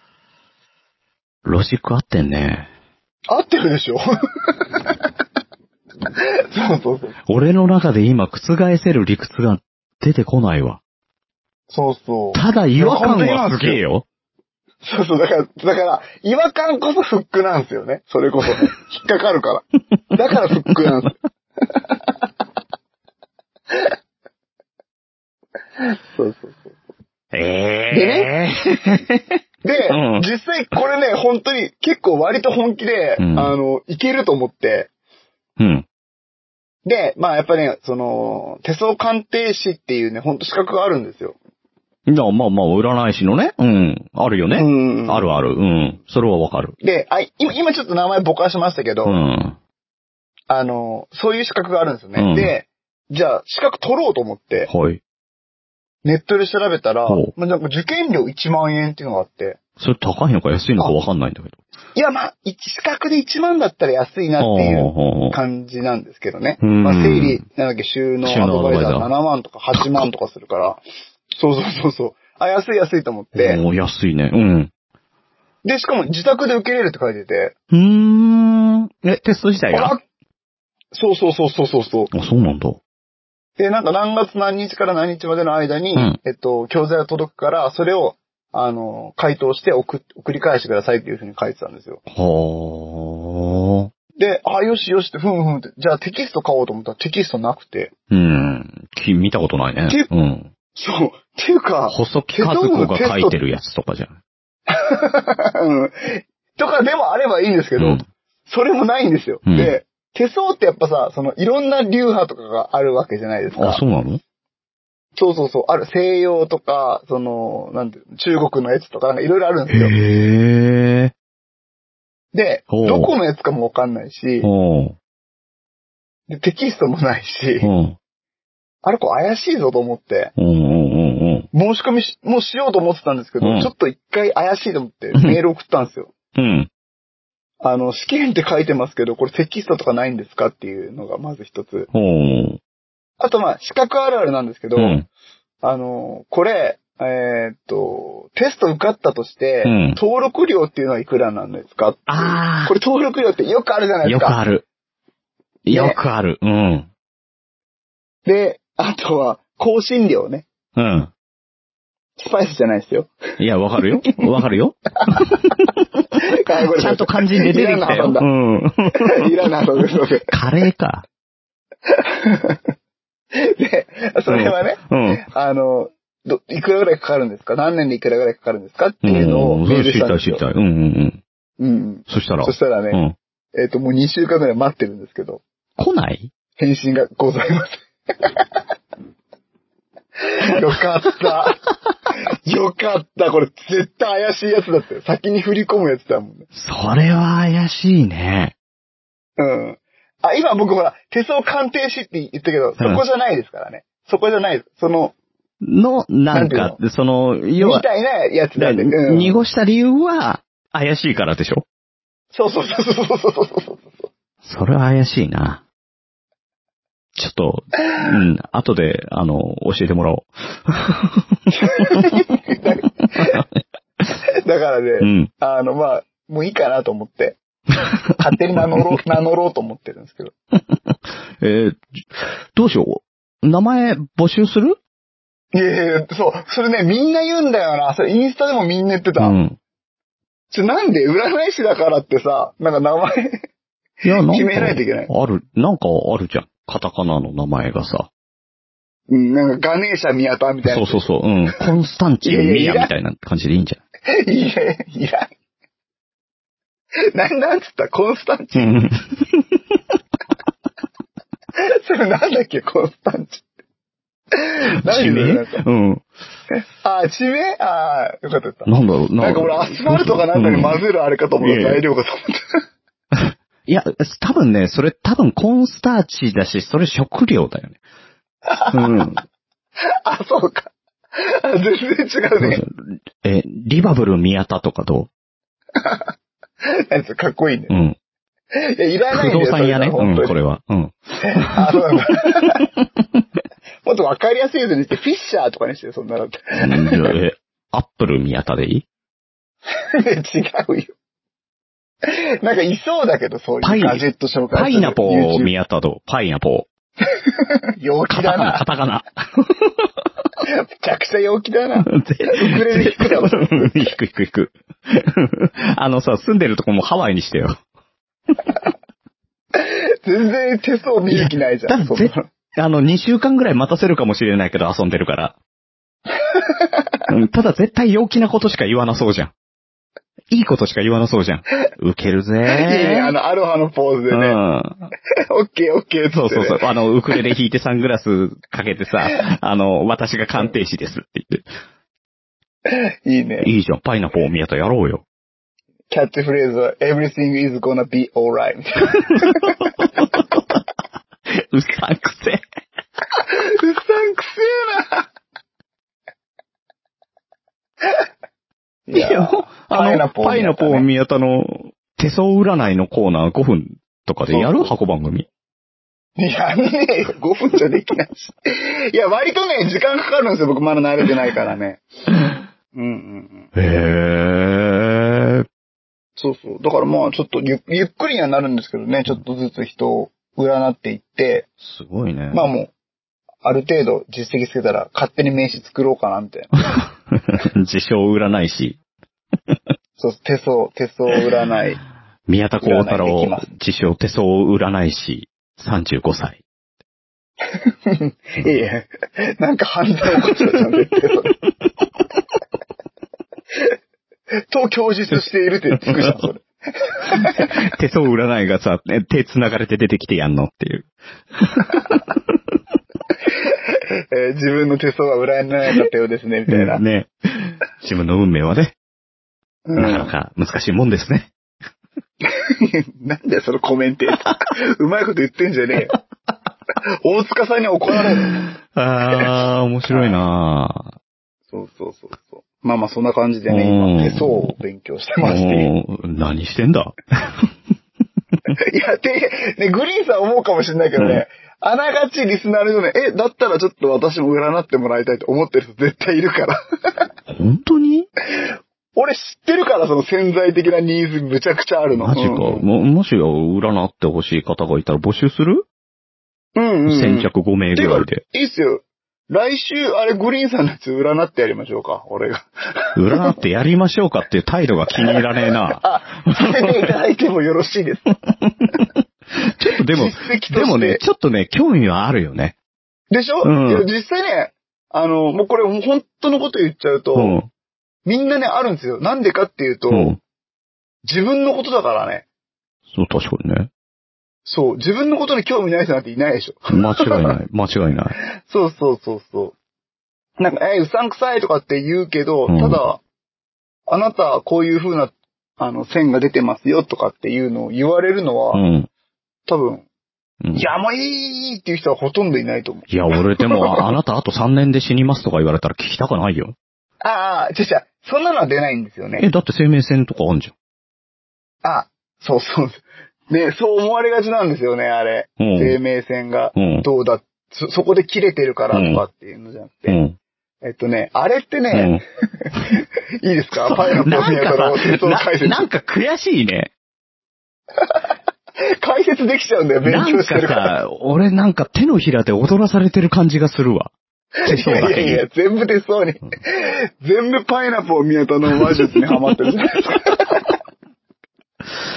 Speaker 3: ロジック合ってんね。
Speaker 1: 合ってるでしょそうそうそう。
Speaker 3: 俺の中で今覆せる理屈が出てこないわ。
Speaker 1: そうそう。
Speaker 3: ただ違和感はすげえよ。
Speaker 1: そうそう、だから、だから、違和感こそフックなんですよね。それこそね。引っかかるから。だからフックなんですよ。そうそうそう。
Speaker 3: ええー。
Speaker 1: でね。で、うん、実際これね、本当に結構割と本気で、うん、あの、いけると思って。
Speaker 3: うん。
Speaker 1: で、まあやっぱりね、その、手相鑑定士っていうね、本当資格があるんですよ。
Speaker 3: いや、まあまあ、占い師のね。うん。あるよね。うん。あるある。うん。それはわかる。
Speaker 1: で、あ、今、今ちょっと名前ぼかしましたけど、うん。あの、そういう資格があるんですよね。うん、で、じゃあ、資格取ろうと思って。
Speaker 3: はい。
Speaker 1: ネットで調べたら、まあ、なんか受験料いちまんえんっていうのがあって。
Speaker 3: それ高いのか安いのかわかんないんだけど。
Speaker 1: いや、まあ、資格でいちまんだったら安いなっていう感じなんですけどね。まあ、整理、なんだっけ、収納アドバイザーななまんとかはちまんとかするから。そうそうそうそう。あ、安い安いと思って。
Speaker 3: おー、安いね。うん。
Speaker 1: で、しかも自宅で受けれるって書いてて。
Speaker 3: うーん。え、テスト自体が？
Speaker 1: そうそうそうそうそうそう。
Speaker 3: あ、そうなんだ。
Speaker 1: で、なんか何月何日から何日までの間に、うん、えっと、教材が届くから、それを、あの、回答して送、送り返してくださいっていうふうに書いてたんですよ。
Speaker 3: はー。
Speaker 1: で、あ、よしよしって、ふんふんって、じゃあテキスト買おうと思ったらテキストなくて。
Speaker 3: うん。見たことないね。
Speaker 1: て、
Speaker 3: うん。
Speaker 1: そう。っていうか、
Speaker 3: 細木和子が書いてるやつとかじゃん。
Speaker 1: うん。とかでもあればいいんですけど、うん、それもないんですよ。うん、で、手相ってやっぱさ、そのいろんな流派とかがあるわけじゃないですか。
Speaker 3: あ、そうなの？
Speaker 1: そうそうそう。ある、西洋とか、その、なんていうの、中国のやつとかなんかいろいろあるんですよ。
Speaker 3: へー。
Speaker 1: で、どこのやつかもわかんないし、で、テキストもないし、あれこれ怪しいぞと思って、
Speaker 3: うんうんうんうん、
Speaker 1: 申し込みし、もうしようと思ってたんですけど、うん、ちょっと一回怪しいと思ってメール送ったんですよ。
Speaker 3: うん。
Speaker 1: あの、試験って書いてますけど、これテキストとかないんですかっていうのがまず一つ。あとまあ、資格あるあるなんですけど、うん、あの、これ、えー、っと、テスト受かったとして、うん、登録料っていうのはいくらなんですかって。
Speaker 3: ああ。
Speaker 1: これ登録料ってよくあるじゃないですか。
Speaker 3: よくある。よくある。うん。
Speaker 1: で、あとは、更新料ね。
Speaker 3: うん。
Speaker 1: スパイスじゃないですよ。
Speaker 3: いや、わかるよ。わかるよ。ちゃんと漢字で出てきたよ。うん。
Speaker 1: いらない、そうです、そうです。
Speaker 3: カレーか。
Speaker 1: で、それはね、うん、あの、ど、いくらぐらいかかるんですか？何年でいくらぐらいかかるんですかっていうのをメールしたんですよ。
Speaker 3: 知りたい、知りたい。うんうん
Speaker 1: うん。うん。
Speaker 3: そしたら
Speaker 1: そしたらね、うん、えっと、もうにしゅうかんぐらい待ってるんですけど。
Speaker 3: 来ない？
Speaker 1: 返信がございません。よかった。よかった。これ絶対怪しいやつだったよ。先に振り込むやつだもんね。
Speaker 3: それは怪しいね。
Speaker 1: うん。あ、今僕ほら、手相鑑定士って言ったけど、そこじゃないですからね。うん、そこじゃないです。その、
Speaker 3: の、なんか、んその、要は、
Speaker 1: みたいなやつなんで、
Speaker 3: うん。濁した理由は、怪しいからでしょ？
Speaker 1: そうそうそうそうそうそうそう。
Speaker 3: それは怪しいな。ちょっと、うん、後で、あの、教えてもらおう。
Speaker 1: だからね、うん、あの、まあ、もういいかなと思って、勝手に名乗ろう、名乗ろうと思ってるんですけど。
Speaker 3: えー、どうしよう。名前募集する？
Speaker 1: いやいや、そう、それね、みんな言うんだよな。それインスタでもみんな言ってた。うん。ちょ、なんで占い師だからってさ、なんか名前、
Speaker 3: いや、なんか、
Speaker 1: 決めないといけない。
Speaker 3: ある、なんかあるじゃん。カタカナの名前がさ。
Speaker 1: うん、なんかガネーシャ宮田みたいな。
Speaker 3: そうそうそう、うん。コンスタンチンミヤみたいな感じでいいんじゃん。
Speaker 1: いや、いらん。な、なんつったコンスタンチン。
Speaker 3: うん。
Speaker 1: それなんだっけコンスタンチン。
Speaker 3: 地名うん。
Speaker 1: あ、地名ああ、よかったよかった。
Speaker 3: なんだろうな。
Speaker 1: なんか俺アスファルトかなんかに混ぜるあれかと思った材料かと思った。
Speaker 3: いや、多分ね、それ多分コーンスターチだし、それ食料だよね。うん。
Speaker 1: あ、そうか。あ、全然違うね。
Speaker 3: え、リバブル宮田とかどう
Speaker 1: 何それかっこいいね。
Speaker 3: うん。
Speaker 1: いや、いらないんだよ。
Speaker 3: 不動産屋ね。うん、これは。うん。
Speaker 1: あ、そうなんだ。もっとわかりやすいようにして、フィッシャーとかにしてよ、そんなのって。
Speaker 3: じゃあ、え、アップル宮田でいい
Speaker 1: 違うよ。なんかいそうだけど、そういうガジェット紹介。
Speaker 3: パイナポー宮田どうパイナポ
Speaker 1: ー。陽気だな。
Speaker 3: カタカナ。
Speaker 1: めちゃくちゃ陽気だな。ウクレレ弾くだろ。
Speaker 3: 弾く弾く弾く。あのさ、住んでるとこもハワイにしてよ。
Speaker 1: 全然手相見る気ないじゃん。
Speaker 3: あの、にしゅうかんぐらい待たせるかもしれないけど遊んでるから。ただ絶対陽気なことしか言わなそうじゃん。いいことしか言わなそうじゃん。ウケるぜー。いい
Speaker 1: ね、あの、アロハのポーズでね。うん。オッケーオッケーって、ね。
Speaker 3: そうそうそう。あの、ウクレレ弾いてサングラスかけてさ、あの、私が鑑定士ですって
Speaker 1: 言って。いいね。
Speaker 3: いいじゃん。パイナポー宮田やろうよ。
Speaker 1: キャッチフレーズは、everything is gonna be alright.
Speaker 3: うさんくせえ。
Speaker 1: うさんくせえな。
Speaker 3: いや、あの、パイナポー宮田の手相占いのコーナーごふんとかでやる箱番組。
Speaker 1: やんねえよ。ごふんじゃできないし。いや、割とね、時間かかるんですよ。僕まだ慣れてないからね。うんうんうん。
Speaker 3: へー。
Speaker 1: そうそう。だからまあ、ちょっとゆ、ゆっくりにはなるんですけどね、ちょっとずつ人を占っていって。
Speaker 3: すごいね。
Speaker 1: まあもう、ある程度実績つけたら勝手に名刺作ろうかな、みたいな。
Speaker 3: 自称占い師。
Speaker 1: そう、手相、手相占い。
Speaker 3: 宮田幸太郎、自称手相占い師、さんじゅうごさい。
Speaker 1: いやいや、なんか犯罪起こしたじゃん、絶対それ。と供述しているってつくじゃん、それ。
Speaker 3: 手相占いがさ、手繋がれて出てきてやんのっていう。
Speaker 1: えー、自分の手相は占えなかったようですね、みたいな。
Speaker 3: ね。自分の運命はね、うん、なかなか難しいもんですね。
Speaker 1: なんだよ、そのコメンテーター。うまいこと言ってんじゃねえよ。大塚さんに怒られる。
Speaker 3: あー、面白いな
Speaker 1: ぁ。そうそうそうそう。まあまあ、そんな感じでね、今、手相を勉強してまして。
Speaker 3: 何してんだ
Speaker 1: いや、て、ね、グリーンさん思うかもしれないけどね、うんあながちリスナーのね、え、だったらちょっと私も占ってもらいたいと思ってる人絶対いるから。
Speaker 3: 本当に
Speaker 1: 俺知ってるから、その潜在的なニーズむちゃくちゃあるの。
Speaker 3: マジか。うん、も、もし占ってほしい方がいたら募集する
Speaker 1: うんうん。
Speaker 3: 先着ごめいぐらいで。
Speaker 1: いいっすよ。来週、あれ、グリーンさんのやつ占ってやりましょうか、俺が。
Speaker 3: 占ってやりましょうかっていう態度が気に入らねえな。
Speaker 1: あ、来ていただいてもよろしいです。
Speaker 3: ちょっとでも、でもね、ちょっとね、興味はあるよね。
Speaker 1: でしょ、うん、いや実際ね、あの、もうこれ本当のこと言っちゃうと、うん、みんなね、あるんですよ。なんでかっていうと、うん、自分のことだからね。
Speaker 3: そう、確かにね。
Speaker 1: そう、自分のことに興味ない人なんていないでしょ。
Speaker 3: 間違いない、間違いない。
Speaker 1: そうそうそうそう。なんか、えー、うさんくさいとかって言うけど、うん、ただ、あなたはこういう風な、あの、線が出てますよとかっていうのを言われるのは、うん多分、うん、いや、もういいっていう人はほとんどいないと思う。
Speaker 3: いや、俺でも、あなたあとさんねんで死にますとか言われたら聞きたくないよ。
Speaker 1: ああ、ちゃちゃ、そんなのは出ないんですよね。
Speaker 3: え、だって生命線とかあんじゃん。
Speaker 1: あ、そうそう。ね、そう思われがちなんですよね、あれ。うん、生命線が、どうだ、うん、そ、そこで切れてるからとかっていうのじゃなくて。うん、えっとね、あれってね、うん、いいですかパイロットの宮から説を解説。
Speaker 3: なんか悔しいね。
Speaker 1: 解説できちゃうんだよ、勉強してるから。
Speaker 3: なんかさ、俺なんか手のひらで踊らされてる感じがするわ。手相だけに。
Speaker 1: いやいやいや、全部手相に。うん、全部パイナポー宮田の魔術にハマってるじゃないですか。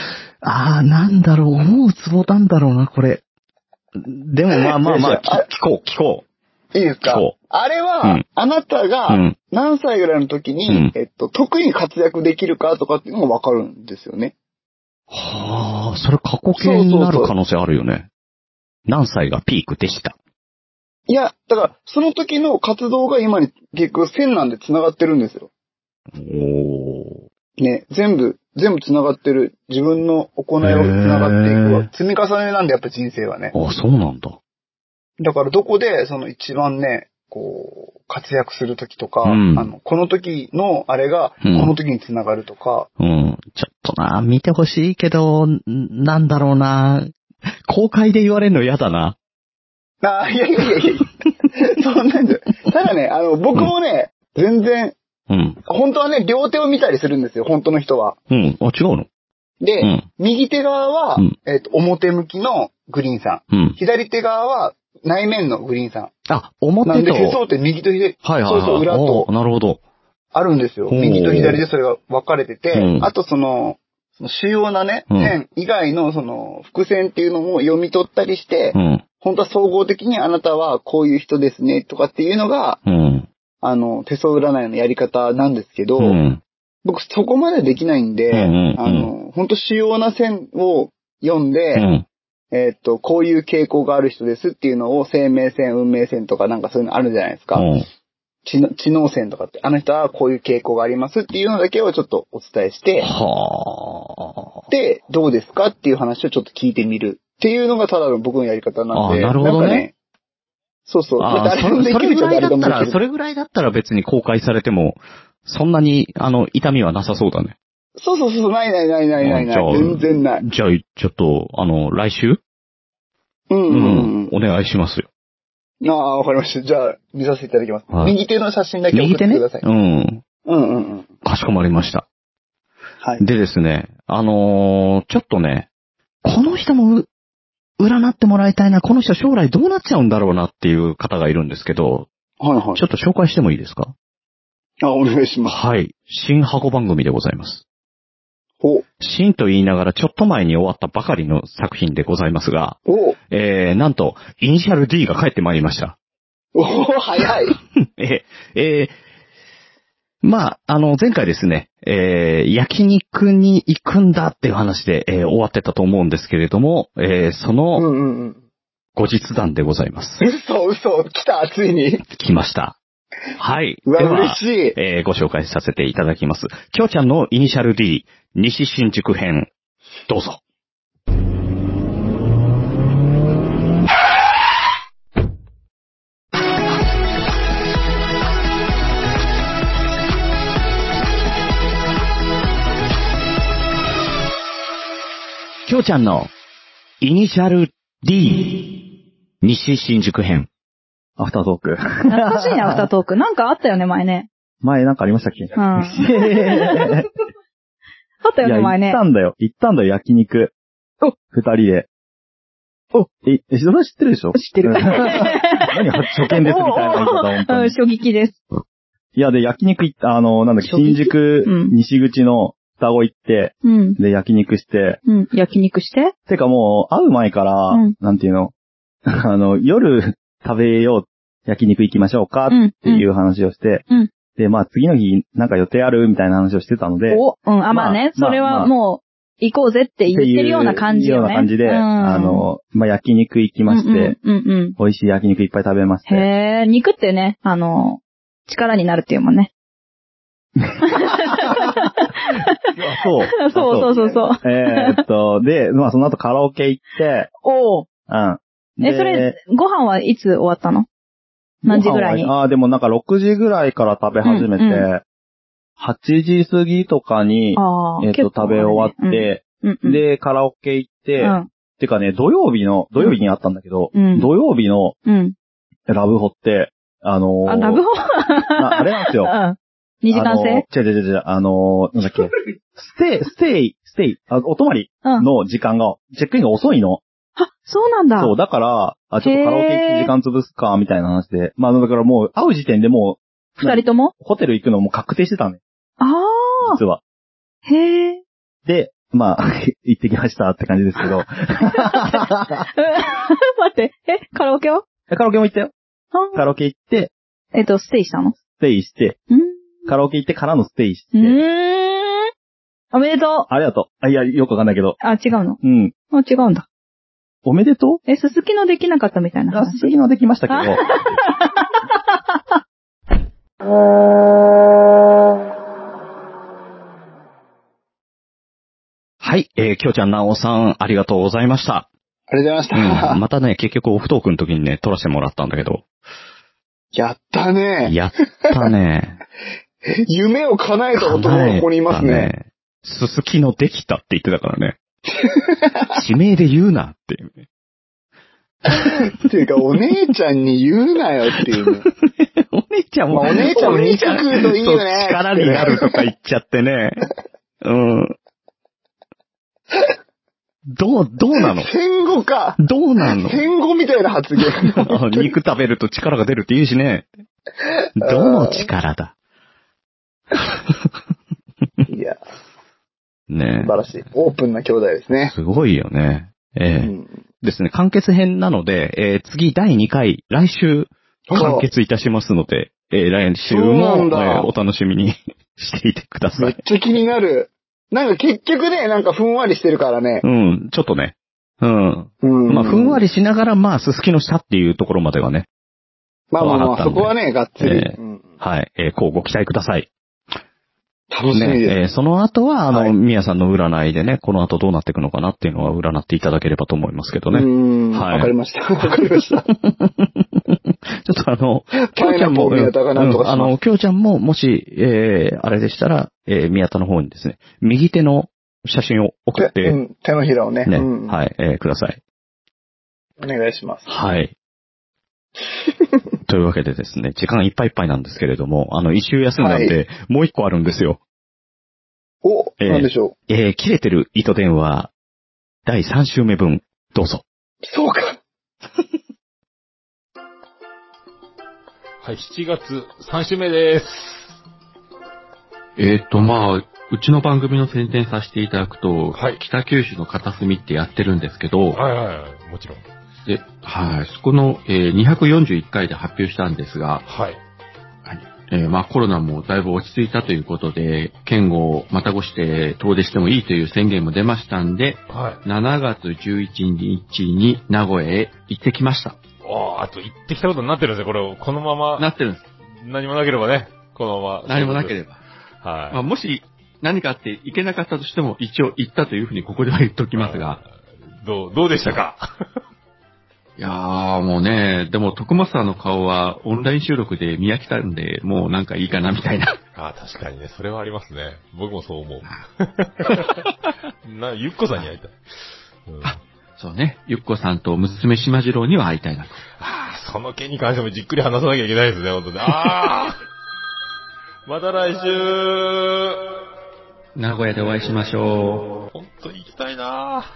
Speaker 3: あー、なんだろう、思うツボなんだろうな、これ。でもまあまあまあ、聞こう、聞こ
Speaker 1: う。いいですか？あれは、うん、あなたが何歳ぐらいの時に、うん、えっと、特に活躍できるかとかっていうのがわかるんですよね。
Speaker 3: はあ、それ過去形になる可能性あるよね。そうそうそう、何歳がピークでした。
Speaker 1: いや、だから、その時の活動が今に結局線なんで繋がってるんですよ。
Speaker 3: おー。
Speaker 1: ね、全部、全部繋がってる。自分の行いを繋がっていく。積み重ねなんでやっぱ人生はね。
Speaker 3: あ、そうなんだ。
Speaker 1: だからどこで、その一番ね、こう、活躍する時とか、うん、あの、この時のあれが、この時に繋がるとか。
Speaker 3: うん。うん、ちょっとな、見てほしいけど、なんだろうな。公開で言われるの嫌だな。
Speaker 1: あ、いやいやいやいやそんなんじゃ。ただね、あの、僕もね、うん、全然、うん。本当はね、両手を見たりするんですよ、本当の人は。
Speaker 3: うん。あ、違うの？
Speaker 1: で、うん、右手側は、うん、えっと、表向きのグリーンさん。うん。左手側は、内面のグリーンさん。
Speaker 3: あ、表と。
Speaker 1: なんで、へそって右と左、
Speaker 3: はいはいはい。
Speaker 1: そうそう、裏と。
Speaker 3: なるほど。
Speaker 1: あるんですよ。右と左でそれが分かれてて、うん、あとその、その主要なね、線以外のその、伏線っていうのも読み取ったりして、うん、本当は総合的にあなたはこういう人ですね、とかっていうのが、うん、あの、手相占いのやり方なんですけど、うん、僕そこまでできないんで、うんうんうん、あの、本当主要な線を読んで、うん、えー、っと、こういう傾向がある人ですっていうのを生命線、運命線とかなんかそういうのあるじゃないですか。うん、知, 知能線とかって、あの人はこういう傾向がありますっていうのだけをちょっとお伝えして、はで、どうですかっていう話をちょっと聞いてみるっていうのがただの僕のやり方なんで。
Speaker 3: あ、なるほどね。なんかね、
Speaker 1: そうそう。
Speaker 3: あ誰でもできるじゃ誰でもできる。それぐらいだったら別に公開されても、そんなに、あの、痛みはなさそうだね。
Speaker 1: そうそうそう、ないないないないないない。全然ない。
Speaker 3: じゃあ、ちょっと、あの、来週
Speaker 1: うんうん、うん、
Speaker 3: うん。お願いしますよ。
Speaker 1: ああ、わかりました。じゃあ、見させていただきます。はい、右手の写真だけ送ってください。
Speaker 3: 右手ね。
Speaker 1: うん。うんうんうん。
Speaker 3: かしこまりました。
Speaker 1: はい。
Speaker 3: でですね、あのー、ちょっとね、この人も占ってもらいたいな、この人将来どうなっちゃうんだろうなっていう方がいるんですけど、
Speaker 1: はいはい。
Speaker 3: ちょっと紹介してもいいですか？
Speaker 1: あ、お願いします。
Speaker 3: はい。新箱番組でございます。
Speaker 1: お。
Speaker 3: 新と言いながらちょっと前に終わったばかりの作品でございますが、
Speaker 1: お。
Speaker 3: えー、なんと、イニシャル D が帰ってまいりました。
Speaker 1: おー、早い。
Speaker 3: えー、えー、まあ、あの、前回ですね、えー、焼肉に行くんだっていう話で、えー、終わってたと思うんですけれども、えー、その、
Speaker 1: うんうんうん。
Speaker 3: 後日談でございます。
Speaker 1: 嘘嘘、来た、ついに。
Speaker 3: 来ました。はい。
Speaker 1: うわ、嬉しい。
Speaker 3: えー、ご紹介させていただきます。きょうちゃんのイニシャル D、西新宿編、どうぞ。きょうちゃんのイニシャル D、西新宿編。
Speaker 10: アフタートーク。
Speaker 11: 懐かしいね、アフタートーク。なんかあったよね、前ね。
Speaker 10: 前なんかありましたっけ？うん。あ
Speaker 11: ったよね、前ね。
Speaker 10: 行ったんだよ。行ったんだよ、焼肉。お二人で。おえ、え、それ知ってるでしょ？
Speaker 11: 知ってる。
Speaker 10: 何初見ですみたいな言い方、本当に。
Speaker 11: 衝撃です。
Speaker 10: いや、で、焼肉行った、あの、なんだっけ、新宿、うん、西口の双子行って、うん、で、焼肉して。
Speaker 11: うん、焼肉して
Speaker 10: てかもう、会う前から、うん、なんていうの、あの、夜食べよう、焼肉行きましょうかっていう話をして、うんうん、で、まあ次の日なんか予定あるみたいな話をしてたので。
Speaker 11: お、うん、あ、まあね、まあ、それはもう、行こうぜって言ってるような感じよね。
Speaker 10: いうような感じで、うん、あの、まあ焼肉行きまして、うんうんうんうん、美味しい焼肉いっぱい食べまして。
Speaker 11: へー、肉ってね、あの、力になるっていうもんね。
Speaker 10: そう。
Speaker 11: そうそうそうそう。
Speaker 10: えー、っと、で、まあその後カラオケ行って、
Speaker 11: おー。
Speaker 10: うん。
Speaker 11: え、それ、ご飯はいつ終わったの？何時ぐらいに？
Speaker 10: ああ、でもなんかろくじぐらいから食べ始めて、うんうん、はちじ過ぎとかに、えっと、食べ終わって、うんうん、で、カラオケ行って、うん、てかね、土曜日の、土曜日にあったんだけど、うん、土曜日の、ラブホって、あのー、
Speaker 11: あ、ラブホ
Speaker 10: あ, あれなんですよ。うん、
Speaker 11: にじかん制？
Speaker 10: 違う違う違う、あのー、なんだっけ、ステイ、ステイ、ステイ、あお泊まりの時間が、うん、チェックインが遅いの。
Speaker 11: あ、そうなんだ。
Speaker 10: そう、だから、あ、ちょっとカラオケ行って時間潰すか、みたいな話で。まあ、だからもう、会う時点でも
Speaker 11: う、二人とも
Speaker 10: ホテル行くのも確定してたね。
Speaker 11: ああ。
Speaker 10: 実は。
Speaker 11: へえ。
Speaker 10: で、 まあ、行ってきましたって感じですけど。待
Speaker 11: って、え、カラオケは
Speaker 10: カラオケも行ったよ。カラオケ行って、
Speaker 11: えっと、ステイしたの？
Speaker 10: ステイして、カラオケ行ってからのステイして。うー
Speaker 11: ん。おめでとう。
Speaker 10: ありがとう。あ、いや、よくわかんないけど。
Speaker 11: あ、違うの？
Speaker 10: うん。
Speaker 11: あ、違うんだ。
Speaker 10: おめでとう？
Speaker 11: え、すすきのできなかったみたいな話。
Speaker 10: あ、すすきのできましたけど。
Speaker 3: はい、えー、きょうちゃん、なおさん、ありがとうございました。
Speaker 1: ありがとうございました。
Speaker 3: うん、またね、結局オフトークの時にね、撮らせてもらったんだけど。
Speaker 1: やったね。
Speaker 3: やったね。
Speaker 1: 夢を叶えた男がここにいますね。
Speaker 3: すすきのできたって言ってたからね。地名で言うなっていうね。
Speaker 1: っていうか、お姉ちゃんに言うなよっていうね。
Speaker 3: お姉ちゃんも、
Speaker 1: まあ、お姉ちゃんも肉食うといいよね。
Speaker 3: 力になるとか言っちゃってね。うん。どう、どうなの？
Speaker 1: 戦後か。
Speaker 3: どうなの？
Speaker 1: 戦後みたいな発言。
Speaker 3: 肉食べると力が出るって言うしね。どの力だ？
Speaker 1: いや。
Speaker 3: ね
Speaker 1: 素晴らしい。オープンな兄弟ですね。
Speaker 3: すごいよね。ええーうん、ですね。完結編なので、えー、次だいにかい、来週完結いたしますので、えー、来週も、えー、お楽しみにしていてください。
Speaker 1: めっちゃ気になる。なんか結局ね、なんかふんわりしてるからね。
Speaker 3: うん、ちょっとね。うん。うん、まあ、ふんわりしながら、まあ、すすきの下っていうところまではね。
Speaker 1: まあまあまあ、そこはね、がっつり。
Speaker 3: えーうん、はい。えー、こうご期待ください。
Speaker 1: 楽しみです。
Speaker 3: ね、えー、その後は、あの、みや、はい、さんの占いでね、この後どうなっていくのかなっていうのは占っていただければと思いますけどね。
Speaker 1: うーん。はい。わかりました。わかりました。ちょっ
Speaker 3: とあの、きょうちゃんも、うん、あの、きょうちゃんも、もし、えー、あれでしたら、えー、宮田の方にですね、右手の写真を送って、
Speaker 1: うん、手のひらをね。
Speaker 3: ね、
Speaker 1: うん、
Speaker 3: はい、えー、ください。
Speaker 1: お願いします。
Speaker 3: はい。というわけでですね、時間いっぱいいっぱいなんですけれども、あの、一周休んだんで、はい、もう一個あるんですよ。
Speaker 1: お、えー、なんでしょう。
Speaker 3: えー、切れてる糸電話、だいさん週目分、どうぞ。
Speaker 1: そうか。
Speaker 7: はい、しちがつさん週目です。
Speaker 8: えっと、まあ、うちの番組の宣伝させていただくと、はい、北九州の片隅ってやってるんですけど、
Speaker 7: はいはいはい、もちろん。
Speaker 8: で、はい、そこの、えー、にひゃくよんじゅういっかいで発表したんですが、
Speaker 7: はい。
Speaker 8: えー、まあコロナもだいぶ落ち着いたということで、県をまたごして遠出してもいいという宣言も出ましたんで、はい、しちがつじゅういちにちに名古屋へ行ってきました。
Speaker 7: ああ、あと行ってきたことになってるんですよ、これ。このまま。
Speaker 8: なってるんです。
Speaker 7: 何もなければね、このまま。
Speaker 8: 何もなければ。
Speaker 7: はい。
Speaker 8: まあ、もし何かあって行けなかったとしても、一応行ったというふうにここでは言っておきますが。
Speaker 7: どう、どうでしたか？
Speaker 8: いやーもうね、でも徳マスターの顔はオンライン収録で見飽きたんで、もうなんかいいかなみたいな。
Speaker 7: ああ、確かにね、それはありますね。僕もそう思う。な、ゆっこさんに会いたい。
Speaker 8: うん、あ、そうね。ゆっこさんと娘島次郎には会いたいなと。
Speaker 7: ああ、その件に関してもじっくり話さなきゃいけないですね、本当に。ああまた来週
Speaker 8: 名古屋でお会いしましょ
Speaker 7: う。本当に行きたいな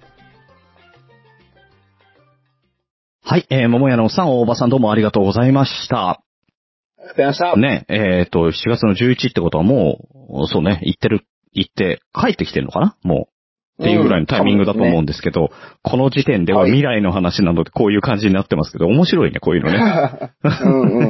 Speaker 3: はい、えー、桃屋のおっさん、大場さんどうもありがとうございました。
Speaker 1: ありがとうございました。
Speaker 3: ね、えっと、しちがつのじゅういちってことはもう、そうね、行ってる、行って帰ってきてるのかなもう。っていうぐらいのタイミングだと思うんですけど、うんね、この時点では未来の話なのでこういう感じになってますけど、面白いね、こういうのね。うんうん、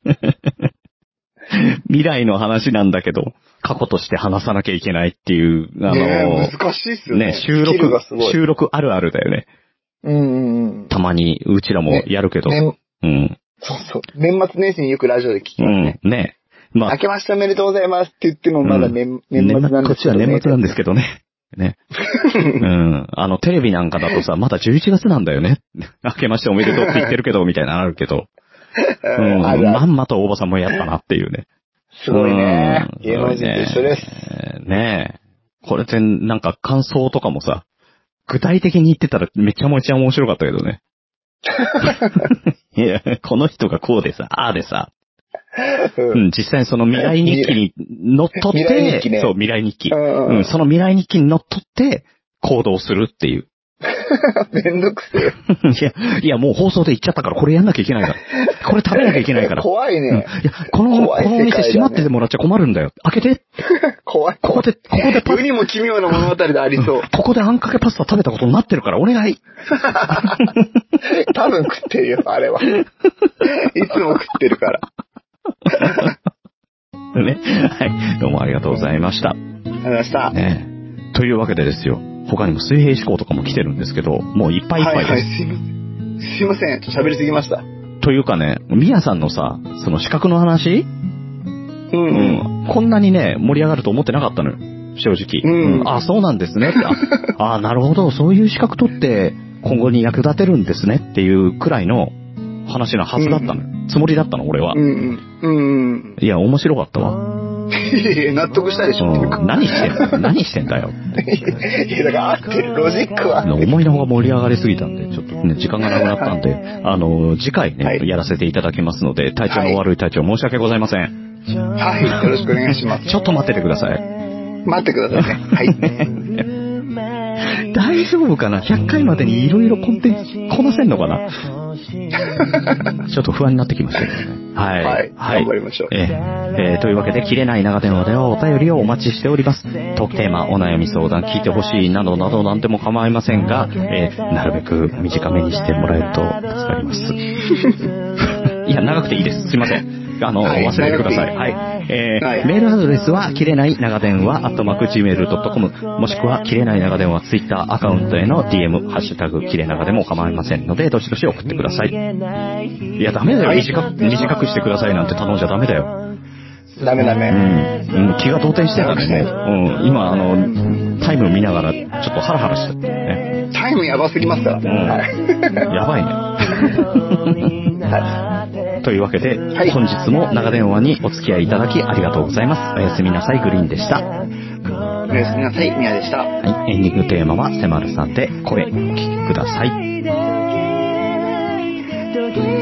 Speaker 3: 未来の話なんだけど、過去として話さなきゃいけないっていう、あの、
Speaker 1: ね、難しいっすよね。
Speaker 3: ね、収録、収録あるあるだよね。
Speaker 1: うんうんうん、
Speaker 3: たまに、うちらもやるけど。
Speaker 1: ね
Speaker 3: うん。
Speaker 1: そうそう。年末年始によくラジオで聞きますね。
Speaker 3: うん。ね。まあ。
Speaker 1: 明けましておめでとうございますって言ってもまだ年、うん、年末なんですけどね。
Speaker 3: こっちは年末なんですけどね。ね。うん。あの、テレビなんかだとさ、まだじゅういちがつなんだよね。明けましておめでとうって言ってるけど、みたいなのあるけど。うん。まんまと大場さんもやったなっていうね。
Speaker 1: すごいね。うん、芸能人と一緒です。
Speaker 3: ねえ。これってなんか感想とかもさ、具体的に言ってたらめちゃめちゃ面白かったけどね。いや、この人がこうでさ、ああでさ、うん、実際にその未来日記にのっとって、
Speaker 1: 未来日記ね、
Speaker 3: そう、未来日記、
Speaker 1: うんうん、
Speaker 3: うん。その未来日記にのっとって行動するっていう。
Speaker 1: めんどくせえ。
Speaker 3: いや、いやもう放送で言っちゃったからこれやんなきゃいけないから。これ食べなきゃいけないから。
Speaker 1: 怖いね。
Speaker 3: うん、いや、この、ね、このお店閉まっててもらっちゃ困るんだよ。開けて。
Speaker 1: 怖い。
Speaker 3: ここで、ここで
Speaker 1: パスタ。世にも奇妙な物語でありそう。
Speaker 3: ここであんかけパスタ食べたことになってるからお願い。
Speaker 1: 多分食ってるよ、あれは。いつも食ってるから。
Speaker 3: ね。はい。どうもありがとうございました。
Speaker 1: ありがとうございました。
Speaker 3: ね。というわけでですよ。他にも水平思考とかも来てるんですけど、もういっぱいいっぱいです。はいはい、
Speaker 1: すいません。すいません。ちょっと喋りすぎました。
Speaker 3: というかね、ミヤさんのさ、その資格の話、うん、うん、こんなにね、盛り上がると思ってなかったのよ。正直。うんうん、あ、そうなんですね。ああ、なるほど。そういう資格取って今後に役立てるんですねっていうくらいの話のはずだったのよ。うん、つもりだったの、俺は。うんうん、いや、面白かったわ。
Speaker 1: 納得したでしょ、うん、
Speaker 3: 何してんの何してんだよ。
Speaker 1: いや、だから合ってる。ロジックは。
Speaker 3: 思いのほか盛り上がりすぎたんで、ちょっとね、時間がなくなったんで、あの、次回ね、はい、やらせていただきますので、体調の悪い体調申し訳ございません。
Speaker 1: はい、よろしくお願いします。
Speaker 3: ちょっと待っててください。
Speaker 1: 待ってくださいね。はい。
Speaker 3: 大丈夫かな ?ひゃっ 回までにいろいろコンテンツこなせんのかなちょっと不安になってきましたけどね。はい。
Speaker 1: はい。はい、頑張りましょう。
Speaker 3: えー、えー、というわけで、切れない長電話ではお便りをお待ちしております。トークテーマ、お悩み相談、聞いてほしいなどなどなんでも構いませんが、えー、なるべく短めにしてもらえると助かります。いや、長くていいです。すいません。あの、はい、忘れてください。はい。えーはい、メールアドレスは、切れない長電話、アットマーク、ジーメールドットコム、もしくは、切れない長電話、ツイッターアカウントへの ディーエム、ハッシュタグ、切れ長でも構いませんので、どしどし送ってください。いや、ダメだよ。短く、短くしてくださいなんて頼んじゃダメだよ。
Speaker 1: ダメダメ。
Speaker 3: うん。うん、気が動転してるんだね。うん。今、あの、タイム見ながら、ちょっとハラハラしてるね。
Speaker 1: タイムやばすぎますからね。
Speaker 3: うん。やばいね。はい。というわけで、はい、本日も長電話にお付き合いいただきありがとうございます。おやすみなさい、グリーンでした。
Speaker 1: おやすみなさい、ミヤでした。
Speaker 3: はい、エンディングテーマは、せまるさんで声お聞きください。